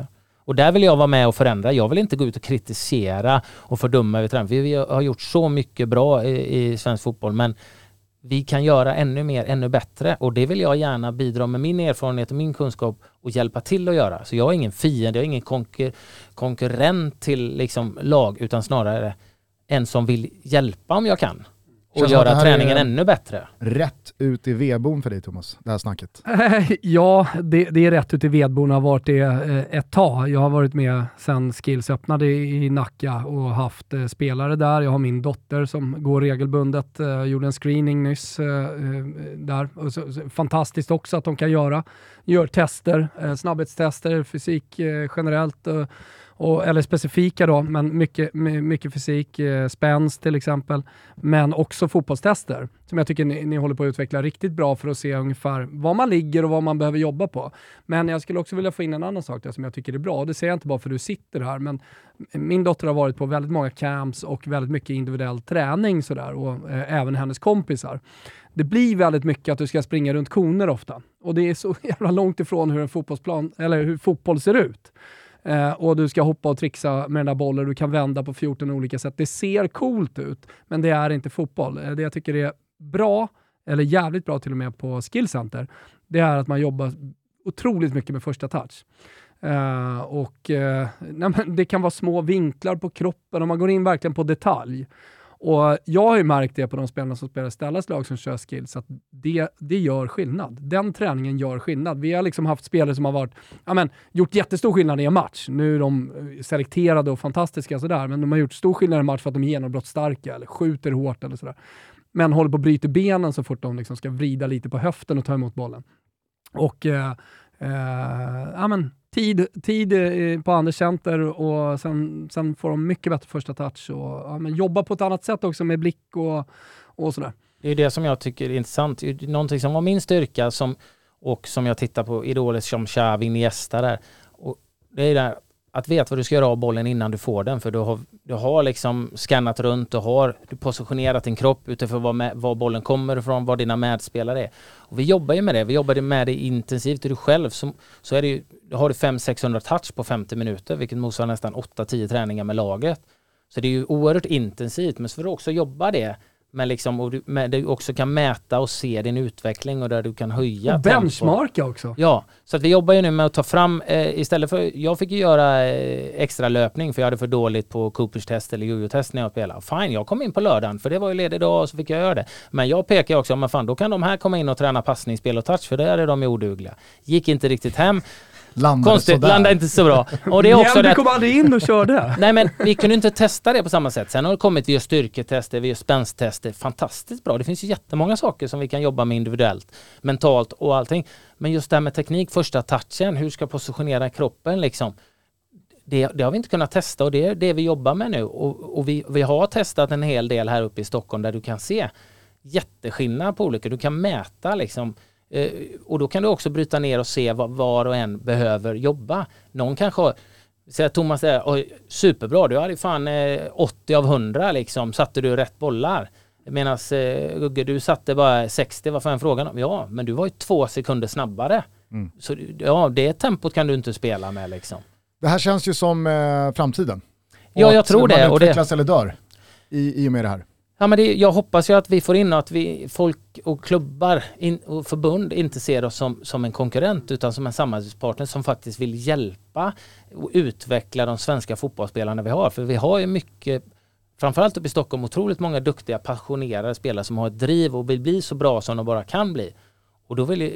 Speaker 1: Och där vill jag vara med och förändra. Jag vill inte gå ut och kritisera och fördöma över tränare. Vi har gjort så mycket bra i, i svensk fotboll, men vi kan göra ännu mer, ännu bättre. Och det vill jag gärna bidra med min erfarenhet och min kunskap och hjälpa till att göra. Så jag är ingen fiende, jag är ingen konkur- konkurrent till liksom lag, utan snarare en som vill hjälpa om jag kan. Och
Speaker 2: Känns
Speaker 1: göra träningen ännu bättre.
Speaker 2: Rätt ut i vedboden för dig, Thomas, det här snacket.
Speaker 3: Ja, det, det är rätt ut i vedboden. Har varit det ett tag. Jag har varit med sedan Skills öppnade i Nacka och haft eh, spelare där. Jag har min dotter som går regelbundet. Eh, gjorde en screening nyss eh, där. Och så, så, fantastiskt också att de kan göra. Gör tester, eh, snabbhetstester, fysik eh, generellt. Eh, Och, eller specifika då, men mycket, mycket fysik, eh, spänst till exempel, men också fotbollstester som jag tycker ni, ni håller på att utveckla riktigt bra för att se ungefär var man ligger och vad man behöver jobba på. Men jag skulle också vilja få in en annan sak där som jag tycker är bra, och det säger jag inte bara för att du sitter här, men min dotter har varit på väldigt många camps och väldigt mycket individuell träning sådär, och eh, även hennes kompisar. Det blir väldigt mycket att du ska springa runt koner ofta, och det är så jävla långt ifrån hur en fotbollsplan, eller hur fotboll ser ut. Eh, och du ska hoppa och trixa med den där bollen. Du kan vända på fjorton olika sätt. Det ser coolt ut, men det är inte fotboll. Eh, det jag tycker är bra, eller jävligt bra till och med på Skillcenter, det är att man jobbar otroligt mycket med första touch. Eh, och eh, nej, men det kan vara små vinklar på kroppen och man går in verkligen på detalj. Och jag har ju märkt det på de spelarna som spelar Stellas lag som kör skills, att det, det gör skillnad. Den träningen gör skillnad. Vi har liksom haft spelare som har varit, ja men, gjort jättestor skillnad i en match. Nu är de selekterade och fantastiska sådär, men de har gjort stor skillnad i en match för att de är genombrottsstarka eller skjuter hårt eller sådär. Men håller på att bryta benen så fort de liksom ska vrida lite på höften och ta emot bollen. Och eh, eh, ja men Tid, tid på Anders Center, och sen, sen får de mycket bättre första touch och ja, men jobba på ett annat sätt också med blick och, och sådär.
Speaker 1: Det är det som jag tycker är intressant. Någonting som var min styrka som, och som jag tittar på idoler som Xavi, Iniesta där. Och det är där att veta vad du ska göra av bollen innan du får den, för du har, du har liksom skannat runt och har du positionerat din kropp utifrån var, med, var bollen kommer ifrån, var dina medspelare är. Och vi jobbar ju med det. Vi jobbar med det intensivt. Och du själv så, så är det ju, har du fem till sexhundra touch på femtio minuter, vilket motsvarar nästan åtta till tio träningar med laget. Så det är ju oerhört intensivt, men så får du också jobba det. Men liksom, och du, med, du också kan mäta och se din utveckling och där du kan höja
Speaker 3: och benchmarka också.
Speaker 1: Ja, så att vi jobbar ju nu med att ta fram eh, istället för, jag fick ju göra eh, extra löpning för jag hade för dåligt på Coopers test eller jojo-test när jag spelade. Fine, jag kom in på lördagen för det var ju ledig dag och så fick jag göra det. Men jag pekar också, men fan då kan de här komma in och träna passningsspel och touch för där är de odugliga. Gick inte riktigt hem.
Speaker 2: Landade
Speaker 1: Konstigt, landade inte så bra. Och det är också
Speaker 3: ja,
Speaker 1: det.
Speaker 3: Du kom aldrig in och körde.
Speaker 1: Nej, men vi kunde inte testa det på samma sätt. Sen har det kommit, vi gör styrketester, vi gör spänstester. Fantastiskt bra. Det finns ju jättemånga saker som vi kan jobba med individuellt, mentalt och allting. Men just det här med teknik, första touchen, hur ska positionera kroppen liksom. Det, det har vi inte kunnat testa och det är det vi jobbar med nu. Och, och vi, vi har testat en hel del här uppe i Stockholm där du kan se jätteskillnad på olika. Du kan mäta liksom. Uh, och då kan du också bryta ner och se vad var och en behöver jobba. Någon kanske har, säger Thomas där, oj, superbra, du hade fan eh, åttio av hundra liksom, satte du rätt bollar. Medan eh, Gugge, du satte bara sextio, vad fan frågan om? Ja, men du var ju två sekunder snabbare. Mm. Så ja, det tempot kan du inte spela med liksom.
Speaker 2: Det här känns ju som eh, framtiden.
Speaker 1: Ja, jag tror det.
Speaker 2: Man utvecklas
Speaker 1: och det...
Speaker 2: eller dör i, i och med det här.
Speaker 1: Ja, men det, jag hoppas ju att vi får in att vi, folk och klubbar in, och förbund inte ser oss som, som en konkurrent utan som en samarbetspartner som faktiskt vill hjälpa och utveckla de svenska fotbollsspelarna vi har. För vi har ju mycket, framförallt uppe i Stockholm, otroligt många duktiga, passionerade spelare som har ett driv och vill bli så bra som de bara kan bli. Och då vill,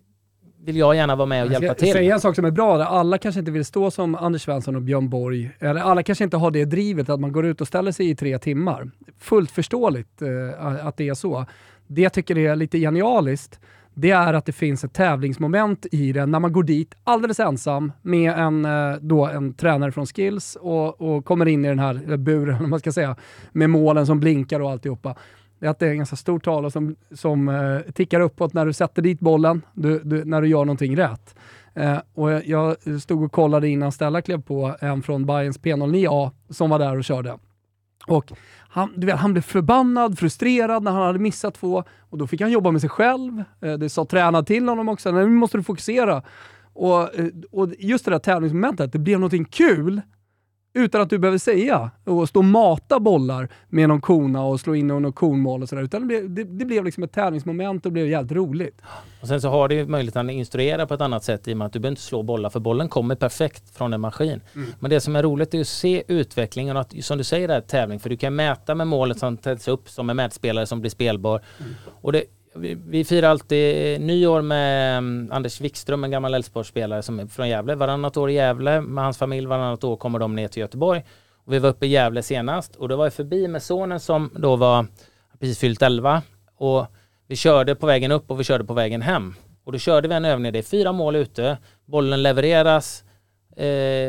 Speaker 1: vill jag gärna vara med och hjälpa till.
Speaker 3: Säga en sak som är bra, där alla kanske inte vill stå som Anders Svensson och Björn Borg, eller alla kanske inte har det drivet att man går ut och ställer sig i tre timmar. Fullt förståeligt eh, att det är så. Det jag tycker är lite genialiskt, det är att det finns ett tävlingsmoment i det när man går dit alldeles ensam med en, då en tränare från Skills och, och kommer in i den här buren, om man ska säga, med målen som blinkar och alltihopa. Det är att det är en ganska stor tavla som, som uh, tickar uppåt när du sätter dit bollen, du, du, när du gör någonting rätt. Uh, och jag, jag stod och kollade innan Stella klev på en från Bayerns P noll nio A som var där och körde. Och han, du vet, han blev förbannad, frustrerad när han hade missat två. Och då fick han jobba med sig själv. Uh, det sa tränad till honom också, nu måste du fokusera. Och, och just det där tävlingsmomentet, det blev någonting kul utan att du behöver säga och stå och mata bollar med någon kona och slå in någon konmål och sådär. Utan det blev, det, det blev liksom ett tävlingsmoment och det blev jävligt roligt.
Speaker 1: Och sen så har du möjlighet att instruera på ett annat sätt i och med att du behöver inte slå bollar för bollen kommer perfekt från en maskin. Mm. Men det som är roligt är att se utvecklingen och att, som du säger, det här tävling. För du kan mäta med målet som tätts upp som en mätspelare som blir spelbar. Mm. Och det Vi, vi firar alltid nyår med um, Anders Wikström, en gammal Elfsborgsspelare som är från Gävle. Varannat år i Gävle med hans familj, varannat år kommer de ner till Göteborg. Och vi var uppe i Gävle senast och då var jag förbi med sonen som då var precis fyllt elva. Och vi körde på vägen upp och vi körde på vägen hem. Och då körde vi en övning, det är fyra mål ute. Bollen levereras eh,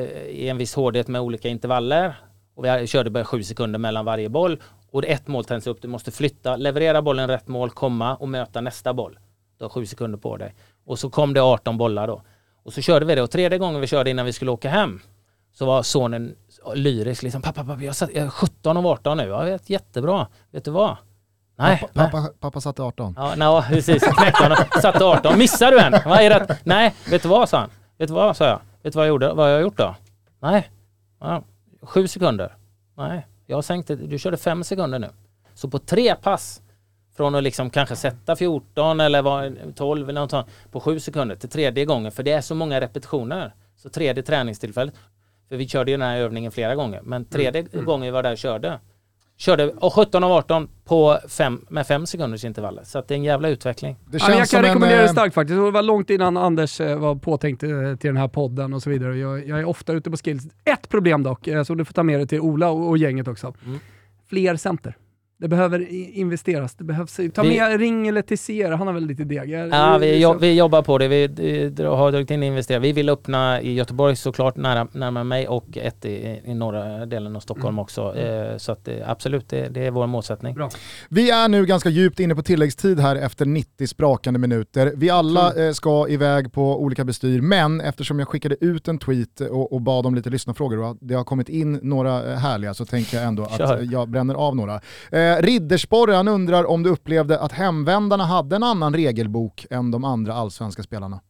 Speaker 1: i en viss hårdhet med olika intervaller. Och vi körde bara sju sekunder mellan varje boll. Och ett mål tänds upp, du måste flytta, leverera bollen rätt mål, komma och möta nästa boll. Du har sju sekunder på dig. Och så kom det arton bollar då. Och så körde vi det. Och tredje gången vi körde innan vi skulle åka hem så var sonen lyrisk. Liksom, pappa, pappa, jag, satt, jag är sjutton av arton nu. Jag vet, jättebra. Vet du vad? Nej.
Speaker 2: Pappa,
Speaker 1: nej.
Speaker 2: pappa, pappa satte arton.
Speaker 1: Ja, nej, precis. Satte arton. Missar du en? Vad är det? Nej, vet du vad, sa han? Vet du vad, sa jag? Vet du vad jag gjorde? Vad jag har gjort då? Nej. Ja, sju sekunder. Nej. Jag sänkte, du körde fem sekunder nu. Så på tre pass från att liksom kanske sätta fjorton eller var tolv eller något sånt, på sju sekunder till tredje gången. För det är så många repetitioner. Så tredje träningstillfället. För vi körde ju den här övningen flera gånger. Men tredje mm. gången vi var där och körde. Körde och sjutton av arton på fem, med fem sekunders intervaller. Så att det är en jävla utveckling.
Speaker 3: Det känns ja, jag kan rekommendera en, det starkt faktiskt. Det var långt innan Anders var påtänkt till den här podden och så vidare. Jag, jag är ofta ute på skills. Ett problem dock, så du får ta med det till Ola och, och gänget också. Mm. Fler center. Det behöver investeras. Det behövs, ta vi, med Ring eller Tessier. Han har väl lite deg.
Speaker 1: Ja, vi, jo, vi jobbar på det. Vi, vi har dragit in investera. Vi vill öppna i Göteborg såklart nära, närmare mig och ett i, i norra delen av Stockholm mm. också. Eh, så att det, absolut, det, det är vår målsättning.
Speaker 2: Bra. Vi är nu ganska djupt inne på tilläggstid här efter nittio sprakande minuter. Vi alla mm. eh, ska iväg på olika bestyr, men eftersom jag skickade ut en tweet och, och bad om lite lyssnarfrågor och det har kommit in några härliga så tänker jag ändå
Speaker 1: Kör.
Speaker 2: att jag bränner av några. Eh, Riddersporre, han undrar om du upplevde att hemvändarna hade en annan regelbok än de andra allsvenska spelarna?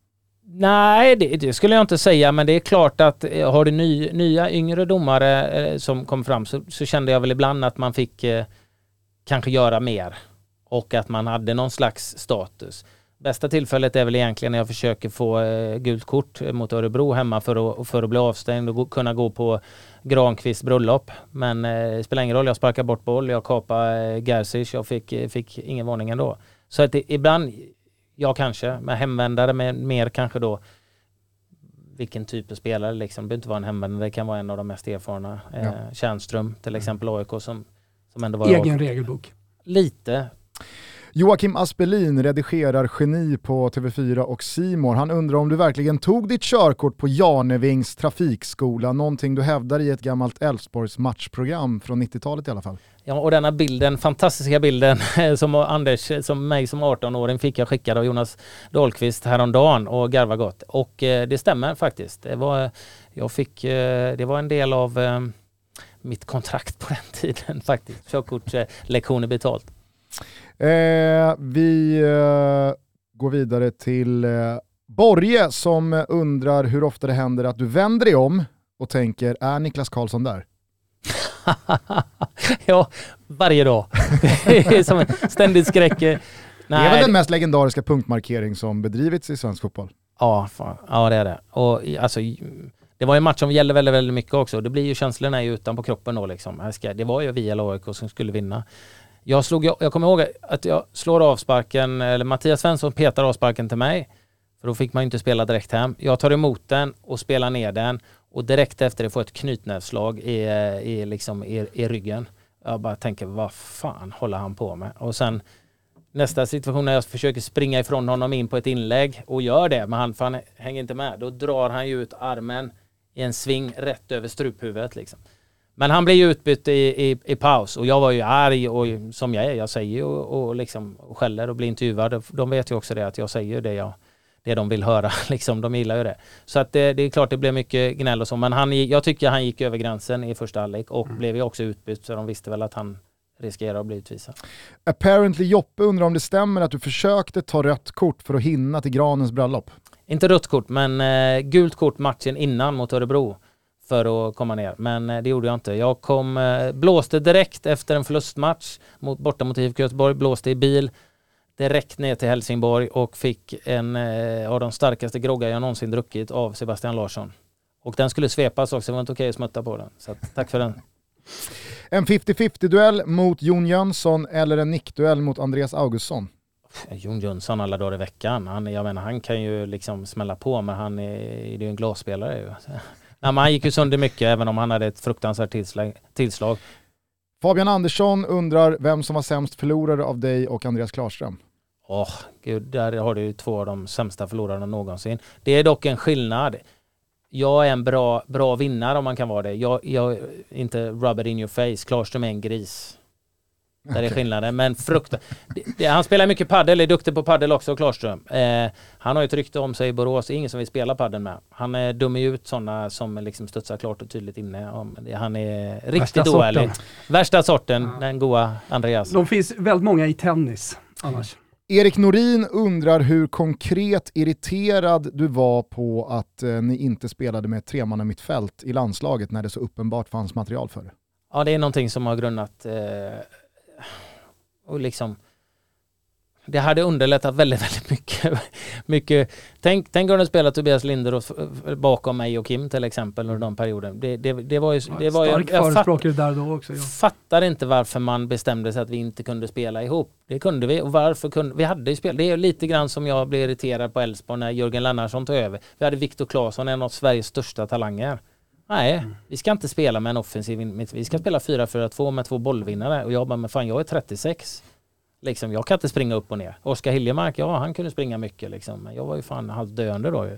Speaker 1: Nej, det, det skulle jag inte säga, men det är klart att eh, har du ny, nya yngre domare eh, som kom fram så, så kände jag väl ibland att man fick eh, kanske göra mer och att man hade någon slags status. Bästa tillfället är väl egentligen när jag försöker få eh, gult kort mot Örebro hemma för att, för att bli avstängd och gå, kunna gå på Granqvist bröllop. Men eh, det spelar ingen roll, jag sparkar bort boll, jag kapar eh, Gerzic, jag fick, fick ingen varning ändå. Så att det, ibland, jag kanske, med hemvändare, med mer kanske då vilken typ av spelare, liksom. Det behöver inte vara en hemvändare, det kan vara en av de mest erfarna. Eh, ja. Tjärnström till exempel, A I K som, som ändå var...
Speaker 3: Egen
Speaker 1: av,
Speaker 3: regelbok.
Speaker 1: Lite.
Speaker 2: Joakim Aspelin redigerar geni på T V fyra och C More. Han undrar om du verkligen tog ditt körkort på Janevings trafikskola, någonting du hävdar i ett gammalt Elfsborgs matchprogram från nittiotalet i alla fall.
Speaker 1: Ja, och denna bilden, fantastiska bilden som Anders, som mig som arton-åring fick jag skickad av Jonas Dahlqvist häromdagen och garva gott. Och eh, det stämmer faktiskt. Det var, jag fick, eh, det var en del av eh, mitt kontrakt på den tiden faktiskt. Körkortslektioner betalt.
Speaker 2: Eh, vi eh, går vidare till eh, Borge som undrar hur ofta det händer att du vänder dig om och tänker, är Niklas Karlsson där?
Speaker 1: Ja, varje dag. Det är som en ständigt skräck. Nej.
Speaker 2: Det är väl den mest legendariska punktmarkering som bedrivits i svensk fotboll?
Speaker 1: Ja, fan. Ja, det är det. Och alltså, det var en match som gäller väldigt, väldigt mycket också. Det blir ju känslorna utan på kroppen då liksom. Det var ju vi eller A I K som skulle vinna. Jag, slog, jag, jag kommer ihåg att jag slår avsparken, eller Mattias Svensson petar avsparken till mig. För då fick man ju inte spela direkt hem. Jag tar emot den och spelar ner den. Och direkt efter det får ett knytnävslag i, i, liksom i, i ryggen. Jag bara tänker, vad fan håller han på med? Och sen nästa situation när jag försöker springa ifrån honom in på ett inlägg och gör det, men han, han hänger inte med. Då drar han ju ut armen i en sving rätt över struphuvudet liksom. Men han blev ju utbytt i, i, i paus och jag var ju arg och som jag är, jag säger ju och, och liksom och skäller och blir intervjuad. De vet ju också det att jag säger det jag det de vill höra liksom, de gillar ju det. Så att det, det är klart det blev mycket gnäll och så, men han, jag tycker han gick över gränsen i första halvlek och mm. blev ju också utbytt så de visste väl att han riskerar att bli utvisad.
Speaker 2: Apparently Joppe undrar om det stämmer att du försökte ta rött kort för att hinna till Granens bröllop.
Speaker 1: Inte rött kort, men eh, gult kort matchen innan mot Örebro för att komma ner. Men eh, det gjorde jag inte. Jag kom, eh, blåste direkt efter en förlustmatch mot, borta mot I F K Göteborg, blåste i bil direkt ner till Helsingborg och fick en eh, av de starkaste groggar jag någonsin druckit av Sebastian Larsson. Och den skulle svepas också, det var inte okej att smutta på den. Så att, tack för den.
Speaker 2: En femtio-femtio-duell mot Jon Jönsson eller en nickduell mot Andreas Augustsson?
Speaker 1: Jon Jönsson alla dagar i veckan. Han, jag menar, han kan ju liksom smälla på, men han är, det är ju en glasspelare. Ju. Nej, men han gick ju sönder mycket, även om han hade ett fruktansvärt tillslag. tillslag.
Speaker 2: Fabian Andersson undrar vem som var sämst förlorare av dig och Andreas Klarström.
Speaker 1: Åh, oh, gud, där har du ju två av de sämsta förlorarna någonsin. Det är dock en skillnad. Jag är en bra, bra vinnare om man kan vara det. Jag, jag inte rub it in your face. Klarström är en gris. Där okay. är skillnaden. Men frukt. Det, det, han spelar mycket paddel, är duktig på paddel också, Klarström. Eh, han har ju ett rykte om sig i Borås. Det är ingen som vill spela paddel med. Han är dum ut sådana som liksom studsar klart och tydligt inne. Han är riktigt oärlig. Värsta sorten, ja. Den goa Andreas.
Speaker 3: De finns väldigt många i tennis annars.
Speaker 2: Erik Norin undrar hur konkret irriterad du var på att eh, ni inte spelade med ett tremanna mittfält i landslaget när det så uppenbart fanns material för det.
Speaker 1: Ja, det är någonting som har grunnat eh, och liksom det hade underlättat väldigt, väldigt mycket. mycket. Tänk, tänk om du spelar Tobias Linderoth bakom mig och Kim till exempel under den perioden. Det, det, det var ju... Det var
Speaker 3: stark
Speaker 1: ju jag
Speaker 3: förespråkare där då också. Ja.
Speaker 1: Fattar inte varför man bestämde sig att vi inte kunde spela ihop. Det kunde vi. Och varför kunde vi? hade ju spel. Det är lite grann som jag blev irriterad på Elfsborg när Jörgen Lennarsson tog över. Vi hade Viktor Claesson, en av Sveriges största talanger. Nej, mm. vi ska inte spela med en offensiv. Vi ska spela fyra fyra två med två bollvinnare. Och jag bara, men fan, jag är trettiosex. Liksom, jag kan inte springa upp och ner. Oskar Hiljemark, ja, han kunde springa mycket. Liksom. Men jag var ju fan halvdöende då. Ju.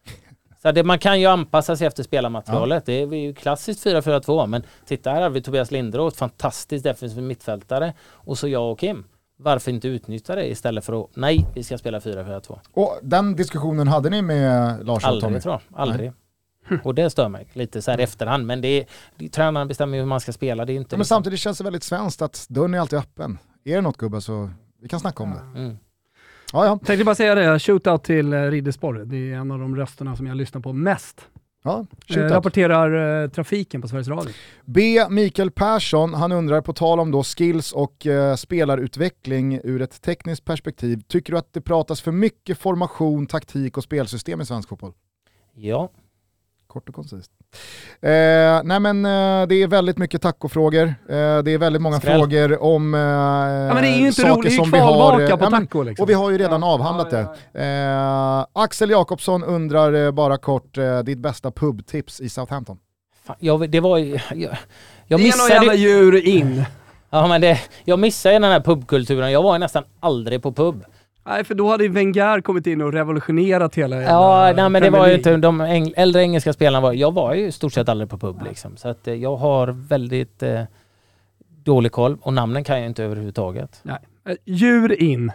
Speaker 1: Så det, man kan ju anpassa sig efter spelarmaterialet. Ja. Det är ju klassiskt fyra fyra två. Men titta, här har vi Tobias Linderoth, fantastiskt defensiv mittfältare. Och så jag och Kim. Varför inte utnyttja det istället för att, nej, vi ska spela fyra fyra två.
Speaker 2: Och den diskussionen hade ni med Lars och Tommy?
Speaker 1: Aldrig, tror jag. Aldrig. Nej. Och det stör mig lite så här efterhand. Men det är, det, tränaren bestämmer hur man ska spela. Det är inte
Speaker 2: ja, men liksom. Samtidigt känns det väldigt svenskt att dörren är alltid öppen. Är det något, gubbar, så vi kan snacka om det. Mm. Ja, ja.
Speaker 3: Tänkte bara säga det, shootout till Riddersporre. Det är en av de rösterna som jag lyssnar på mest.
Speaker 2: Ja,
Speaker 3: eh, rapporterar eh, trafiken på Sveriges Radio.
Speaker 2: B. Mikael Persson, han undrar på tal om då skills och eh, spelarutveckling ur ett tekniskt perspektiv. Tycker du att det pratas för mycket formation, taktik och spelsystem i svensk fotboll?
Speaker 1: Ja.
Speaker 2: Kort och koncist. Eh, nej men eh, det är väldigt mycket tacofrågor. Eh, det är väldigt många Skräll. frågor om eh, ja, men det är ju inte saker som vi har. Eh,
Speaker 3: på taco, liksom.
Speaker 2: Och vi har ju redan ja, avhandlat ja, ja, ja. det. Eh, Axel Jakobsson undrar eh, bara kort eh, ditt bästa pubtips i Southampton.
Speaker 1: Fan, jag, det var jag, jag, jag
Speaker 3: det är någon jävla djur in.
Speaker 1: Ja, men det, jag missade den här pubkulturen. Jag var nästan aldrig på pub.
Speaker 3: Nej, för då hade ju Wenger kommit in och revolutionerat hela...
Speaker 1: Ja, nej, men det var ju inte... De äng, äldre engelska spelarna var... Jag var ju stort sett aldrig på pub, liksom. Så att eh, jag har väldigt eh, dålig koll. Och namnen kan jag inte överhuvudtaget.
Speaker 3: Nej. Eh, djur in.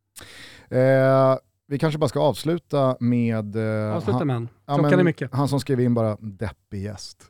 Speaker 2: Eh, vi kanske bara ska avsluta med... Eh,
Speaker 3: avsluta med han.
Speaker 2: Ja,
Speaker 3: Klockan är mycket.
Speaker 2: Han som skrev in bara deppig gäst.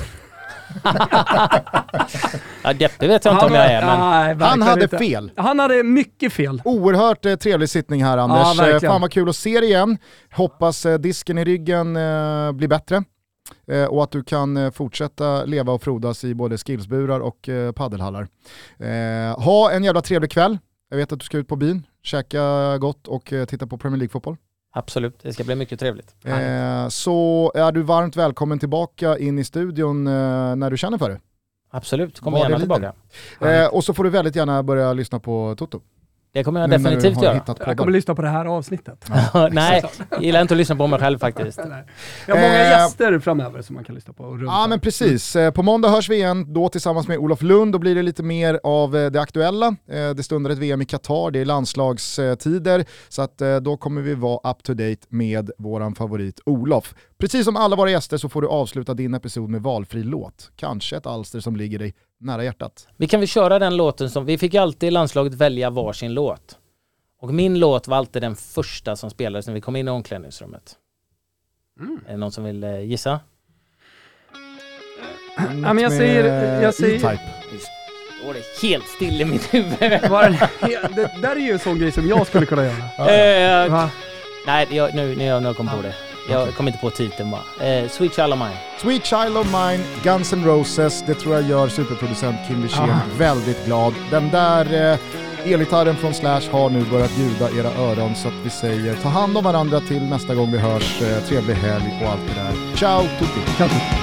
Speaker 1: Ja, deppig vet jag inte om jag är, men...
Speaker 2: Nej, han hade inte. fel.
Speaker 3: Han hade mycket fel.
Speaker 2: Oerhört eh, trevlig sittning här, Anders. Ja, fan vad kul att se dig igen. Hoppas eh, disken i ryggen eh, blir bättre. Eh, och att du kan eh, fortsätta leva och frodas i både skillsburar och eh, paddelhallar. Eh, ha en jävla trevlig kväll. Jag vet att du ska ut på byn, käka gott och eh, titta på Premier League-fotboll.
Speaker 1: Absolut, det ska bli mycket trevligt.
Speaker 2: Eh, så är du varmt välkommen tillbaka in i studion eh, när du känner för det.
Speaker 1: Absolut, kommer gärna tillbaka.
Speaker 2: Eh, och så får du väldigt gärna börja lyssna på Toto.
Speaker 1: Det kommer jag nu definitivt göra.
Speaker 3: Jag kommer lyssna på det här avsnittet.
Speaker 1: Ja. Nej, jag gillar inte att lyssna på mig själv faktiskt.
Speaker 3: Nej. Jag har många eh, gäster framöver som man kan lyssna på. Och
Speaker 2: ja, men precis. Mm. På måndag hörs vi igen, då tillsammans med Olof Lund. Då blir det lite mer av det aktuella. Det stundar ett V M i Qatar, det är landslagstider. Så att då kommer vi vara up to date med våran favorit Olof. Precis som alla våra gäster så får du avsluta din episod med valfri låt. Kanske ett alster som ligger dig nära hjärtat.
Speaker 1: Vi kan väl köra den låten som... Vi fick alltid i landslaget välja varsin låt. Och min låt var alltid den första som spelades när vi kom in i omklädningsrummet. Mm. Är det någon som vill eh, gissa?
Speaker 3: Ja, men jag säger... Jag säger...
Speaker 2: E-Type.
Speaker 1: Då är det helt still i mitt huvud.
Speaker 3: Var det, det där är ju en sån grej som jag skulle kunna göra.
Speaker 1: Eh, Nej, jag, nu, nu, nu kom jag på det. Jag okay. kom inte på titeln bara. Eh, Sweet Child of Mine.
Speaker 2: Sweet Child of Mine, Guns N' Roses. Det tror jag gör superproducent Kim Wirsén ah. väldigt glad. Den där eh, elgitarren från Slash har nu börjat ljuda era öron, så att vi säger ta hand om varandra till nästa gång vi hörs. Eh, trevlig helg och allt det där. Ciao tutti!
Speaker 3: Ciao tutti!